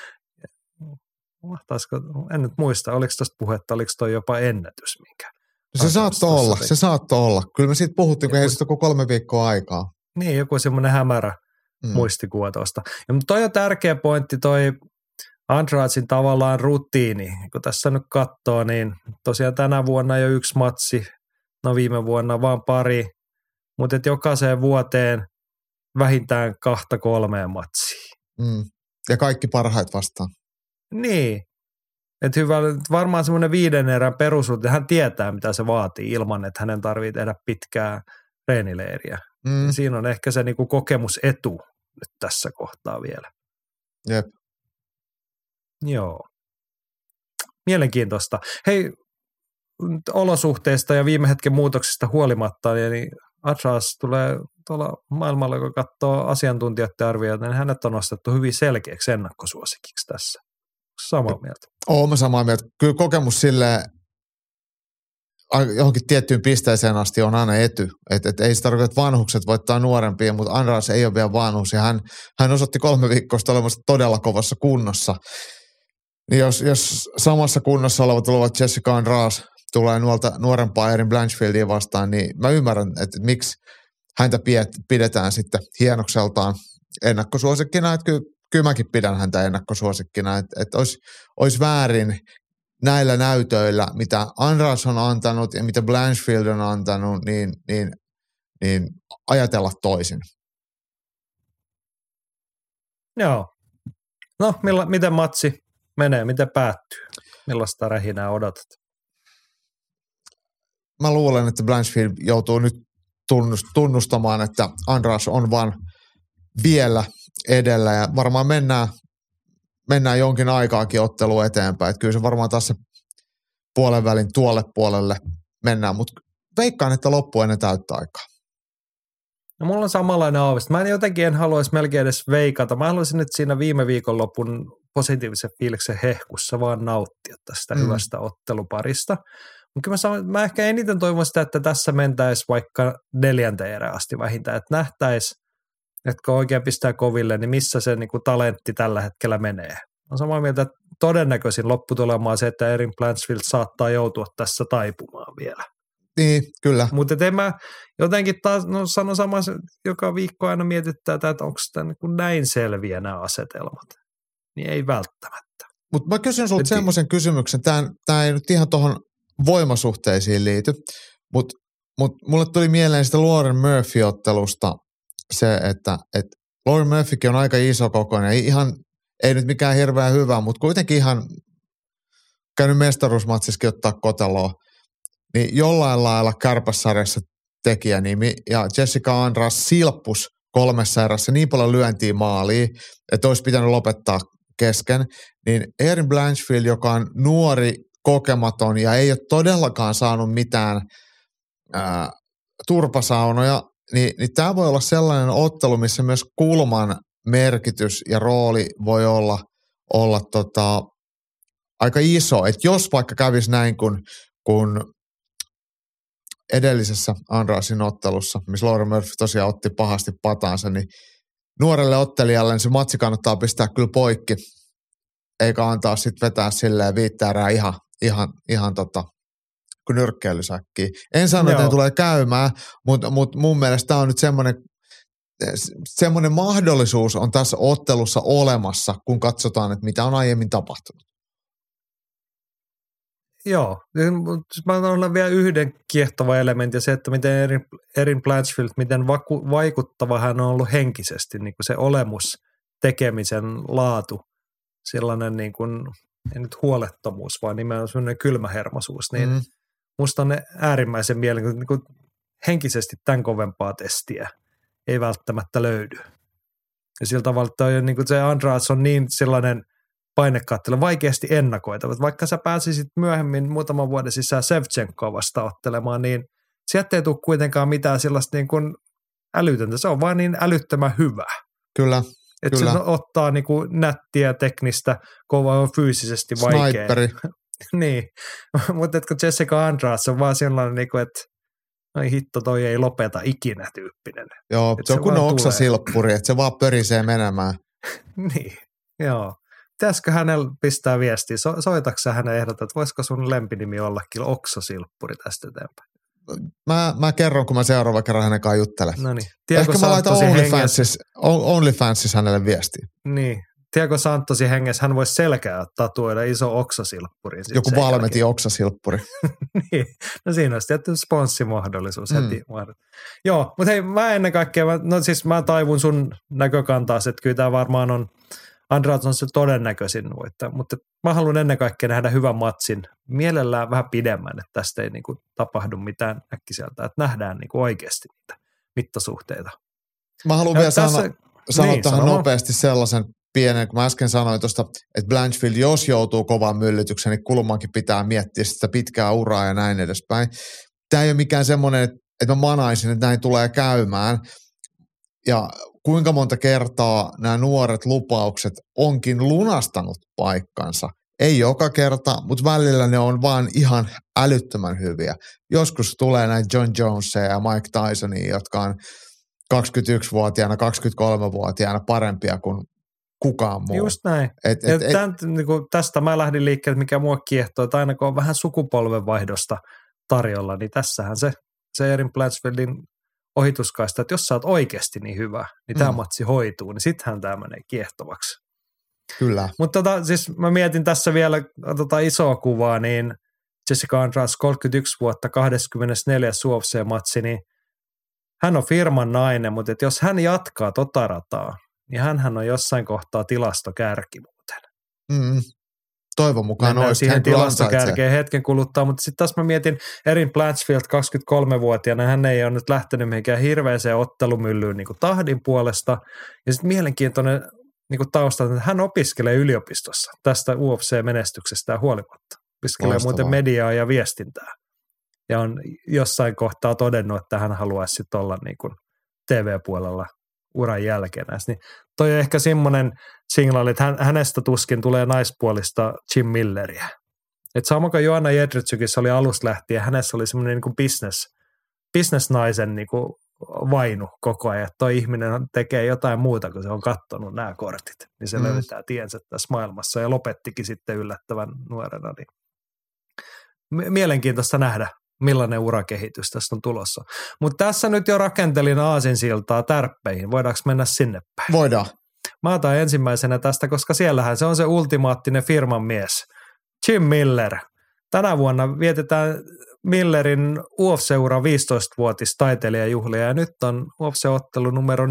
en nyt muista, oliko tuosta puhetta, oliko toi jopa ennätys minkä? Se saattoi olla. Kyllä me siitä puhuttiin, kun ei sitä kuin 3 viikkoa aikaa. Niin, joku semmoinen hämärä muistikuva tuosta. Ja mutta toi on tärkeä pointti, toi Andradein tavallaan rutiini. Kun tässä nyt katsoo, niin tosiaan tänä vuonna jo 1 matsi, no viime vuonna vaan pari, mutta jokaiseen vuoteen vähintään 2-3 matsia. Ja kaikki parhaat vastaan. Niin. Että hyvä, varmaan semmoinen 5 erän perusruuti, hän tietää mitä se vaatii ilman, että hänen tarvitsee tehdä pitkää treenileiriä. Siinä on ehkä se niinku kokemusetu nyt tässä kohtaa vielä. Jep. Joo. Mielenkiintoista. Hei, olosuhteista ja viime hetken muutoksista huolimatta, niin Andrade tulee tuolla maailmalla, kun katsoo asiantuntijoiden arvioita, niin hänet on nostettu hyvin selkeäksi ennakkosuosikiksi tässä. Samaa mieltä. Olen samaa mieltä. Kyllä kokemus silleen johonkin tiettyyn pisteeseen asti on aina ety. Et ei se tarkoita, että vanhukset voittaa nuorempia, mutta Andrade ei ole vielä vanhus. Ja hän osoitti 3 viikkoa olemassa todella kovassa kunnossa. Niin jos samassa kunnossa olevat Jessica Andrade tulee nuorempaa Erin Blanchfieldia vastaan, niin mä ymmärrän, että miksi häntä pidetään sitten hienokseltaan ennakkosuosikkina, että kyllä mäkin pidän häntä ennakkosuosikkina, että olisi väärin näillä näytöillä, mitä Andras on antanut ja mitä Blanchfield on antanut, niin ajatella toisin. Joo. No, miten matsi menee, miten päättyy? Millaista rähinää odotat? Mä luulen, että Blanchfield joutuu nyt tunnustamaan, että Andras on vaan vielä edellä ja varmaan mennään jonkin aikaakin ottelua eteenpäin. Että kyllä se varmaan taas se puolen välin tuolle puolelle mennään, mutta veikkaan, että loppu ennen täyttä aikaa. No mulla on samanlainen aavistus. Mä en haluaisi melkein edes veikata. Mä haluaisin, että siinä viime viikonlopun positiivisen fiiliksen hehkussa vaan nauttia tästä hyvästä otteluparista. Mutta mä ehkä eniten toivon sitä, että tässä mentäisiin vaikka 4. erään asti vähintään, että nähtäisiin, että kun oikein pistää koville, niin missä se niinku talentti tällä hetkellä menee. On samaa mieltä, että todennäköisin lopputulema on se, että Erin Blanchfield saattaa joutua tässä taipumaan vielä. Niin, kyllä. Mutta en mä jotenkin taas sanon samaa, joka viikko aina mietittää, että onko tämä niin näin selviä nämä asetelmat. Niin ei välttämättä. Mutta mä kysyn sulta semmoisen kysymyksen, tämä ei nyt ihan tuohon voimasuhteisiin liity, mutta mulle tuli mieleen sitä Lauren Murphy-ottelusta se, että Lauren Murphykin on aika iso kokoinen, ei nyt mikään hirveän hyvä, mutta kuitenkin ihan käynyt mestaruusmatsissakin ottaa koteloa, niin jollain lailla kärpässarjassa tekijänimi ja Jessica Andras silppus 3 erässä niin paljon lyöntiä maaliin, että olisi pitänyt lopettaa kesken, niin Erin Blanchfield, joka on nuori, kokematon ja ei ole todellakaan saanut mitään turpasaunoja, niin tämä voi olla sellainen ottelu, missä myös kulman merkitys ja rooli voi olla aika iso. Että jos vaikka kävisi näin, kun edellisessä Andrasin ottelussa, missä Lauren Murphy tosiaan otti pahasti pataansa, niin nuorelle ottelijalle niin se matsi kannattaa pistää kyllä poikki, eikä antaa sitten vetää silleen 5 erää ihan kuin nyrkkeilysäkkiä. En sano, että ne tulee käymään, mutta mun mielestä tämä on nyt semmoinen mahdollisuus on tässä ottelussa olemassa, kun katsotaan, että mitä on aiemmin tapahtunut. Joo, mä olen vielä yhden kiehtova elementti ja se, että miten Erin Blanchfield, miten vaikuttava hän on ollut henkisesti, niin kuin se olemus, tekemisen laatu, sellainen niin kuin, ei nyt huolettomuus, vaan nimenomaan sellainen kylmähermosuus, niin musta on äärimmäisen mielenkiintoinen, niin kuin henkisesti tämän kovempaa testiä ei välttämättä löydy. Ja sillä tavalla, että niin kuin se Andras on niin sellainen painekaattelu, vaikeasti ennakoitava. Vaikka sä pääsisit myöhemmin muutaman vuoden sisään Shevchenkoa vasta ottelemaan, niin sieltä ei tule kuitenkaan mitään sellaista niin kuin älytöntä. Se on vaan niin älyttömän hyvä. Kyllä. Että se ottaa niin kuin nättiä, teknistä, kovaa fyysisesti vaikea. Sniperi. Niin, mutta kun Jessica Andras on vaan sellainen, niin kuin, että ai hitto, toi ei lopeta ikinä tyyppinen. Joo, se on kun oksasilppuri, että se vaan pörisee menemään. Niin, joo. Pitäisikö hänellä pistää viestiä? Soitatko sä hänen ehdotat, että voisiko sun lempinimi ollakin oksasilppuri tästä eteenpäin? Mä kerron, kun mä seuraava kerran hänen kanssaan juttelen. No niin. Ehkä mä laitan OnlyFansissa hänelle viestiä. Niin. Tiago Santosin hengessä hän voisi selkää tatuoida iso oksasilppuri. Joku Valmetin oksasilppuri. Niin. No siinä olisi tietty sponssimahdollisuus heti. Joo, mutta hei, mä ennen kaikkea, mä taivun sun näkökantaa, että kyllä tämä varmaan on, Andras on se todennäköisin voittaja, mutta mä haluan ennen kaikkea nähdä hyvän matsin, mielellään vähän pidemmän, että tästä ei niinku tapahdu mitään äkkiseltä, että nähdään niinku oikeasti niitä mittasuhteita. Mä haluan vielä sanoa tähän nopeasti sellaisen pienen, kun mä äsken sanoin tuosta, että Blanchfield, jos joutuu kovaan myllytykseen, niin kulmankin pitää miettiä sitä pitkää uraa ja näin edespäin. Tämä ei ole mikään semmoinen, että mä manaisin, että näin tulee käymään. Ja kuinka monta kertaa nämä nuoret lupaukset onkin lunastanut paikkansa. Ei joka kerta, mutta välillä ne on vaan ihan älyttömän hyviä. Joskus tulee näitä John Jonesia ja Mike Tysonia, jotka on 21-vuotiaana, 23-vuotiaana parempia kuin kukaan muu. Just näin. Tästä mä lähdin liikkeelle, mikä mua kiehtoo, että aina kun on vähän sukupolvenvaihdosta tarjolla, niin tässähän se Erin Blanchfieldin ohituskaista, että jos sä oot oikeasti niin hyvä, niin tämä matsi hoituu, niin sittenhän tämä menee kiehtovaksi. Kyllä. Mutta siis mä mietin tässä vielä isoa kuvaa, niin Jessica Andrade 31 vuotta, 24 UFC-matsi, niin hän on firman nainen, mutta jos hän jatkaa tota rataa, niin hänhän on jossain kohtaa tilastokärki muuten. Toivon mukaan olisi. Siihen tilastokärkeen hetken kuluttaa, mutta sitten taas mä mietin Erin Blanchfield 23-vuotiaana, hän ei ole nyt lähtenyt mihinkään hirveäseen ottelumyllyyn niin kuin tahdin puolesta. Ja sitten mielenkiintoinen niin taustalta, että hän opiskelee yliopistossa tästä UFC-menestyksestä huolimatta. Opiskelee muuten mediaa ja viestintää. Ja on jossain kohtaa todennut, että hän haluaisi sitten olla niin kuin TV-puolella uran jälkeen. Niin toi on ehkä semmoinen signaali, että hänestä tuskin tulee naispuolista Jim Milleriä. Että sama kuin Joanna Jędrzejczykissä oli alusta lähtien, hänessä oli semmoinen niin kuin business-naisen niin kuin vainu koko ajan. Että toi ihminen tekee jotain muuta, kun se on katsonut nämä kortit. Niin se löytää tiensä tässä maailmassa ja lopettikin sitten yllättävän nuorena. Niin mielenkiintoista nähdä, millainen urakehitys tästä on tulossa. Mutta tässä nyt jo rakentelin aasinsiltaa tärppeihin. Voidaanko mennä sinne päin? Voidaan. Mä otan ensimmäisenä tästä, koska siellähän se on se ultimaattinen firman mies. Jim Miller. Tänä vuonna vietetään Millerin UFC-ura 15-vuotis taiteilijajuhlia ja nyt on UFC-ottelu numero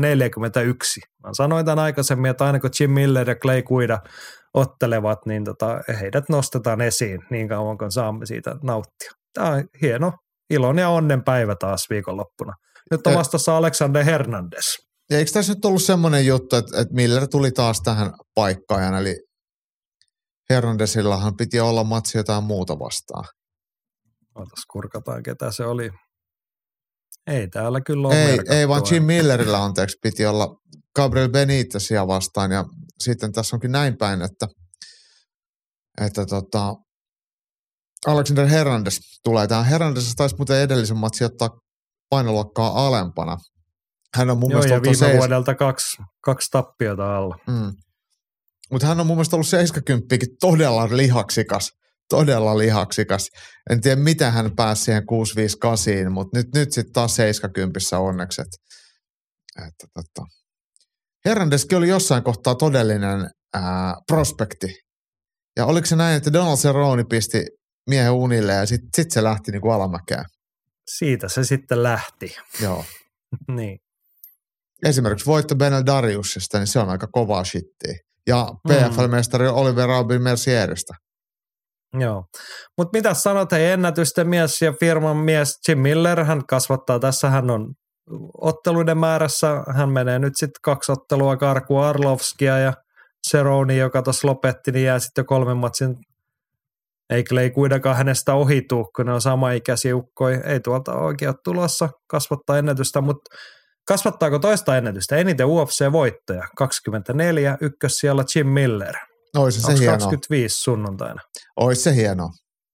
41. Mä sanoin tämän aikaisemmin, että aina kun Jim Miller ja Clay Guida ottelevat, niin heidät nostetaan esiin niin kauan kun saamme siitä nauttia. Tämä on hieno ilon ja onnen päivä taas viikonloppuna. Nyt on vastassa Alexander Hernandez. Ja eikö tässä nyt ollut semmoinen juttu, että Miller tuli taas tähän paikkaan, eli Hernandezillahan piti olla matsi jotain muuta vastaan. Otas kurkataan, ketä se oli. Ei täällä kyllä ole Ei vaan Jim Millerillä anteeksi piti olla Gabriel Benitezia vastaan ja sitten tässä onkin näin päin, että Alexander Hernandez tulee tähän. Hernandez taisi muuten edellisen matsin ottaa painoluokkaa alempana. Hän on mun mielestä ja viime vuodelta kaksi tappiota alla. Mutta hän on mun mielestä ollut 70 todella lihaksikas. En tiedä, mitä hän pääsi siihen 658, mutta nyt sitten taas 70 onneksi. Hernandezkin oli jossain kohtaa todellinen prospekti. Ja oliko se näin, että Donald Cerrone pisti miehen unille ja sitten se lähti niin kuin alamäkeen? Siitä se sitten lähti. Joo. Niin. Esimerkiksi voitto Benel Dariusista, niin se on aika kovaa shittiä. Ja PFL-mestari Oliver Aubin Mercierestä. Joo, mutta mitä sanot, hei, ennätysten mies ja firman mies Jim Miller, hän kasvattaa tässä, hän on otteluiden määrässä, hän menee nyt sitten 2 ottelua karkuun Arlovskia ja Cerrone, joka tuossa lopetti, niin jää sitten jo 3 matsin, ei Clay Guidakaan hänestä ohituu, kun ne on samaikäisiä ukkoja, ei tuolta oikein ole tulossa kasvattaa ennätystä, mutta kasvattaako toista ennätystä? Eniten UFC-voittoja, 24, ykkössijalla Jim Miller. Ois se hienoa. 25 sunnuntaina. Ois se hienoa.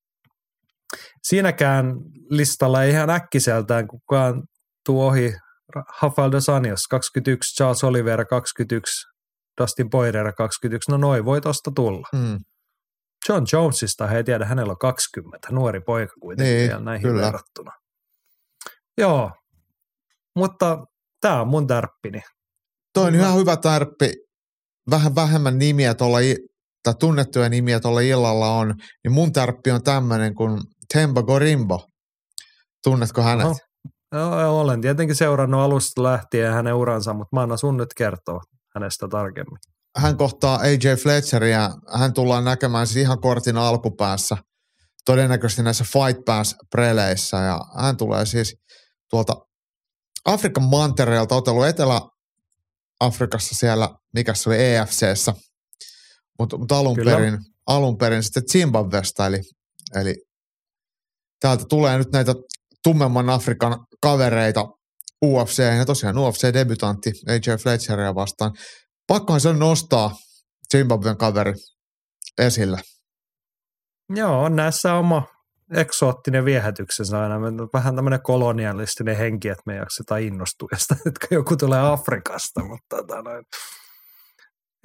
Siinäkään listalla ei ihan äkkiseltään kukaan tuu ohi. Rafael dos Anjos 21, Charles Oliveira 21, Dustin Poirier 21. No noi voi tosta tulla. John Jonesista he ei tiedä, hänellä on 20. Nuori poika kuitenkin vielä näihin kyllä verrattuna. Joo, mutta tämä on mun tärppini. Toi on ihan hyvä tärppi. Vähän vähemmän nimiä tai tunnettuja nimiä tuolla illalla on, niin mun tärppi on tämmöinen kuin Themba Gorimbo. Tunnetko hänet? Joo, olen tietenkin seurannut alusta lähtien hänen uransa, mutta mä annan sun nyt kertoa hänestä tarkemmin. Hän kohtaa AJ Fletcheria, hän tullaan näkemään siis ihan kortin alkupäässä, todennäköisesti näissä Fight Pass-preleissä, ja hän tulee siis tuolta Afrikan mantereelta, otelu Etelä-Afrikassa siellä, mikä se oli EFC:ssä, mutta alun perin sitten Zimbabwesta, eli täältä tulee nyt näitä tummemman Afrikan kavereita UFC, ja tosiaan UFC-debutantti AJ Fletcheria vastaan. Pakkohan se on nostaa Zimbabwen kaveri esille. Joo, on näissä oma eksoottinen viehätyksensä aina. Vähän tämmöinen kolonialistinen henki, että me ei jaksetaan innostua, että joku tulee Afrikasta, mutta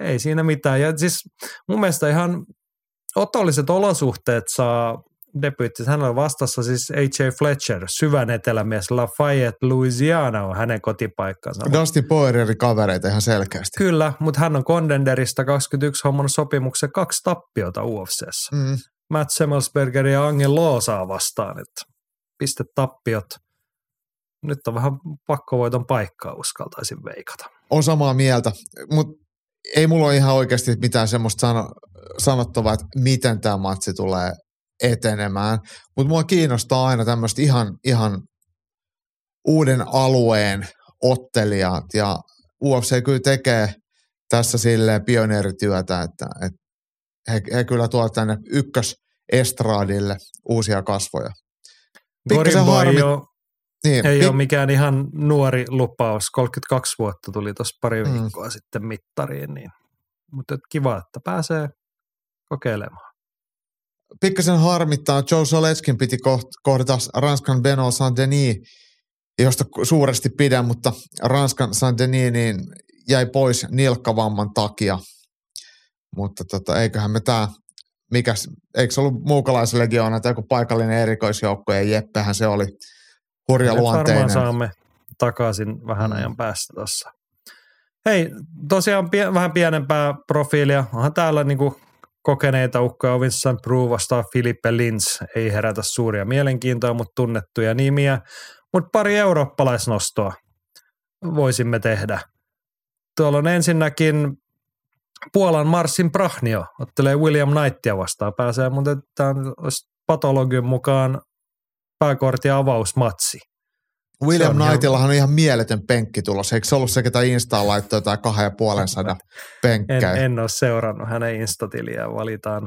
ei siinä mitään. Ja siis mun mielestä ihan otolliset olosuhteet saa debyyttiä. Hän on vastassa siis A.J. Fletcher, syvän etelämies. Lafayette, Louisiana on hänen kotipaikkansa. Dusty Poirierin kavereita ihan selkeästi. Kyllä, mutta hän on Contenderista 21 hommannut sopimuksen 2 tappiota UFC:ssä. Matt Semmelsberger ja Angel Loosaa vastaan, että pistetappiot. Nyt on vähän pakkovoiton paikkaa, uskaltaisin veikata. On samaa mieltä, mutta ei mulla ole ihan oikeasti mitään semmoista sanottavaa, että miten tämä matsi tulee etenemään. Mutta mua kiinnostaa aina tämmöistä ihan uuden alueen ottelijat ja UFC kyllä tekee tässä silleen pioneerityötä, että he kyllä tuovat tänne ykkösestradille uusia kasvoja. Pikkasen harmi. Ei ole mikään ihan nuori lupaus. 32 vuotta tuli tuossa pari viikkoa sitten mittariin. Niin. Mutta kiva, että pääsee kokeilemaan. Pikkasen harmittaa. Joe Soletskin piti kohdata Ranskan Benoit Saint-Denis, josta suuresti pidän, mutta Ranskan Saint-Denis niin jäi pois nilkkavamman takia. Mutta eiköhän me tämä, eikö se ollut Muukalaislegioona tai joku paikallinen erikoisjoukko ja Jeppehän se oli hurjaluonteinen. Varmaan saamme takaisin vähän ajan päästä tuossa. Hei, tosiaan vähän pienempää profiilia. Onhan täällä niinku kokeneita ukkoja. Vincent Prue vastaan Philippe Lins. Ei herätä suuria mielenkiintoa, mutta tunnettuja nimiä. Mutta pari eurooppalaisnostoa voisimme tehdä. Tuolla on ensinnäkin Puolan Marcin Prahnio ottelee William Knightia vastaan. Pääsee, mutta tämä olisi patologian mukaan pääkortin avausmatsi. William Knightillahan on ihan mieletön penkki tulossa. Eikö se ollut se, ketä Instaan laittoi jotain 250 penkkää? En ole seurannut hänen Instatiliään, valitaan.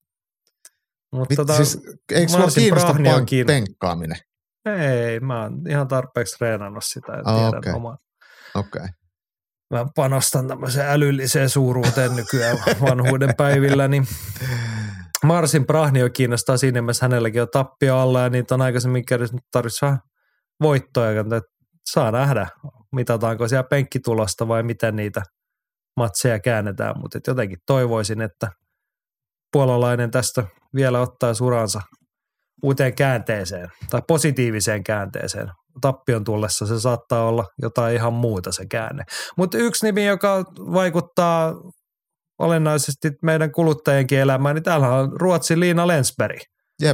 Mutta siis, eikö sulla kiinnosta penkkaaminen? Ei, mä oon ihan tarpeeksi treenannut sitä. Okei. Okay. Mä panostan tämmöiseen älylliseen suuruuteen nykyään vanhuuden päivillä, niin Marcin Prahnio kiinnostaa siinä mielessä, hänelläkin on tappio alla ja niitä on aikaisemmin kerrassa, nyt tarvitsisi vähän voittoja, että saa nähdä, mitataanko siellä penkkitulosta vai miten niitä matseja käännetään, mutta jotenkin toivoisin, että puolalainen tästä vielä ottaa uransa uuteen käänteeseen tai positiiviseen käänteeseen. Tappion tullessa se saattaa olla jotain ihan muuta se käänne. Mutta yksi nimi, joka vaikuttaa olennaisesti meidän kuluttajienkin elämään, niin täällä on Ruotsin Liina Lensberg. Jep.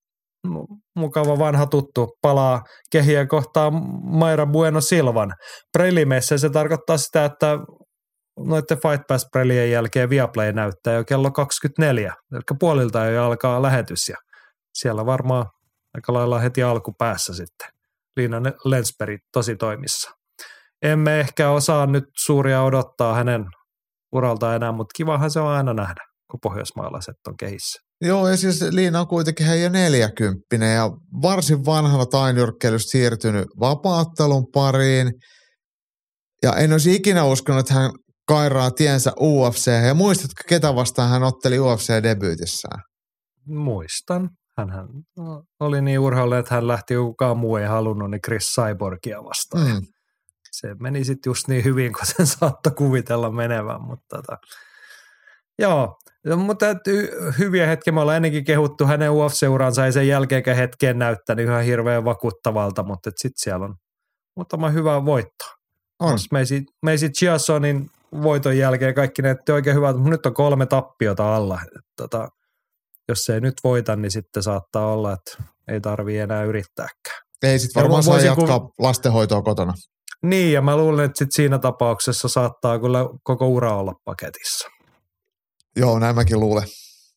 Mukava vanha tuttu. Palaa kehiä kohtaa Mayra Bueno Silvan. Prelimeissä se tarkoittaa sitä, että noiden Fight Pass-prelien jälkeen Viaplay näyttää jo kello 24. Eli puolilta jo alkaa lähetys ja siellä varmaan aika lailla heti alkupäässä sitten Liina Lensberg tosi toimissa. Emme ehkä osaa nyt suuria odottaa hänen uralta enää, mutta kivahan se on aina nähdä, kun pohjoismaalaiset on kehissä. Joo, ja siis Liina on kuitenkin jo 40 ja varsin vanhalla tainyrkkeilystä siirtynyt vapaattelun pariin. Ja en olisi ikinä uskonut, että hän kairaa tiensä UFC. Ja muistatko, ketä vastaan hän otteli UFC-debyytissään? Muistan. Hänhän oli niin urheilu, että hän lähti, kukaan muu ei halunnut, niin Chris Cyborgia vastaan. Se meni sitten just niin hyvin, kun sen saattoi kuvitella menevän. Mutta joo, mutta hyviä hetkiä me ollaan ennenkin kehuttu. Hänen UFC-uransa ei sen jälkeenkään hetkeen näyttänyt ihan hirveän vakuuttavalta, mutta sitten siellä on muutama hyvä voitto. On. Meisi Chiassonin voiton jälkeen kaikki näytti oikein hyvältä, mutta nyt on 3 tappiota alla. Jos ei nyt voita, niin sitten saattaa olla, että ei tarvitse enää yrittääkään. Ei sitten varmaan saa jatkaa lastenhoitoa kotona. Niin, ja mä luulen, että sit siinä tapauksessa saattaa kyllä koko ura olla paketissa. Joo, näin mäkin luulen.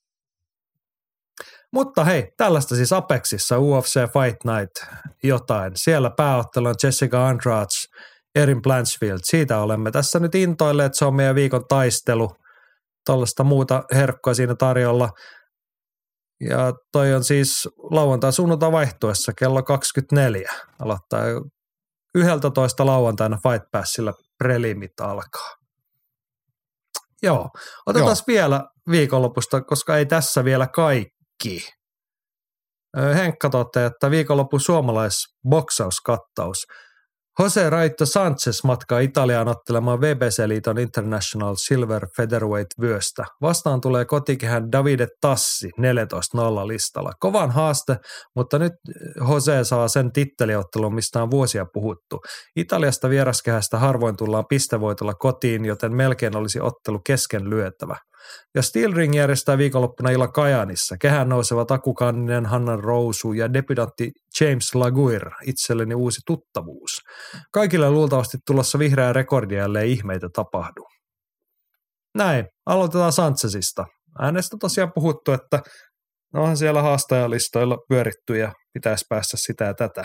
Mutta hei, tällaista siis Apexissa, UFC Fight Night, jotain. Siellä pääottelu on Jessica Andrade, Erin Blanchfield. Siitä olemme tässä nyt intoilleet, se on meidän viikon taistelu. Tällaista muuta herkkua siinä tarjolla. Ja toi on siis lauantai sunnuntai vaihtuessa kello 24. Aloittaa 11 lauantaina Fight Passilla prelimit alkaa. Joo, otetaan vielä viikonlopusta, koska ei tässä vielä kaikki. Henkka toteaa, että viikonloppu suomalaisboksauskattaus. Jose Raito Sanchez matkaa Italiaan ottelemaan WBC-liiton International Silver Featherweight-vyöstä. Vastaan tulee kotikehän Davide Tassi 14-0 listalla. Kovan haaste, mutta nyt Jose saa sen titteliottelun, mistä on vuosia puhuttu. Italiasta vieraskehästä harvoin tullaan pistevoitolla kotiin, joten melkein olisi ottelu kesken lyötävä. Ja Steel Ring järjestää viikonloppuna illa Kajaanissa. Kehään nousevat Aku Kanninen, Hanna Rousu ja debutantti James Laguirre, itselleni uusi tuttavuus. Kaikille luultavasti tulossa vihreää rekordia, ellei ihmeitä tapahdu. Näin, aloitetaan Sanchezista. Äänestä tosiaan puhuttu, että onhan siellä haastajalistoilla pyöritty ja pitäisi päästä sitä ja tätä.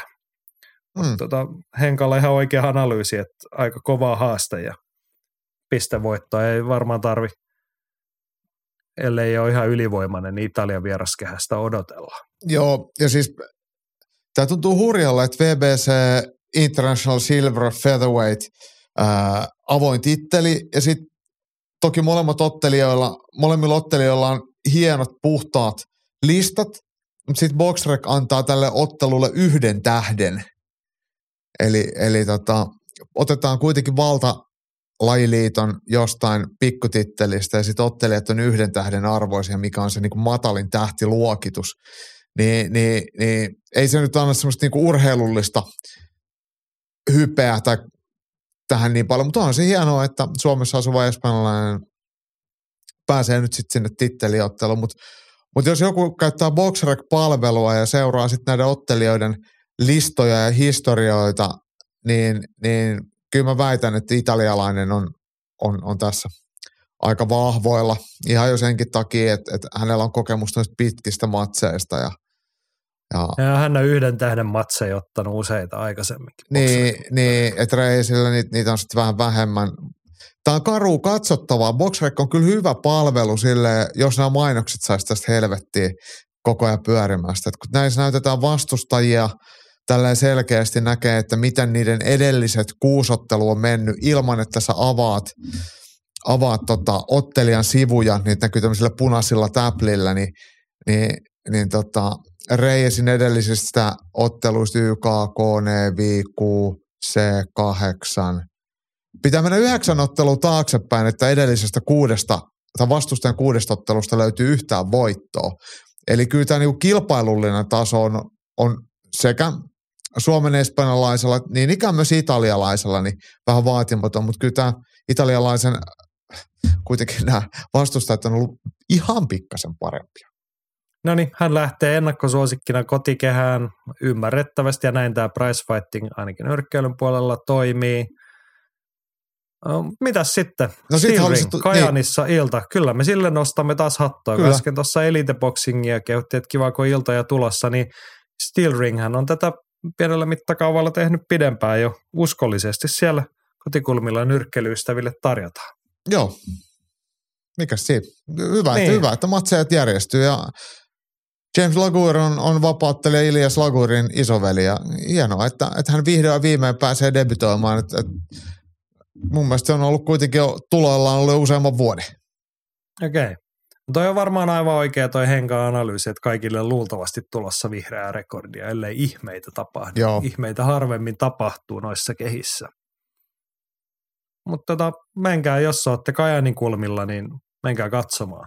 Henkalla ihan oikea analyysi, että aika kovaa haaste ja pistevoittoa ei varmaan tarvitse, ellei ole ihan ylivoimainen, niin Italian vieraskehästä odotella. Joo, ja siis tämä tuntuu hurjalle, että WBC International Silver Featherweight avoin titteli, ja sitten toki molemmilla ottelijoilla on hienot puhtaat listat, mutta sitten BoxRec antaa tälle ottelulle 1 tähden. Eli otetaan kuitenkin lajiliiton jostain pikkutittelistä ja sitten ottelijat on 1 tähden arvoisia, mikä on se niinku matalin tähtiluokitus, niin ei se nyt anna semmoista niinku urheilullista hypeä tai tähän niin paljon, mutta on se hienoa, että Suomessa asuva espanjalainen pääsee nyt sitten sinne titteliotteluun, mutta jos joku käyttää BoxRec-palvelua ja seuraa sitten näiden ottelijoiden listoja ja historioita, niin kyllä mä väitän, että italialainen on tässä aika vahvoilla. Ihan jo senkin takia, että hänellä on kokemusta noista pitkistä matseista. Ja hän on 1 tähden matseja ottanut useita aikaisemminkin. Niin että reisillä niitä on sitten vähän vähemmän. Tämä on karua katsottavaa. BoxRec on kyllä hyvä palvelu sille, jos nämä mainokset saisi tästä helvettiä koko ajan pyörimästä. Et kun näissä näytetään vastustajia, tälleen selkeästi näkee, että miten niiden edelliset 6 ottelua on mennyt ilman, että sä avaat ottelijan sivuja, niitä näkyy tämmöisillä punaisilla täplillä, niin Reijesin edellisistä otteluista YKK, NVQ, C8. Pitää mennä 9 ottelua taaksepäin, että edellisestä 6 tai vastustajan 6 ottelusta löytyy yhtään voittoa. Eli kyllä tämä niinku kilpailullinen taso on sekä Suomen espanjalaisella, niin ikään myös italialaisella, niin vähän vaatimaton, mutta kyllä tämä italialaisen, kuitenkin nämä vastustajat on ollut ihan pikkasen parempia. No niin, hän lähtee ennakkosuosikkina kotikehään ymmärrettävästi ja näin tämä prize fighting ainakin nyrkkeilyn puolella toimii. Mitäs sitten? No Steel Ring, Kajaanissa niin. Ilta. Kyllä me sille nostamme taas hattoa. Kyllä. Äsken tuossa Elite Boxingia kehuttiin, että kiva kun iltoja tulossa, niin Steel Ringhän on tätä pienellä mittakaavalla tehnyt pidempään jo uskollisesti siellä kotikulmilla nyrkkelyystäville tarjotaan. Joo. Mikäs siinä? Hyvä, että matsejat järjestyy ja James Laguirre on vapauttelija Ilias Laguirin isoveli ja hienoa, että hän vihdoin viimein pääsee debytoimaan. Että mun mielestä se on ollut kuitenkin jo tuloillaan ollut useamman vuoden. Okei. Toi on varmaan aivan oikea toi Henka-analyysi, että kaikille luultavasti tulossa vihreää rekordia, ellei ihmeitä tapahdu. Joo. Ihmeitä harvemmin tapahtuu noissa kehissä. Mutta menkää, jos olette Kajaanin kulmilla, niin menkää katsomaan.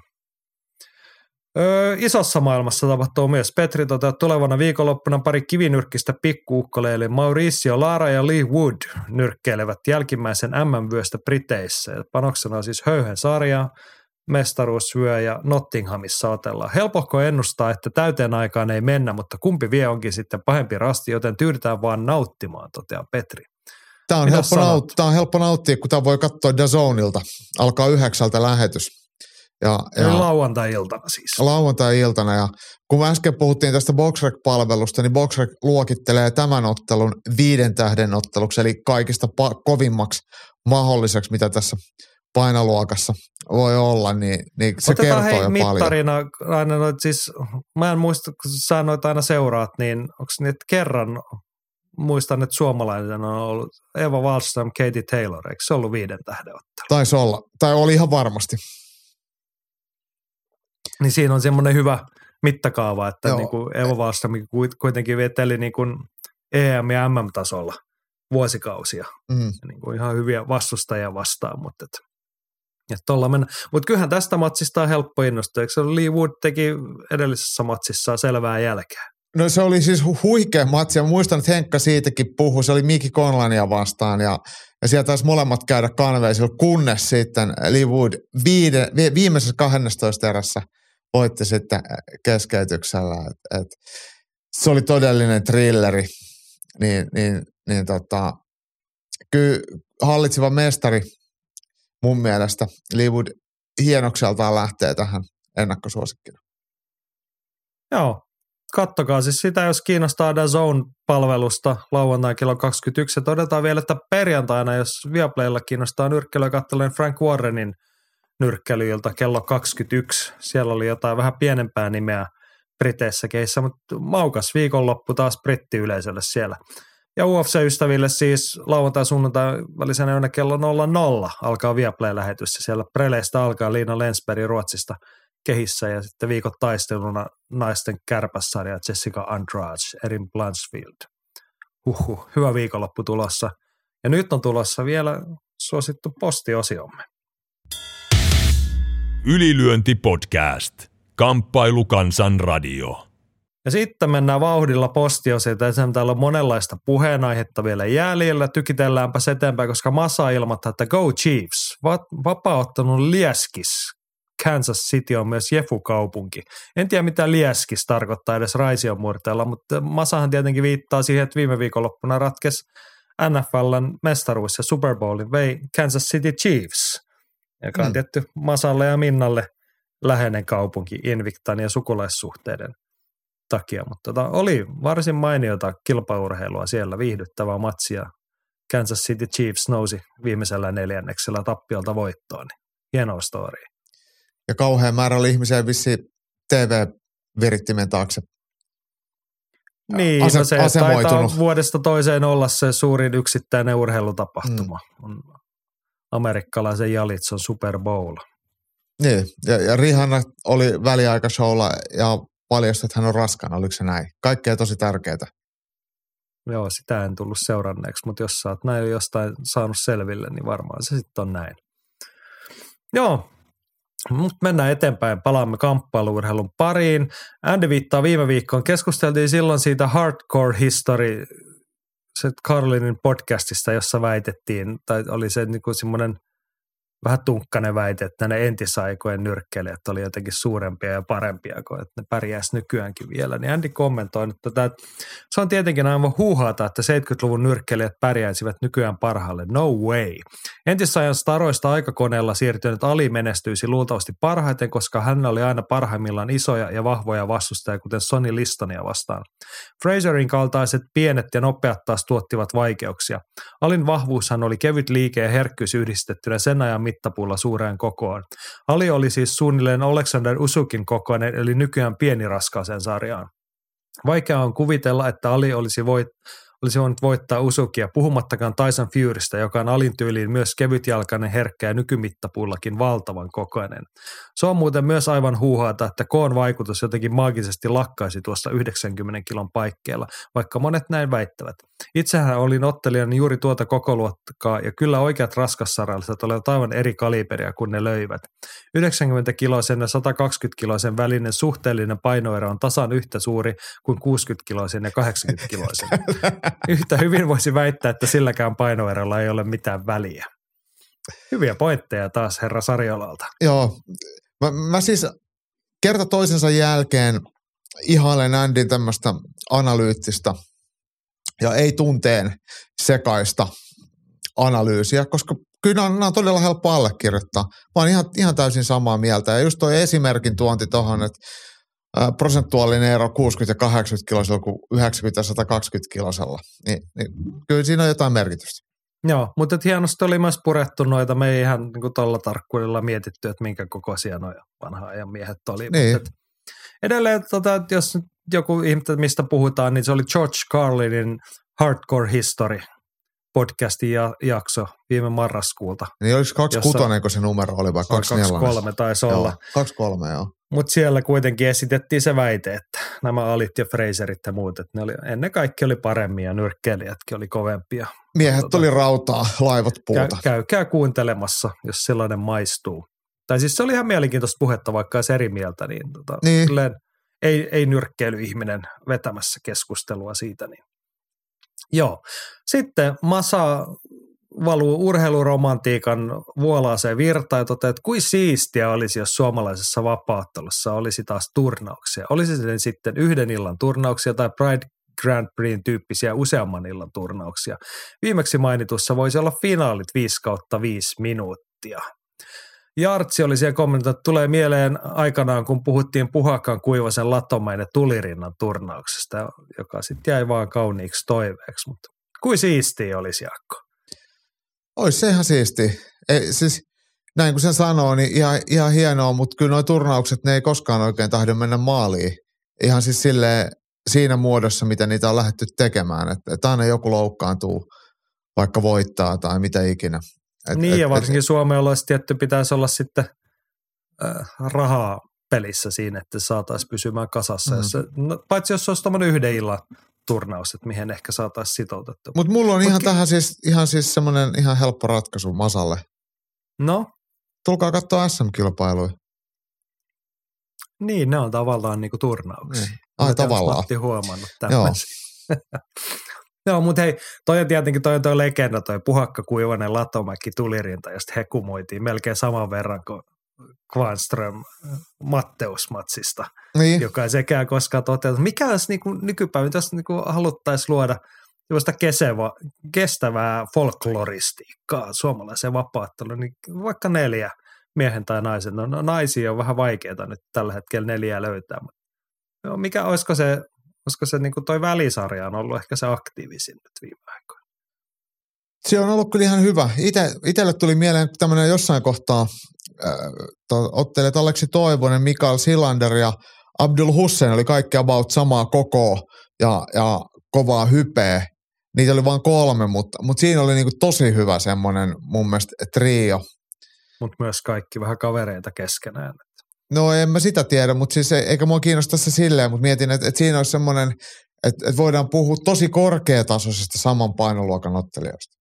Isossa maailmassa tapahtuu myös. Petri tulevana viikonloppuna pari kivinyrkkistä pikkuukkoleja, eli Mauricio Lara ja Lee Wood nyrkkeilevät jälkimmäisen MM-vyöstä Briteissä. Panoksena on siis Höyhen sarja, mestaruusvyö ja Nottinghamissa otellaan. Helpohko ennustaa, että täyteen aikaan ei mennä, mutta kumpi vie onkin sitten pahempi rasti, joten tyydytään vaan nauttimaan, toteaa Petri. Tämä on helppo nauttia, kun tämä voi katsoa DAZNilta. Alkaa 9 lähetys. Ja lauantai-iltana siis. Lauantai-iltana. Ja kun me äsken puhuttiin tästä BoxRec-palvelusta, niin BoxRec luokittelee tämän ottelun 5 tähden otteluksi, eli kaikista kovimmaksi mahdolliseksi, mitä tässä painoluokassa voi olla, niin se otetaan kertoo jo mittarina paljon. Aina noit siis, mä en muista, kun sä noita aina seuraat, niin onko niitä kerran, muistan, että suomalainen on ollut Eva Wallström, Katie Taylor, eikö se ollut 5 tähden ottelu? Taisi olla, tai oli ihan varmasti. Niin siinä on semmoinen hyvä mittakaava, että niin kuin Eva Wallström kuitenkin veteli niin kuin EM- ja MM-tasolla vuosikausia. Niin kuin ihan hyviä vastustajia vastaan, mutta kyllähän tästä matsista on helppo innostua. Eikö Lee Wood teki edellisessä matsissaan selvää jälkeä? No se oli siis huikea matsi. Mä muistan, että Henkka siitäkin puhui. Se oli Mickey Conlania vastaan ja sieltä taisi molemmat käydä kanveisilla, kunnes sitten Lee Wood viimeisessä 12 erässä voitti sitten keskeytyksellä. Se oli todellinen thrilleri. Kyllä hallitseva mestari mun mielestä Lee Wood hienokseltaan lähtee tähän ennakkosuosikkina. Joo, kattokaa siis sitä, jos kiinnostaa DAZN-palvelusta lauantai kello 21. Ja todetaan vielä, että perjantaina, jos Viaplaylla kiinnostaa nyrkkelyä, katselen Frank Warrenin nyrkkelyiltä kello 21. Siellä oli jotain vähän pienempää nimeä Briteissä keissä, mutta maukas viikonloppu taas brittiyleisölle siellä. Ja UFC-ystäville siis lauantai-sunnuntai välisenä yönä kello 00 alkaa Viaplay-lähetys. Siellä Preleistä alkaa Liina Lensberg Ruotsista kehissä ja sitten viikon taisteluna naisten kärpässarja Jessica Andrade, Erin Blanchfield. Hyvä viikonloppu tulossa. Ja nyt on tulossa vielä suosittu postiosiomme. Ylilyönti-podcast. Kamppailu Kansan radio. Ja sitten mennään vauhdilla postiosioon. Täällä on monenlaista puheenaihetta vielä jäljellä. Tykitelläänpä eteenpäin, koska Masa ilmoittaa, että Go Chiefs. Vapauttanut Lieskis. Kansas City on myös Jefu-kaupunki. En tiedä, mitä Lieskis tarkoittaa edes Raision murteella, mutta Masahan tietenkin viittaa siihen, että viime viikonloppuna ratkesi NFL:n mestaruus ja Super Bowlin vei Kansas City Chiefs, joka on tietty Masalle ja Minnalle läheinen kaupunki Invictan ja sukulaissuhteiden takia, mutta oli varsin mainiota kilpaurheilua siellä, viihdyttävää matsia. Kansas City Chiefs nousi viimeisellä neljänneksellä tappiolta voittoon. Hienoa story. Ja kauhean määrä oli ihmisiä vissiin TV-virittimen taakse. Niin, se taitaa vuodesta toiseen olla se suurin yksittäinen urheilutapahtuma. On amerikkalaisen Jalitson Super Bowl. Niin, ja Rihanna oli väliaikashowlla ja paljastui, että hän on raskaana, oliko se näin? Kaikkea tosi tärkeää. Joo, sitä en tullut seuranneeksi, mutta jos sä oot näin jostain saanut selville, niin varmaan se sitten on näin. Joo, mutta mennään eteenpäin, palaamme kamppailuurheilun pariin. Andy viittaa viime viikkoon, keskusteltiin silloin siitä Hardcore History, se Carlinin podcastista, jossa väitettiin, tai oli se niinku semmoinen vähän tunkkainen väite, että ne entisaikojen nyrkkeilijät oli jotenkin suurempia ja parempia kuin, että ne pärjäisi nykyäänkin vielä. Niin Andy kommentoi, että se on tietenkin aivan huuhaata, että 70-luvun nyrkkeilijät pärjäisivät nykyään parhaalle. No way. Entisajan staroista aikakoneella siirtynyt Ali menestyisi luultavasti parhaiten, koska hän oli aina parhaimmillaan isoja ja vahvoja vastustajia, kuten Sonny Listonia vastaan. Fraserin kaltaiset pienet ja nopeat taas tuottivat vaikeuksia. Alin vahvuushan oli kevyt liike ja herkkyys yhdistettynä sen ajan mittapuulla suureen kokoon. Ali oli siis suunnilleen Alexander Usykin kokoinen, eli nykyään pieni raskaaseen sarjaan. Vaikea on kuvitella, että Ali olisi voinut voittaa Usykia, puhumattakaan Tyson Furystä, joka on Alin tyyliin myös kevytjalkainen, herkkä ja nykymittapuullakin valtavan kokoinen. Se on muuten myös aivan huuhaata, että koon vaikutus jotenkin maagisesti lakkaisi tuossa 90 kilon paikkeella, vaikka monet näin väittävät. Itsehän olin ottelijana juuri tuota kokoluokkaa ja kyllä oikeat raskassarjalliset olivat aivan eri kaliberia kuin ne löivät. 90-kiloisen ja 120-kiloisen välinen suhteellinen painoero on tasan yhtä suuri kuin 60-kiloisen ja 80-kiloisen. Yhtä hyvin voisi väittää, että silläkään painoerolla ei ole mitään väliä. Hyviä pointteja taas herra Sarjolalta. Joo, mä siis kerta toisensa jälkeen ihailen Andyn tämmöistä analyyttistä ja ei tunteen sekaista analyysiä, koska kyllä nämä on todella helppo allekirjoittaa. Mä oon ihan täysin samaa mieltä. Ja just toi esimerkin tuonti tuohon, että prosentuaalinen ero 60- ja 80-kilosella kuin 90- ja 120-kilosella, niin kyllä siinä on jotain merkitystä. Joo, mutta hienosti oli myös purettu noita. Me ei ihan niin tuolla tarkkuudella mietitty, että minkä kokoisia noja vanhaa ajan miehet oli. Niin. Edelleen, jos joku ihmettä, mistä puhutaan, niin se oli George Carlinin Hardcore History podcastin jakso viime marraskuulta. Niin oliko 26, kun se numero oli vai 24? 23 taisi olla. 23, joo. Mutta siellä kuitenkin esitettiin se väite, että nämä Alit ja Fraserit ja muut, että ne oli, ennen kaikkea oli paremmin ja nyrkkeilijätkin oli kovempia. Miehet tuli rautaa, laivat puuta. Käykää kuuntelemassa, jos sellainen maistuu. Tai siis se oli ihan mielenkiintoista puhetta, vaikka olisi eri mieltä, niin, niin. ei nyrkkeilyihminen vetämässä keskustelua siitä. Niin. Joo. Sitten Masa valuu urheiluromantiikan vuolaaseen virtaan ja toteaa, että kuin siistiä olisi, jos suomalaisessa vapaaottelussa olisi taas turnauksia. Olisi se sitten yhden illan turnauksia tai Pride Grand Prixin tyyppisiä useamman illan turnauksia. Viimeksi mainitussa voisi olla finaalit 5/5 minuuttia. Jartsi oli siellä kommentoinut, että tulee mieleen aikanaan, kun puhuttiin Puhakan Kuivasen Latomäen Tulirinnan turnauksesta, joka sitten jäi vaan kauniiksi toiveeksi, mutta kuin siistiä olisi, Jaakko? Olisi se ihan siisti. Siis näin kuin sen sanoo, niin ihan hienoa, mutta kyllä nuo turnaukset, ne ei koskaan oikein tahdo mennä maaliin. Ihan siis silleen siinä muodossa, mitä niitä on lähdetty tekemään, että aina joku loukkaantuu, vaikka voittaa tai mitä ikinä. Ja varsinkin Suomella olisi tietty, pitäisi olla sitten rahaa pelissä siinä, että saataisiin pysymään kasassa. Paitsi jos olisi tämmöinen yhden illan turnaus, että mihin ehkä saataisiin sitoutettua. Mutta mulla on tähän siis semmoinen ihan helppo ratkaisu Masalle. No? Tulkaa katsoa SM-kilpailuja. Niin, ne on tavallaan niinku turnauksia. Ai tavallaan. Matti huomannut tämmöisiä. Joo, mutta hei, toi on tietenkin toi legenda, toi Puhakka Kuivanen Latomäki Tulirinta, josta hekumoitiin melkein saman verran kuin Kvarnström Matteus-matsista, niin. Joka ei sekään koskaan toteutu. Mikä olisi niinku nykypäivä, jos niinku haluttaisiin luoda kestävää folkloristiikkaa suomalaiseen vapaatteluun, niin vaikka 4 miehen tai naisen. No naisia on vähän vaikeaa nyt tällä hetkellä 4 löytää, mutta mikä olisiko se niin kuin toi välisarja on ollut ehkä se aktiivisin nyt viime aikoina. Se on ollut kyllä ihan hyvä. Itselle tuli mieleen tämmöinen jossain kohtaa ottelijat Aleksi Toivonen, Mikael Silander ja Abdul Hussein oli kaikki about samaa kokoa ja kovaa hypeä. Niitä oli vain 3, mutta siinä oli niinku tosi hyvä semmoinen mun mielestä trio. Mutta myös kaikki vähän kavereita keskenään. No en mä sitä tiedä, mutta siis eikä mua kiinnosta se silleen, mutta mietin, että siinä olisi semmoinen, että voidaan puhua tosi korkeatasoisista saman painoluokan ottelijoista.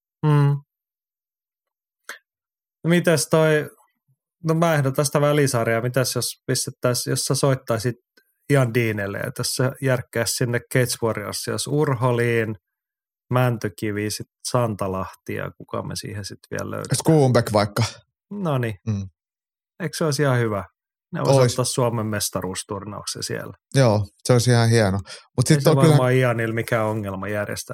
No mitäs no mä ehdotan tästä välisarjaa, mitäs jos pistettäisiin, jos sä soittaisit Ian Deanelle, ja tässä järkkäisi sinne Cage Warriors, jos Urholiin, Mäntykivi, sitten Santalahti ja kuka me siihen sitten vielä löydetään. Skuunbeck vaikka. Noniin. Eikö se olisi ihan hyvä? Ne voisi ottaa Suomen mestaruusturnauksen siellä. Joo, se olisi ihan hieno. Ei se varmaan Ianilla mikään ongelma järjestää.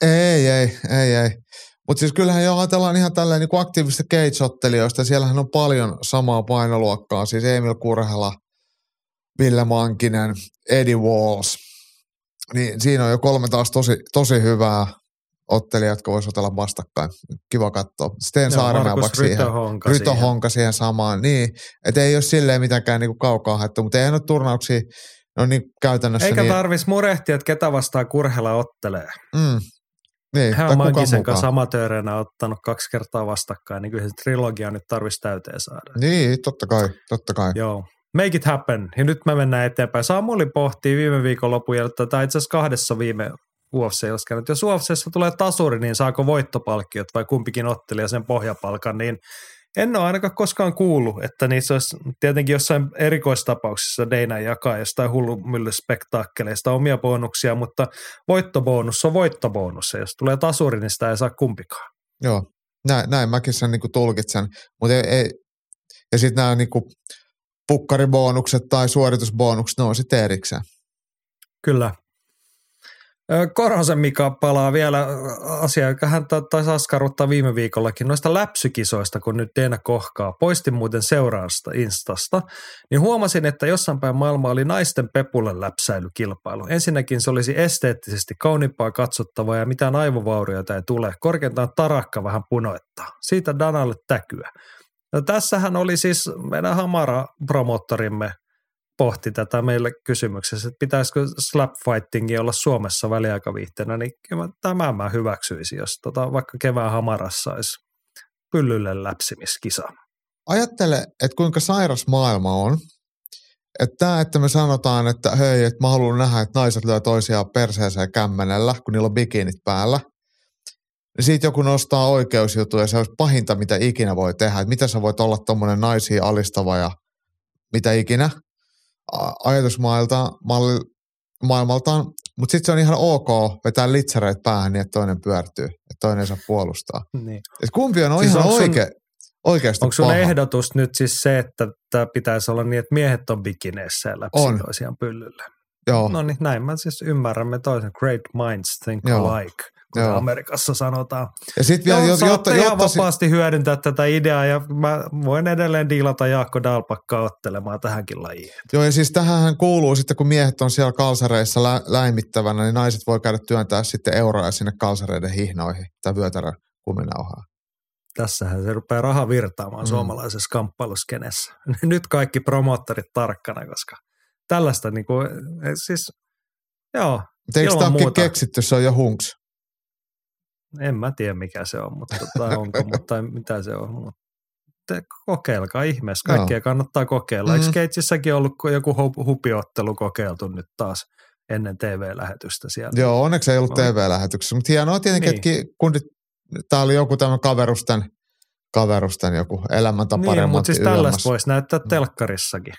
Ei. Mutta siis kyllähän jo ajatellaan ihan tälleen niin kuin aktiivista cage-ottelijoista. Siellähän on paljon samaa painoluokkaa. Siis Emil Kurhela, Ville Mankinen, Eddie Walls. Niin siinä on jo 3 taas tosi hyvää ottelijat, jotka voisi otella vastakkain. Kiva katsoa. Sten Saarenmäen vaikka siihen. Ryto Honka siihen samaan. Niin, että ei ole silleen mitenkään niinku kaukaa haettu, mutta ei ole turnauksia. No niin käytännössä. Eikä tarvitsisi murehtia, että ketä vastaan Kurhela ottelee. Niin, hän on Mankisen kanssa amatööreinä ottanut 2 kertaa vastakkain, niin kyllä se trilogia nyt tarvitsisi täyteen saada. Niin, totta kai. Joo. Make it happen. Ja nyt me mennään eteenpäin. Samuli pohtii viime viikonlopun jälkeen, tai itse asiassa 2 viime UFC-oskaan, että jos UFC:ssä tulee tasuri, niin saako voittopalkkiot vai kumpikin ottelija sen pohjapalkan, niin en ole ainakaan koskaan kuullut, että niissä olisi tietenkin jossain erikoistapauksissa Dana jakaa jostain hullumyllyspektaakkeleista omia bonuksia, mutta voittobonus on voittobonus, ja jos tulee tasuri, niin sitä ei saa kumpikaan. Joo, näin mäkin sen niinku tulkitsen, mutta ei, ja sitten nämä niinku pukkaribonukset tai suoritusbonukset, ne on sitten erikseen. Kyllä. Korhosen Mika palaa vielä asiaa, joka hän taisi askarruttaa viime viikollakin noista läpsykisoista, kun nyt Dana kohkaa. Poistin muuten seuraasta Instasta, niin huomasin, että jossain päin maailmaa oli naisten pepulle läpsäilykilpailu. Ensinnäkin se olisi esteettisesti kauniimpaa katsottavaa ja mitään aivovaurioita ei tule. Korkeintaan tarakka vähän punoittaa. Siitä Danalle täkyä. No tässähän oli siis meidän Hamara-promottorimme pohti tätä meille kysymyksessä, että pitäisikö slapfightingin olla Suomessa väliaikaviihteenä, niin tämän mä hyväksyisin, jos vaikka kevään Hamarassa olisi pyllylle läpsimiskisa. Ajattele, että kuinka sairas maailma on, että me sanotaan, että hei, että mä haluan nähdä, että naiset lyö toisiaan perseeseen kämmenellä, kun niillä on bikinit päällä. Niin siitä joku nostaa oikeusjutu ja se olisi pahinta, mitä ikinä voi tehdä. Että mitä sä voit olla tommonen naisia alistava ja mitä ikinä ajatusmaailmaltaan. Mutta sitten se on ihan ok vetää litsareet päähän niin, että toinen pyörtyy, että toinen saa puolustaa. Niin. Et kumpi on siis ihan oikeasti onko sun paha? ehdotus nyt siis se, että tämä pitäisi olla niin, että miehet on bikineissä ja läpsi toisiaan pyllyllä? Joo. No niin, näin mä siis ymmärrämme toisen. Great minds think alike, kuten Amerikassa sanotaan. Ja sitten vielä, saatte ihan vapaasti hyödyntää tätä ideaa ja mä voin edelleen diilata Jaakko Dalpakkaa ottelemaan tähänkin lajiin. Joo, ja siis tähän kuuluu sitten, kun miehet on siellä kalsareissa läimittävänä, niin naiset voi käydä työntää sitten euroja sinne kalsareiden hihnoihin tai vyötärön kuminauhaan. Tässähän se rupeaa raha virtaamaan suomalaisessa kamppailuskenessä. Nyt kaikki promoottorit tarkkana, koska tällaista niinku, siis joo, eikö tämä ole keksitty, se on jo hunks? En mä tiedä mikä se on, mutta onko, mutta mitä se on. Mutta kokeilkaa ihmeessä, kaikkea kannattaa kokeilla. Eikö Keitsissäkin ollut joku hupiottelu kokeiltu nyt taas ennen TV-lähetystä siellä? Joo, onneksi ei ollut TV-lähetyksessä, mutta hienoa tietenkin, että kundit, tää oli joku tämä kaverusten joku elämäntapa. Niin, mutta siis tällaista voisi näyttää telkkarissakin.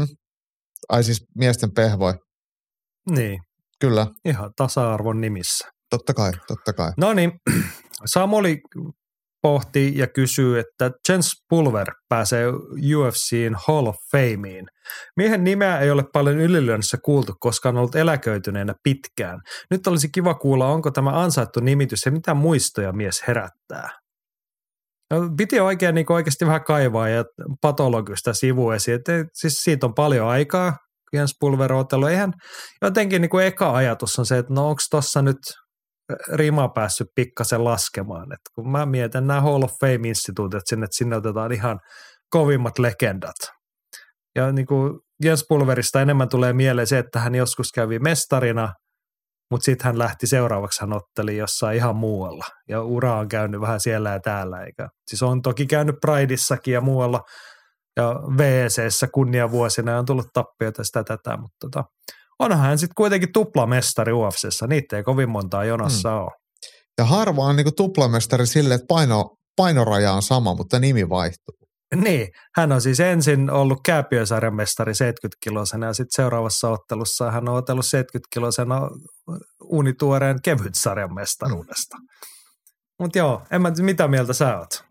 Ai siis miesten pehvoi. Niin. Kyllä. Ihan tasa-arvon nimissä. Totta kai. No niin, Samuli pohtii ja kysyy, että Jens Pulver pääsee UFC:n Hall of Fameen. Miehen nimeä ei ole paljon ylilyönnissä kuultu, koska on ollut eläköityneenä pitkään. Nyt olisi kiva kuulla, onko tämä ansaittu nimitys ja mitä muistoja mies herättää. No, piti oikeasti vähän kaivaa ja patologista sivuesiin. Siis siitä on paljon aikaa, Jens Pulver ottelu. Eihän jotenkin eka ajatus on se, että no onko tuossa nyt rima päässyt pikkasen laskemaan. Et kun mä mietin nämä Hall of Fame-instituutit sinne otetaan ihan kovimmat legendat. Ja niin kuin Jens Pulverista enemmän tulee mieleen se, että hän joskus kävi mestarina, mutta sitten hän lähti seuraavaksi, hän otteli jossain ihan muualla. Ja ura on käynyt vähän siellä ja täällä. Siis on toki käynyt Prideissakin ja muualla. Ja WEC:ssä kunniavuosina on tullut tappioita sitä tätä, mutta onhan hän sitten kuitenkin tuplamestari UFC:ssä. Niitä ei kovin montaa jonossa ole. Ja harva on niinku tuplamestari silleen, että painoraja on sama, mutta nimi vaihtuu. Niin, hän on siis ensin ollut kääpiösarjan mestari 70-kilosena ja sitten seuraavassa ottelussa hän on otellut 70-kilosena unituoreen kevytsarjan mestaruudesta. Mutta joo, en mä tiedä, mitä mieltä sä oot?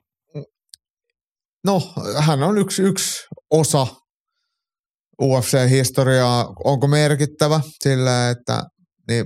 No, hän on yksi osa UFC-historiaa. Onko merkittävä sillä, että niin,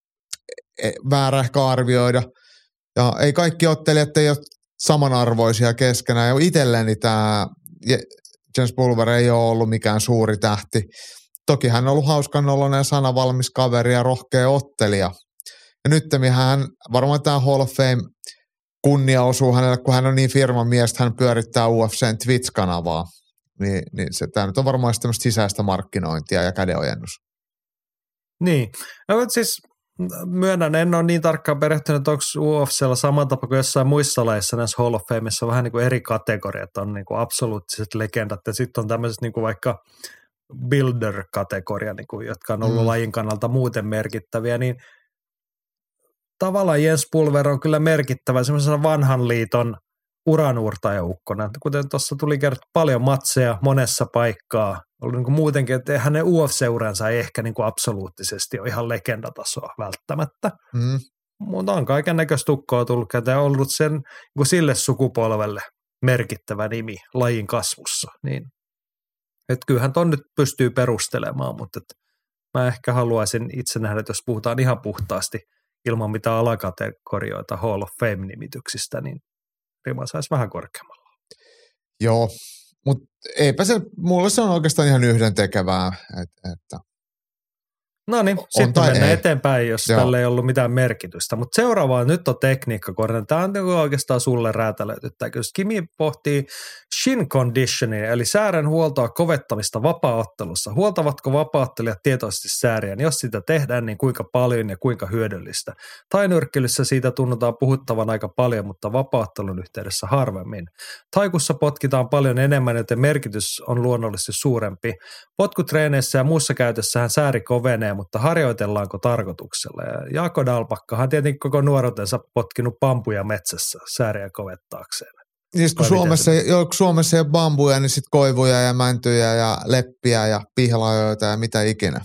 väärä ehkä arvioida. Ja ei kaikki ottelijat ei ole samanarvoisia keskenään. Ja itselleni tämä Jens Pulver ei ole ollut mikään suuri tähti. Toki hän on ollut hauskan oloinen, sanavalmis kaveri ja rohkea ottelija. Ja nyt hän, varmaan tämä Hall of Fame kunnia osuu hänelle, kun hän on niin firman mies, hän pyörittää UFC:n Twitch-kanavaa. Niin tämä nyt on varmaan tämmöistä sisäistä markkinointia ja kädenojennus. Niin, no siis myönnän, en ole niin tarkkaan perehtynyt, että onko UFC:llä saman tapa kuin jossain muissa laissa näissä Hall of Fameissa on vähän niin kuin eri kategoriat, on niin kuin absoluuttiset legendat ja sitten on tämmöiset niin kuin vaikka builder-kategoria, niin kuin, jotka on ollut lajin kannalta muuten merkittäviä, niin tavallaan Jens Pulver on kyllä merkittävä semmoisena vanhan liiton uranuurtajaukkona. Kuten tuossa tuli kerrottu paljon matseja monessa paikkaa. Ollut niin kuin muutenkin, että hänen UFC-uransa ei ehkä niin kuin absoluuttisesti ole ihan legendatasoa välttämättä. Mutta on kaiken näköistä tukkoa tullut ja ollut sen niin kuin sille sukupolvelle merkittävä nimi lajin kasvussa. Niin, että kyllähän ton nyt pystyy perustelemaan, mutta mä ehkä haluaisin itse nähdä, että jos puhutaan ihan puhtaasti ilman mitään alakategorioita Hall of Fame-nimityksistä, niin rima saisi vähän korkeammalla. Joo, mutta eipä se, mulle se on oikeastaan ihan yhdentekevää. No niin, sitten mennään eteenpäin, jos tällä ei ollut mitään merkitystä. Mutta seuraavaan nyt on tekniikkakorne. Tämä on oikeastaan sulle räätälöity. Kimi pohtii shin conditioning, eli säären huoltoa kovettamista vapaaottelussa. Huoltavatko vapaaottelijat tietoisesti sääriä? Jos sitä tehdään, niin kuinka paljon ja kuinka hyödyllistä? Tai nyrkkelyssä siitä tunnutaan puhuttavan aika paljon, mutta vapaaottelun yhteydessä harvemmin. Taikussa potkitaan paljon enemmän, joten merkitys on luonnollisesti suurempi. Potkutreeneissä ja muussa käytössähän sääri kovenee, mutta harjoitellaanko tarkoituksella? Ja Jaakko Dalpakkahan tietenkin koko nuoruutensa potkinut bambuja metsässä sääriä kovettaakseen. Siis kun Suomessa ei ole bambuja, niin sitten koivuja ja mäntyjä ja leppiä ja pihlajoita ja mitä ikinä.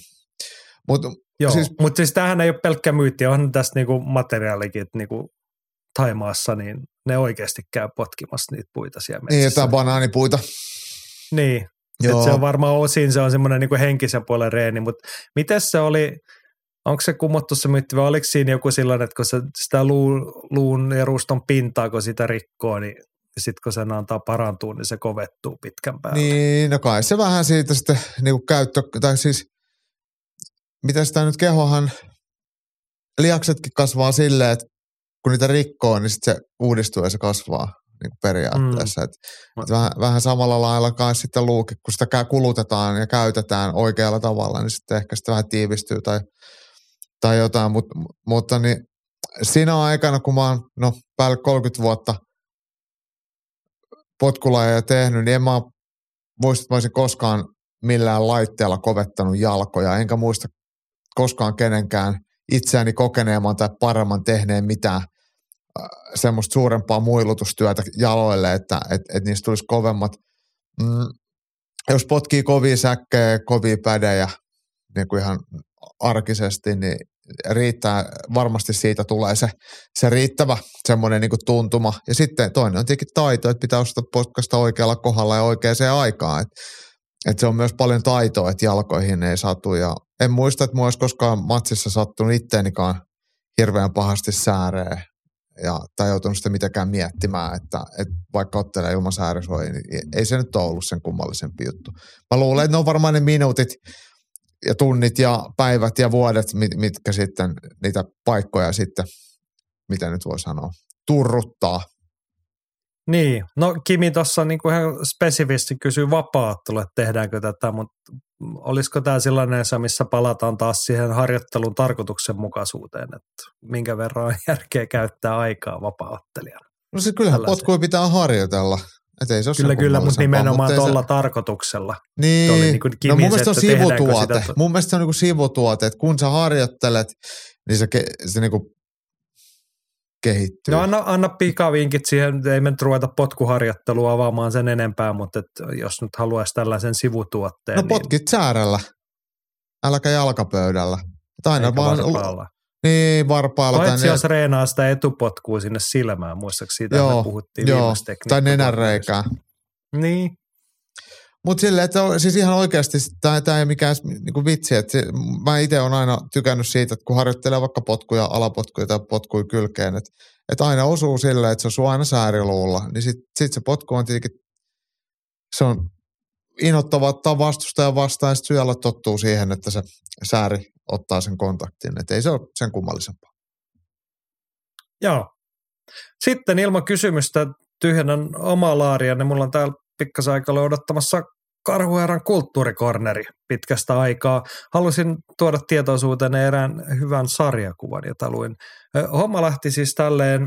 Mutta siis tämähän ei ole pelkkä myytti, onhan tässä niinku materiaalikin, että niinku Thaimaassa niin ne oikeasti käy potkimassa niitä puita siellä metsässä. Niin, jotain banaanipuita. Niin. Se on varmaan osin, se on semmoinen niin kuin henkisen puolen reeni, mutta miten se oli, onko se kumottu se myytti vai oliko siinä joku sellainen, että kun se sitä luun ja ruuston pintaa, kun sitä rikkoo, niin sitten kun sen antaa parantua, niin se kovettuu pitkän päälle. Niin, no kai se vähän siitä sitten niin kuin tai siis, miten sitä nyt kehohan, lihaksetkin kasvaa silleen, että kun niitä rikkoo, niin sitten se uudistuu ja se kasvaa. Niin periaatteessa. Vähän samalla lailla kai sitten luukin, kun sitä kulutetaan ja käytetään oikealla tavalla, niin sitten ehkä sitä vähän tiivistyy tai jotain. Mutta niin siinä aikana, kun mä oon päälle 30 vuotta potkulajeja tehnyt, niin en mä muista, että mä olisin koskaan millään laitteella kovettanut jalkoja. Enkä muista koskaan kenenkään itseäni kokeneemman tai paremman tehneen mitään semmoista suurempaa muilutustyötä jaloille, että niistä tulisi kovemmat. Jos potkii kovia säkkejä, kovia pädejä niin kuin ihan arkisesti, niin riittää, varmasti siitä tulee se riittävä semmoinen niin kuin tuntuma. Ja sitten toinen on tietenkin taito, että pitää osata potkasta oikealla kohdalla ja oikeaan aikaan. Että se on myös paljon taitoa, että jalkoihin ei satu. Ja en muista, että mulla olisi koskaan matsissa sattunut itteenikaan hirveän pahasti sääreen. Tai joutunut sitä mitenkään miettimään, että vaikka ottelee ilman säärisoja, niin ei se nyt ole ollut sen kummallisempi juttu. Mä luulen, että ne on varmaan ne minuutit ja tunnit ja päivät ja vuodet, mitkä sitten niitä paikkoja sitten, mitä nyt voi sanoa, turruttaa. Niin, no Kimi tuossa niin kuin ihan spesifisti kysyy vapaaottelua, että tehdäänkö tätä, mutta olisiko tämä sellainen, missä palataan taas siihen harjoittelun tarkoituksenmukaisuuteen, että minkä verran on järkeä käyttää aikaa vapaaottelijana? No se kyllähän potkuja pitää harjoitella. Ei se kyllä, mutta nimenomaan tuolla tarkoituksella. Niin, niin no mun mielestä on sivutuote. Mun mielestä se on niin kuin sivutuote, että kun sä harjoittelet, niin se niin kuin kehittyy. No anna pikavinkit siihen, ei me nyt ruveta potkuharjoittelua avaamaan sen enempää, mutta jos nyt haluaisi tällaisen sivutuotteen. No potkit säärellä, äläkä jalkapöydällä. Aina vaan varpaalla. Niin, varpaalla. Paitsi jos reenaa sitä etupotkua sinne silmään, muistaakseni siitä me puhuttiin viimeistä tekniikkaa. Tai nenänreikää. Niin. Mutta silleen, että siis ihan oikeasti tämä ei mikään niinku vitsi, että mä itse olen aina tykännyt siitä, että kun harjoittelee vaikka potkuja, alapotkuja tai potkuja kylkeen, että aina osuu silleen, että se osuu aina sääriluulla, niin sit se potku on tietenkin, se on innoittava ottaa vastustajan vastaan ja sitten syöllä tottuu siihen, että se sääri ottaa sen kontaktin, että ei se ole sen kummallisempaa. Joo. Sitten ilman kysymystä tyhjennän omaa laaria, niin mulla on täällä pikkasen aikaa odottamassa Karhuherran kulttuurikorneri pitkästä aikaa. Halusin tuoda tietoisuuteen erään hyvän sarjakuvan, jota luin. Homma lähti siis tälleen,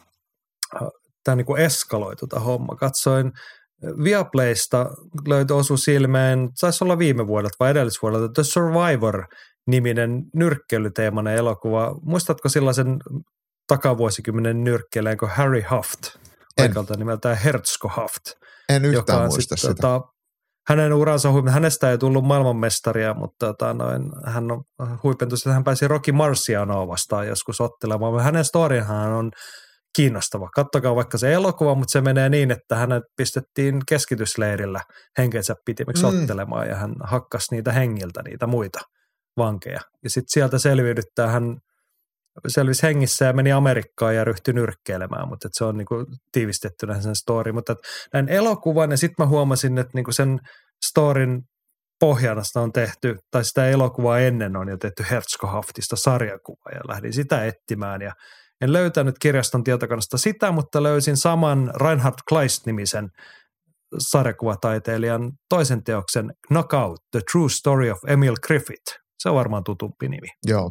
tämä niin kuin eskaloitu tämä homma. Katsoin Viaplaysta, osui silmeen, saisi olla viime vuodelta vai edellisvuodelta, The Survivor-niminen nyrkkeilyteemainen elokuva. Muistatko sellaisen takavuosikymmenen nyrkkeilijän kuin Harry Haft? Paikalta nimeltään Herzko Haft. En yhtään muista sitä. Hänen uransa hänestä ei tullut maailmanmestaria, mutta hän on huipentunut, että hän pääsi Rocky Marcianoa vastaan joskus ottelemaan. Hänen storyhan on kiinnostava. Kattokaa vaikka se elokuva, mutta se menee niin, että hänet pistettiin keskitysleirillä henkensä pitimiksi ottelemaan ja hän hakkasi niitä hengiltä, niitä muita vankeja. Ja sitten sieltä selviydyttää hän selvisi hengissä ja meni Amerikkaan ja ryhtyi nyrkkeilemään, mutta se on niinku tiivistettynä sen story. Mutta näin elokuvan ja sitten mä huomasin, että niinku sen storyn pohjana sitä on tehty, tai sitä elokuvaa ennen on jo tehty Herzog-Haftista sarjakuva ja lähdin sitä etsimään ja en löytänyt kirjaston tietokannasta sitä, mutta löysin saman Reinhard Kleist-nimisen sarjakuvataiteilijan toisen teoksen Knockout, The True Story of Emil Griffith. Se on varmaan tutumpi nimi.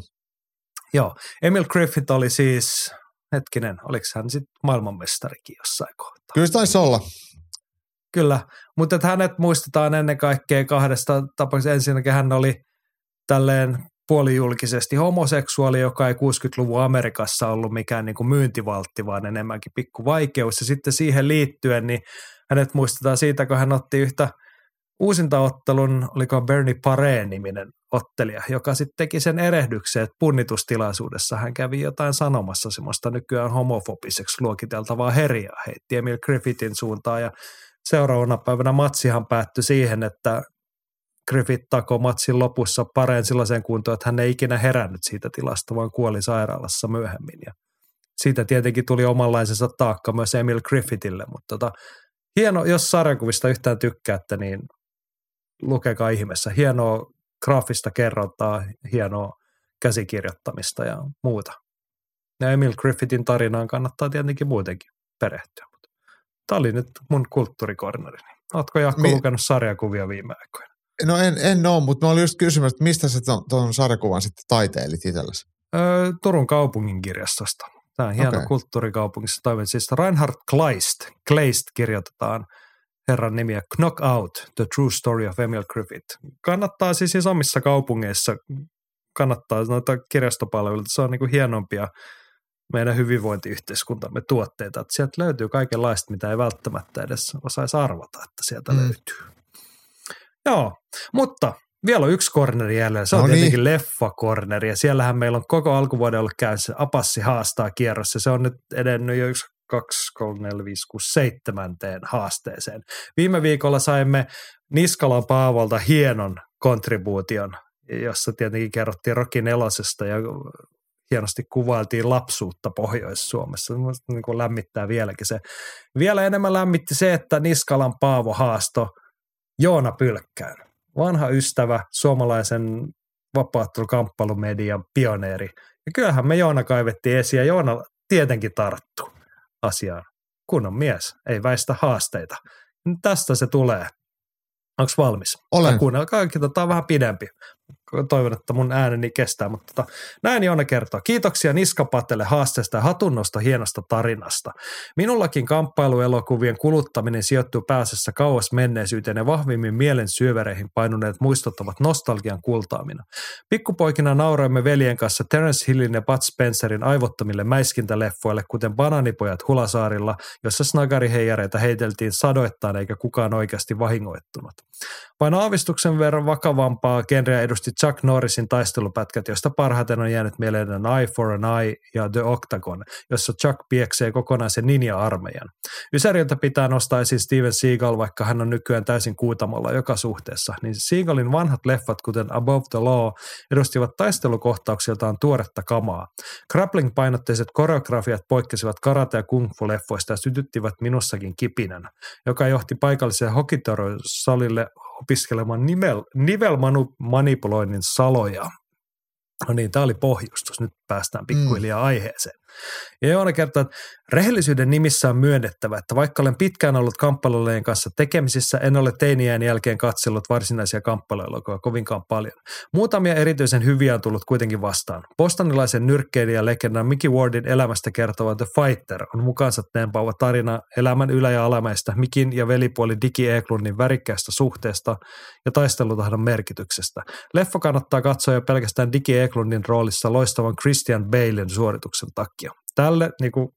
Joo. Emil Griffith oli siis, oliko hän sitten maailmanmestarikin jossain kohtaa? Kyllä se taisi olla. Kyllä, mutta hänet muistetaan ennen kaikkea kahdesta tapauksesta. Ensinnäkin hän oli tälleen puolijulkisesti homoseksuaali, joka ei 60-luvun Amerikassa ollut mikään niin kuin myyntivaltti, vaan enemmänkin pikku vaikeus. Ja sitten siihen liittyen, niin hänet muistetaan siitä, kun hän otti yhtä uusintaottelun, oliko Bernie Paré-niminen ottelija, joka sitten teki sen erehdyksen, että punnitustilaisuudessa hän kävi jotain sanomassa semmoista nykyään homofobiseksi luokiteltavaa herjaa, heitti Emil Griffithin suuntaan ja seuraavana päivänä matsihan päättyi siihen, että Griffith takoi matsin lopussa Pareen sellaiseen kuntoon, että hän ei ikinä herännyt siitä tilasta, vaan kuoli sairaalassa myöhemmin. Ja siitä tietenkin tuli omanlaisensa taakka myös Emil Griffithille, mutta hieno, jos sarjakuvista yhtään tykkäätte, niin lukekaa ihmeessä. Hienoa graafista kerrontaa, hienoa käsikirjoittamista ja muuta. Ja Emil Griffithin tarinaan kannattaa tietenkin muutenkin perehtyä. Tämä oli nyt mun kulttuurikorneri. Ootko Jaakko lukenut sarjakuvia viime aikoina? No en ole, mutta mä olin just kysymässä, että mistä sä tuon sarjakuvan sitten taiteilit itsellesi? Turun kaupungin kirjastosta. Tämä on hieno kulttuurikaupungissa toiminut. Siis Reinhard Kleist kirjoitetaan herran nimiä Knockout, The True Story of Emil Griffith. Kannattaa siis omissa kaupungeissa, kannattaa noita kirjastopalveluita. Se on niin kuin hienompia meidän hyvinvointiyhteiskuntamme tuotteita. Että sieltä löytyy kaikenlaista, mitä ei välttämättä edes osaisi arvata, että sieltä löytyy. Joo, mutta vielä on yksi korneri jäljellä. Se on tietenkin leffakorneri ja siellähän meillä on koko alkuvuoden ollut käynnissä Apassi haastaa kierros ja se on nyt edennyt jo 1, 2, 3, 4, 5, 6, 7 haasteeseen. Viime viikolla saimme Niskalan Paavolta hienon kontribuution, jossa tietenkin kerrottiin Rocky 4:sta ja hienosti kuvailtiin lapsuutta Pohjois-Suomessa. Niin kuin lämmittää vieläkin se. Vielä enemmän lämmitti se, että Niskalan Paavo haasto Joona Pylkkään, vanha ystävä, suomalaisen vapaattelukamppailumedian pioneeri. Ja kyllähän me Joona kaivettiin esiin ja Joona tietenkin tarttuu asiaan. Kunnon mies, ei väistä haasteita. Tästä se tulee. Onko valmis? Olen. Kuunnelkaa, tämä on vähän pidempi. Toivon, että mun ääneni kestää, mutta näin Joona kertoo. Kiitoksia Niskapatelle haasteesta ja hatunnosta hienosta tarinasta. Minullakin kamppailuelokuvien kuluttaminen sijoittuu pääsessä kauas menneisyyteen ja vahvimmin mielen syövereihin painuneet muistot ovat nostalgian kultaamina. Pikkupoikina nauroimme veljen kanssa Terence Hillin ja Bud Spencerin aivottomille mäiskintäleffoille, kuten Banaanipojat Hulasaarilla, jossa snagariheijareita heiteltiin sadoittain eikä kukaan oikeasti vahingoittunut. Vain aavistuksen verran vakavampaa genreä edusti Chuck Norrisin taistelupätkät, joista parhaiten on jäänyt mieleen An Eye for an Eye ja The Octagon, jossa Chuck pieksee kokonaisen ninja-armeijan. Ysäriltä pitää nostaa esiin Steven Seagal, vaikka hän on nykyään täysin kuutamolla joka suhteessa, niin Seagalin vanhat leffat, kuten Above the Law, edustivat taistelukohtauksiltaan tuoretta kamaa. Grappling-painotteiset koreografiat poikkesivat karate- ja kung-fu-leffoista ja sytyttivät minussakin kipinän, joka johti paikalliselle Hokitoro-salille opiskelemaan nivelmanipuloinnin saloja. No niin, tämä oli pohjustus. Nyt päästään pikkuhiljaa aiheeseen. Ja Joona kertoo, että rehellisyyden nimissä on myönnettävä, että vaikka olen pitkään ollut kamppailujen kanssa tekemisissä, en ole teiniään jälkeen katsellut varsinaisia kamppailuelokuvia kovinkaan paljon. Muutamia erityisen hyviä on tullut kuitenkin vastaan. Bostonilaisen nyrkkeilijälegendan Mickey Wardin elämästä kertova The Fighter on mukaansa tempaava tarina elämän ylä- ja alamäistä Mickin ja velipuoli Dickie Eklundin värikkäästä suhteesta ja taistelutahdon merkityksestä. Leffa kannattaa katsoa jo pelkästään Dickie Eklundin roolissa loistavan Christian Balen suorituksen takia. Tälle niin kuin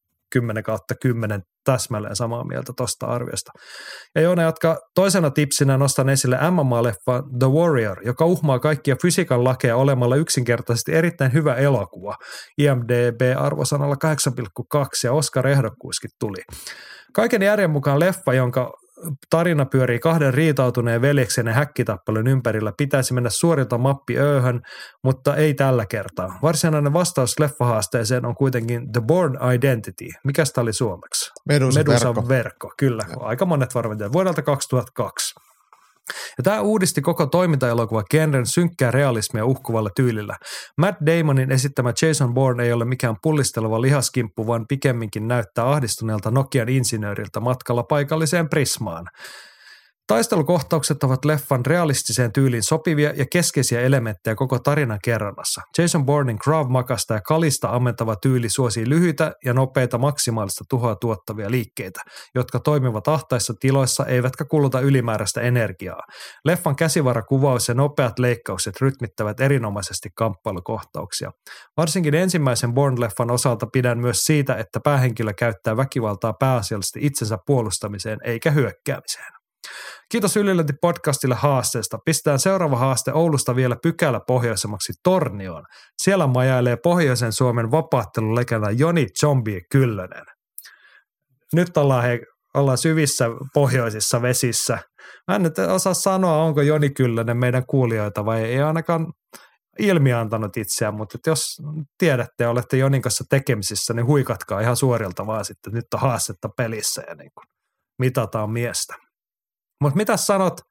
10/10 täsmälleen samaa mieltä tuosta arviosta. Ja Joona jatkaa toisena tipsinä nostan esille MMA-leffa The Warrior, joka uhmaa kaikkia fysiikan lakeja olemalla yksinkertaisesti erittäin hyvä elokuva. IMDb-arvosanalla 8,2 ja Oscar-ehdokkuuskin tuli. Kaiken järjen mukaan leffa, jonka tarina pyörii kahden riitautuneen veljeksen ja häkkitappelun ympärillä, pitäisi mennä suorilta mappi ööhön, mutta ei tällä kertaa. Varsinainen vastaus leffahaasteeseen on kuitenkin The Bourne Identity. Mikäs tämä oli suomeksi? Medusan verkko. Kyllä, aika monet varmaan. Vuodelta 2002. Ja tämä uudisti koko toimintaelokuva genren synkkää realismia uhkuvalla tyylillä. Matt Damonin esittämä Jason Bourne ei ole mikään pullisteleva lihaskimppu, vaan pikemminkin näyttää ahdistuneelta Nokian insinööriltä matkalla paikalliseen Prismaan. Taistelukohtaukset ovat leffan realistiseen tyyliin sopivia ja keskeisiä elementtejä koko tarinan kerronnassa. Jason Bournen Krav Magasta ja kalista ammentava tyyli suosii lyhyitä ja nopeita maksimaalista tuhoa tuottavia liikkeitä, jotka toimivat ahtaissa tiloissa eivätkä kuluta ylimääräistä energiaa. Leffan käsivarakuvaus ja nopeat leikkaukset rytmittävät erinomaisesti kamppailukohtauksia. Varsinkin ensimmäisen Bourne-leffan osalta pidän myös siitä, että päähenkilö käyttää väkivaltaa pääasiallisesti itsensä puolustamiseen eikä hyökkäämiseen. Kiitos Ylilöinti-podcastille haasteesta. Pistetään seuraava haaste Oulusta vielä pykälä pohjoisemmaksi Tornioon. Siellä majailee pohjoisen Suomen vapaattelulegenda Joni Zombie Kyllönen. Nyt ollaan syvissä pohjoisissa vesissä. Mä en nyt osaa sanoa, onko Joni Kyllönen meidän kuulijoita vai ei ainakaan ilmiantanut itseään, mutta jos tiedätte ja olette Jonin kanssa tekemisissä, niin huikatkaa ihan suorilta vaan sitten. Nyt on haastetta pelissä ja niin kuin mitataan miestä. Mutta mitä sanot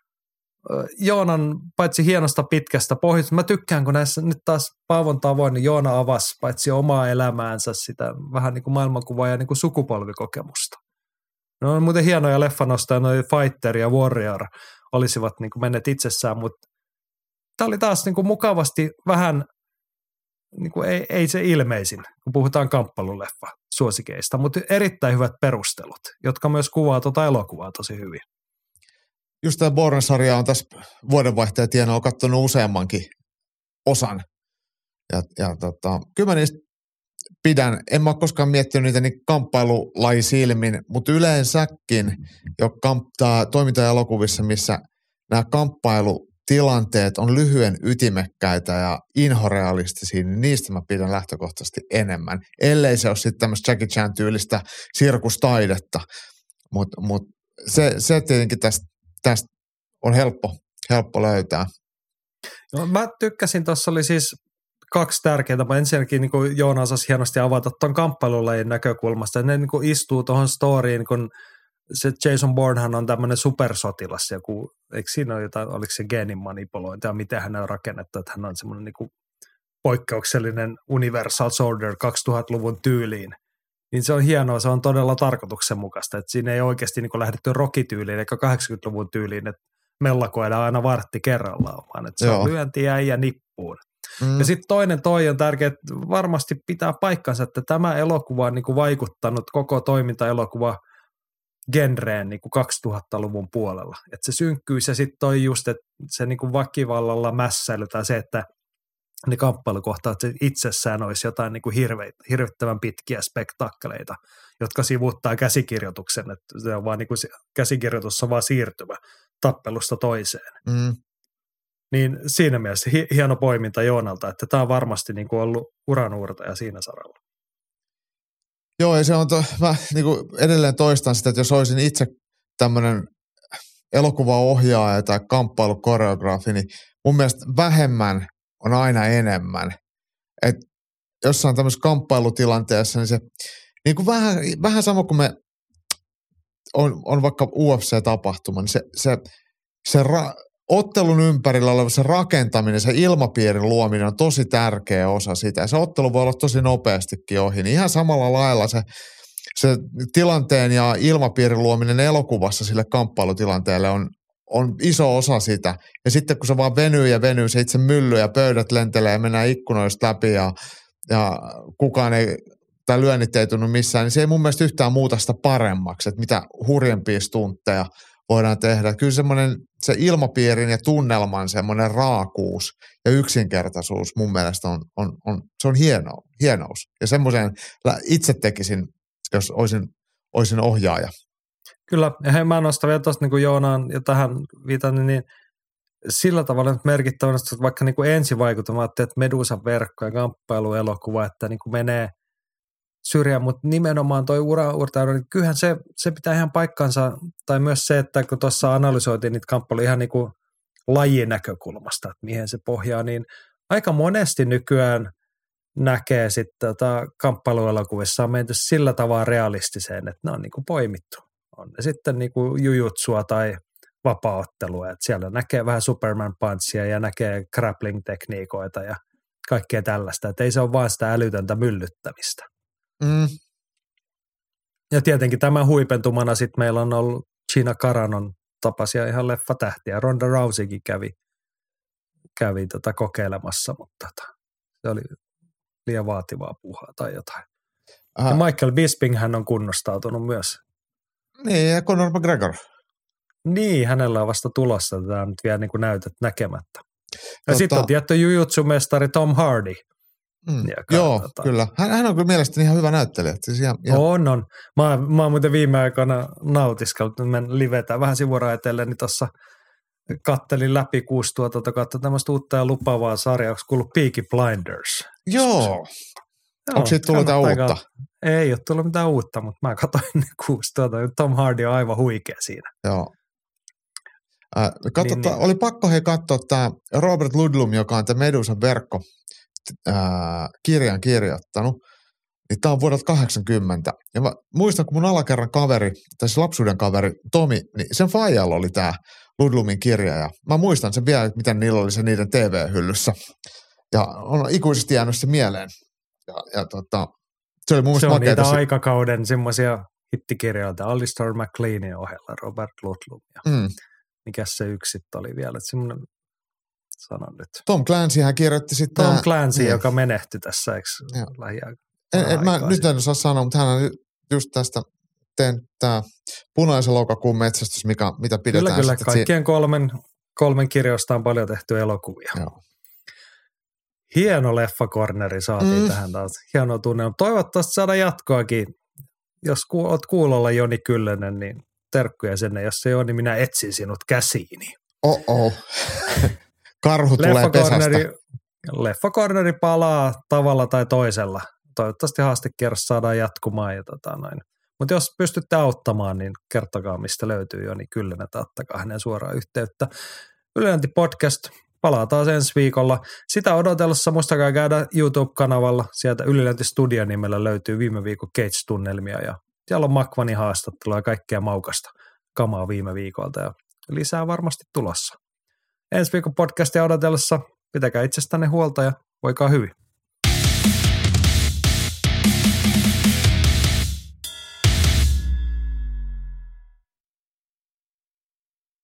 Joonan paitsi hienosta pitkästä pohjoista? Mä tykkään, kun näissä nyt taas Paavon tavoin, niin Joona avasi paitsi omaa elämäänsä sitä vähän niin kuin maailmankuvaa ja niin kuin sukupolvikokemusta. Ne on muuten hienoja leffanostoja, noi Fighter ja Warrior olisivat niin kuin menneet itsessään, mutta tämä oli taas niin kuin mukavasti vähän, niin kuin ei se ilmeisin, kun puhutaan kamppailuleffa suosikeista, mutta erittäin hyvät perustelut, jotka myös kuvaa tuota elokuvaa tosi hyvin. Just tämä Bourne-sarja on tässä vuodenvaihteen tienoilla katsonut useammankin osan. Kyllä mä niistä pidän. En mä ole koskaan miettinyt niitä niin kamppailulajisilmin, mutta yleensäkin jo toimintaelokuvissa, missä nämä kamppailutilanteet on lyhyen ytimekkäitä ja inhorealistisia, niin niistä mä pidän lähtökohtaisesti enemmän. Ellei se ole sitten tämmöistä Jackie Chan-tyylistä sirkustaidetta. Mutta se tietenkin tästä on helppo löytää. No, mä tykkäsin, tuossa oli siis kaksi tärkeää. Ensinnäkin niin kuin Joona osasi hienosti avata tuon kamppailulajin näkökulmasta. Ne niin kuin istuu tuohon storyin, kun se Jason Bournehan on tämmöinen supersotilas. Eikö siinä ole jotain, oliko se geenin manipulointi ja miten hän on rakennettu, että hän on semmoinen niin kuin poikkeuksellinen Universal Soldier 2000-luvun tyyliin. Niin se on hienoa, se on todella tarkoituksenmukaista, että siinä ei oikeasti niin lähdetty rockityyliin eikä 80-luvun tyyliin, että mellakoidaan aina vartti kerrallaan, vaan että se on lyöntiä ja nippuun. Ja sitten toinen on tärkeä, että varmasti pitää paikkansa, että tämä elokuva on niin kuin vaikuttanut koko toimintaelokuva genreen niin kuin 2000-luvun puolella. Että se synkkyys ja sitten toi just, että se niin kuin väkivallalla mässäily tai se, että ne kamppailukohtaat itsessään olisi jotain niin kuin hirvittävän pitkiä spektaakkeleita, jotka sivuttaa käsikirjoituksen, että se on vaan niin kuin käsikirjoitus on vaan siirtymä tappelusta toiseen. Niin siinä mielessä hieno poiminta Joonalta, että tämä on varmasti niin kuin ollut uranuurtaja siinä saralla. Joo, ja se on, mä niin kuin edelleen toistan sitä, että jos olisin itse tämmöinen elokuvaohjaaja tai kamppailukoreografi, niin mun mielestä vähemmän on aina enemmän. Että jossain tämmöisessä kamppailutilanteessa, niin se niin kuin vähän sama kuin me on vaikka UFC-tapahtuma, niin se ottelun ympärillä oleva se rakentaminen, se ilmapiirin luominen on tosi tärkeä osa sitä. Ja se ottelu voi olla tosi nopeastikin ohi. Niin ihan samalla lailla se tilanteen ja ilmapiirin luominen elokuvassa sille kamppailutilanteelle on iso osa sitä. Ja sitten kun se vaan venyy, se itse mylly ja pöydät lentelee ja mennään ikkunoista läpi ja kukaan ei, tai lyönnit ei tunnu missään, niin se ei mun mielestä yhtään muuta sitä paremmaksi, että mitä hurjempia stuntteja voidaan tehdä. Kyllä se ilmapiirin ja tunnelman semmoinen raakuus ja yksinkertaisuus mun mielestä se on hienous. Ja semmoisen itse tekisin, jos olisin ohjaaja. Kyllä, ja mä nostan vielä tuosta niin Joonaan ja tähän viitan, niin sillä tavalla merkittävänä, että vaikka niin ensivaikutelma, että Medusan verkko ja kamppailuelokuva, että niin menee syrjään, mutta nimenomaan toi uraurtaja, niin kyllähän se pitää ihan paikkansa, tai myös se, että kun tuossa analysoitiin niitä kamppailuja ihan niin kuin lajin näkökulmasta, että mihin se pohjaa, niin aika monesti nykyään näkee sitten kamppailuelokuvissa on menty sillä tavalla realistiseen, että ne on niin kuin poimittu. On ne sitten niin kuin jujutsua tai vapaaottelua. Että siellä näkee vähän Superman punchia ja näkee grappling-tekniikoita ja kaikkea tällaista. Että ei se ole vaan sitä älytöntä myllyttämistä. Ja tietenkin tämän huipentumana sitten meillä on ollut Gina Caranon tapaisia ihan leffatähtiä. Ronda Rouseykin kävi kokeilemassa, mutta se oli liian vaativaa puuhaa tai jotain. Ja Michael Bisping hän on kunnostautunut myös. Niin, ja Conor McGregor. Niin, hänellä on vasta tulossa. Tämä on nyt vielä niin kuin näytöt näkemättä. Ja sitten on tietty jujutsu-mestari Tom Hardy. Joo, kyllä. Hän on kyllä mielestäni ihan hyvä näyttelijä. Siis ihan. On. Mä oon muuten viime aikoina nautiskellut, että men livetään vähän sivuraiteille, niin tuossa kattelin läpi 6 kautta tämmöistä uutta ja lupaavaa sarjaa, onko kuullut Peaky Blinders? Joo. Onko siitä tullut jotain uutta? Ei ole tullut mitään uutta, mutta mä katsoin ne 6 Tom Hardy on aivan huikea siinä. Joo. Oli pakko katsoa tämä Robert Ludlum, joka on tämä Medusan verkko kirjan kirjoittanut. Niin tämä on vuodelta 80. Ja mä muistan, kun mun alakerran kaveri, tai se lapsuuden kaveri Tomi, niin sen faijalla oli tämä Ludlumin kirja. Ja mä muistan sen vielä, miten niillä oli se niiden TV-hyllyssä. Ja on ikuisesti jäänyt se mieleen. Ja se oli mun mielestä on niitä aikakauden semmoisia hittikirjoilta. Alistair McLeanin ohella Robert Ludlum. Mikäs se yksi sitten oli vielä, että semmoinen, sanon nyt. Tom Clancyhän kirjoitti sitten. Tom Clancy, joka menehtyi tässä, eikö lähiaikoina? Nyt en osaa sanoa, mutta hän on just tästä tämä punaisen loukakuun metsästys, mitä pidetään. Kyllä, kaikkien kolmen kirjoista on paljon tehty elokuvia. Joo. Hieno leffakorneri saatiin tähän taas. Hieno tunne. Toivottavasti saada jatkoakin. Jos oot kuulolla Joni Kyllönen, niin terkkuja sinne. Jos se on, niin minä etsin sinut käsiini. Karhu tulee pesästä. Leffakorneri palaa tavalla tai toisella. Toivottavasti haastekierros saadaan jatkumaan. Mutta jos pystytte auttamaan, niin kertokaa, mistä löytyy Joni Kyllönen, tai ottakaa hänen suoraan yhteyttä. Ylilönti podcast palaa taas ensi viikolla. Sitä odotellessa muistakaa käydä YouTube-kanavalla. Sieltä Ylilönti Studio nimellä löytyy viime viikon Cage-tunnelmia ja siellä on Makvanin haastattelua ja kaikkea maukasta kamaa viime viikolta ja lisää varmasti tulossa. Ensi viikon podcastia odotellessa pitäkää itsestänne huolta ja voikaa hyvin.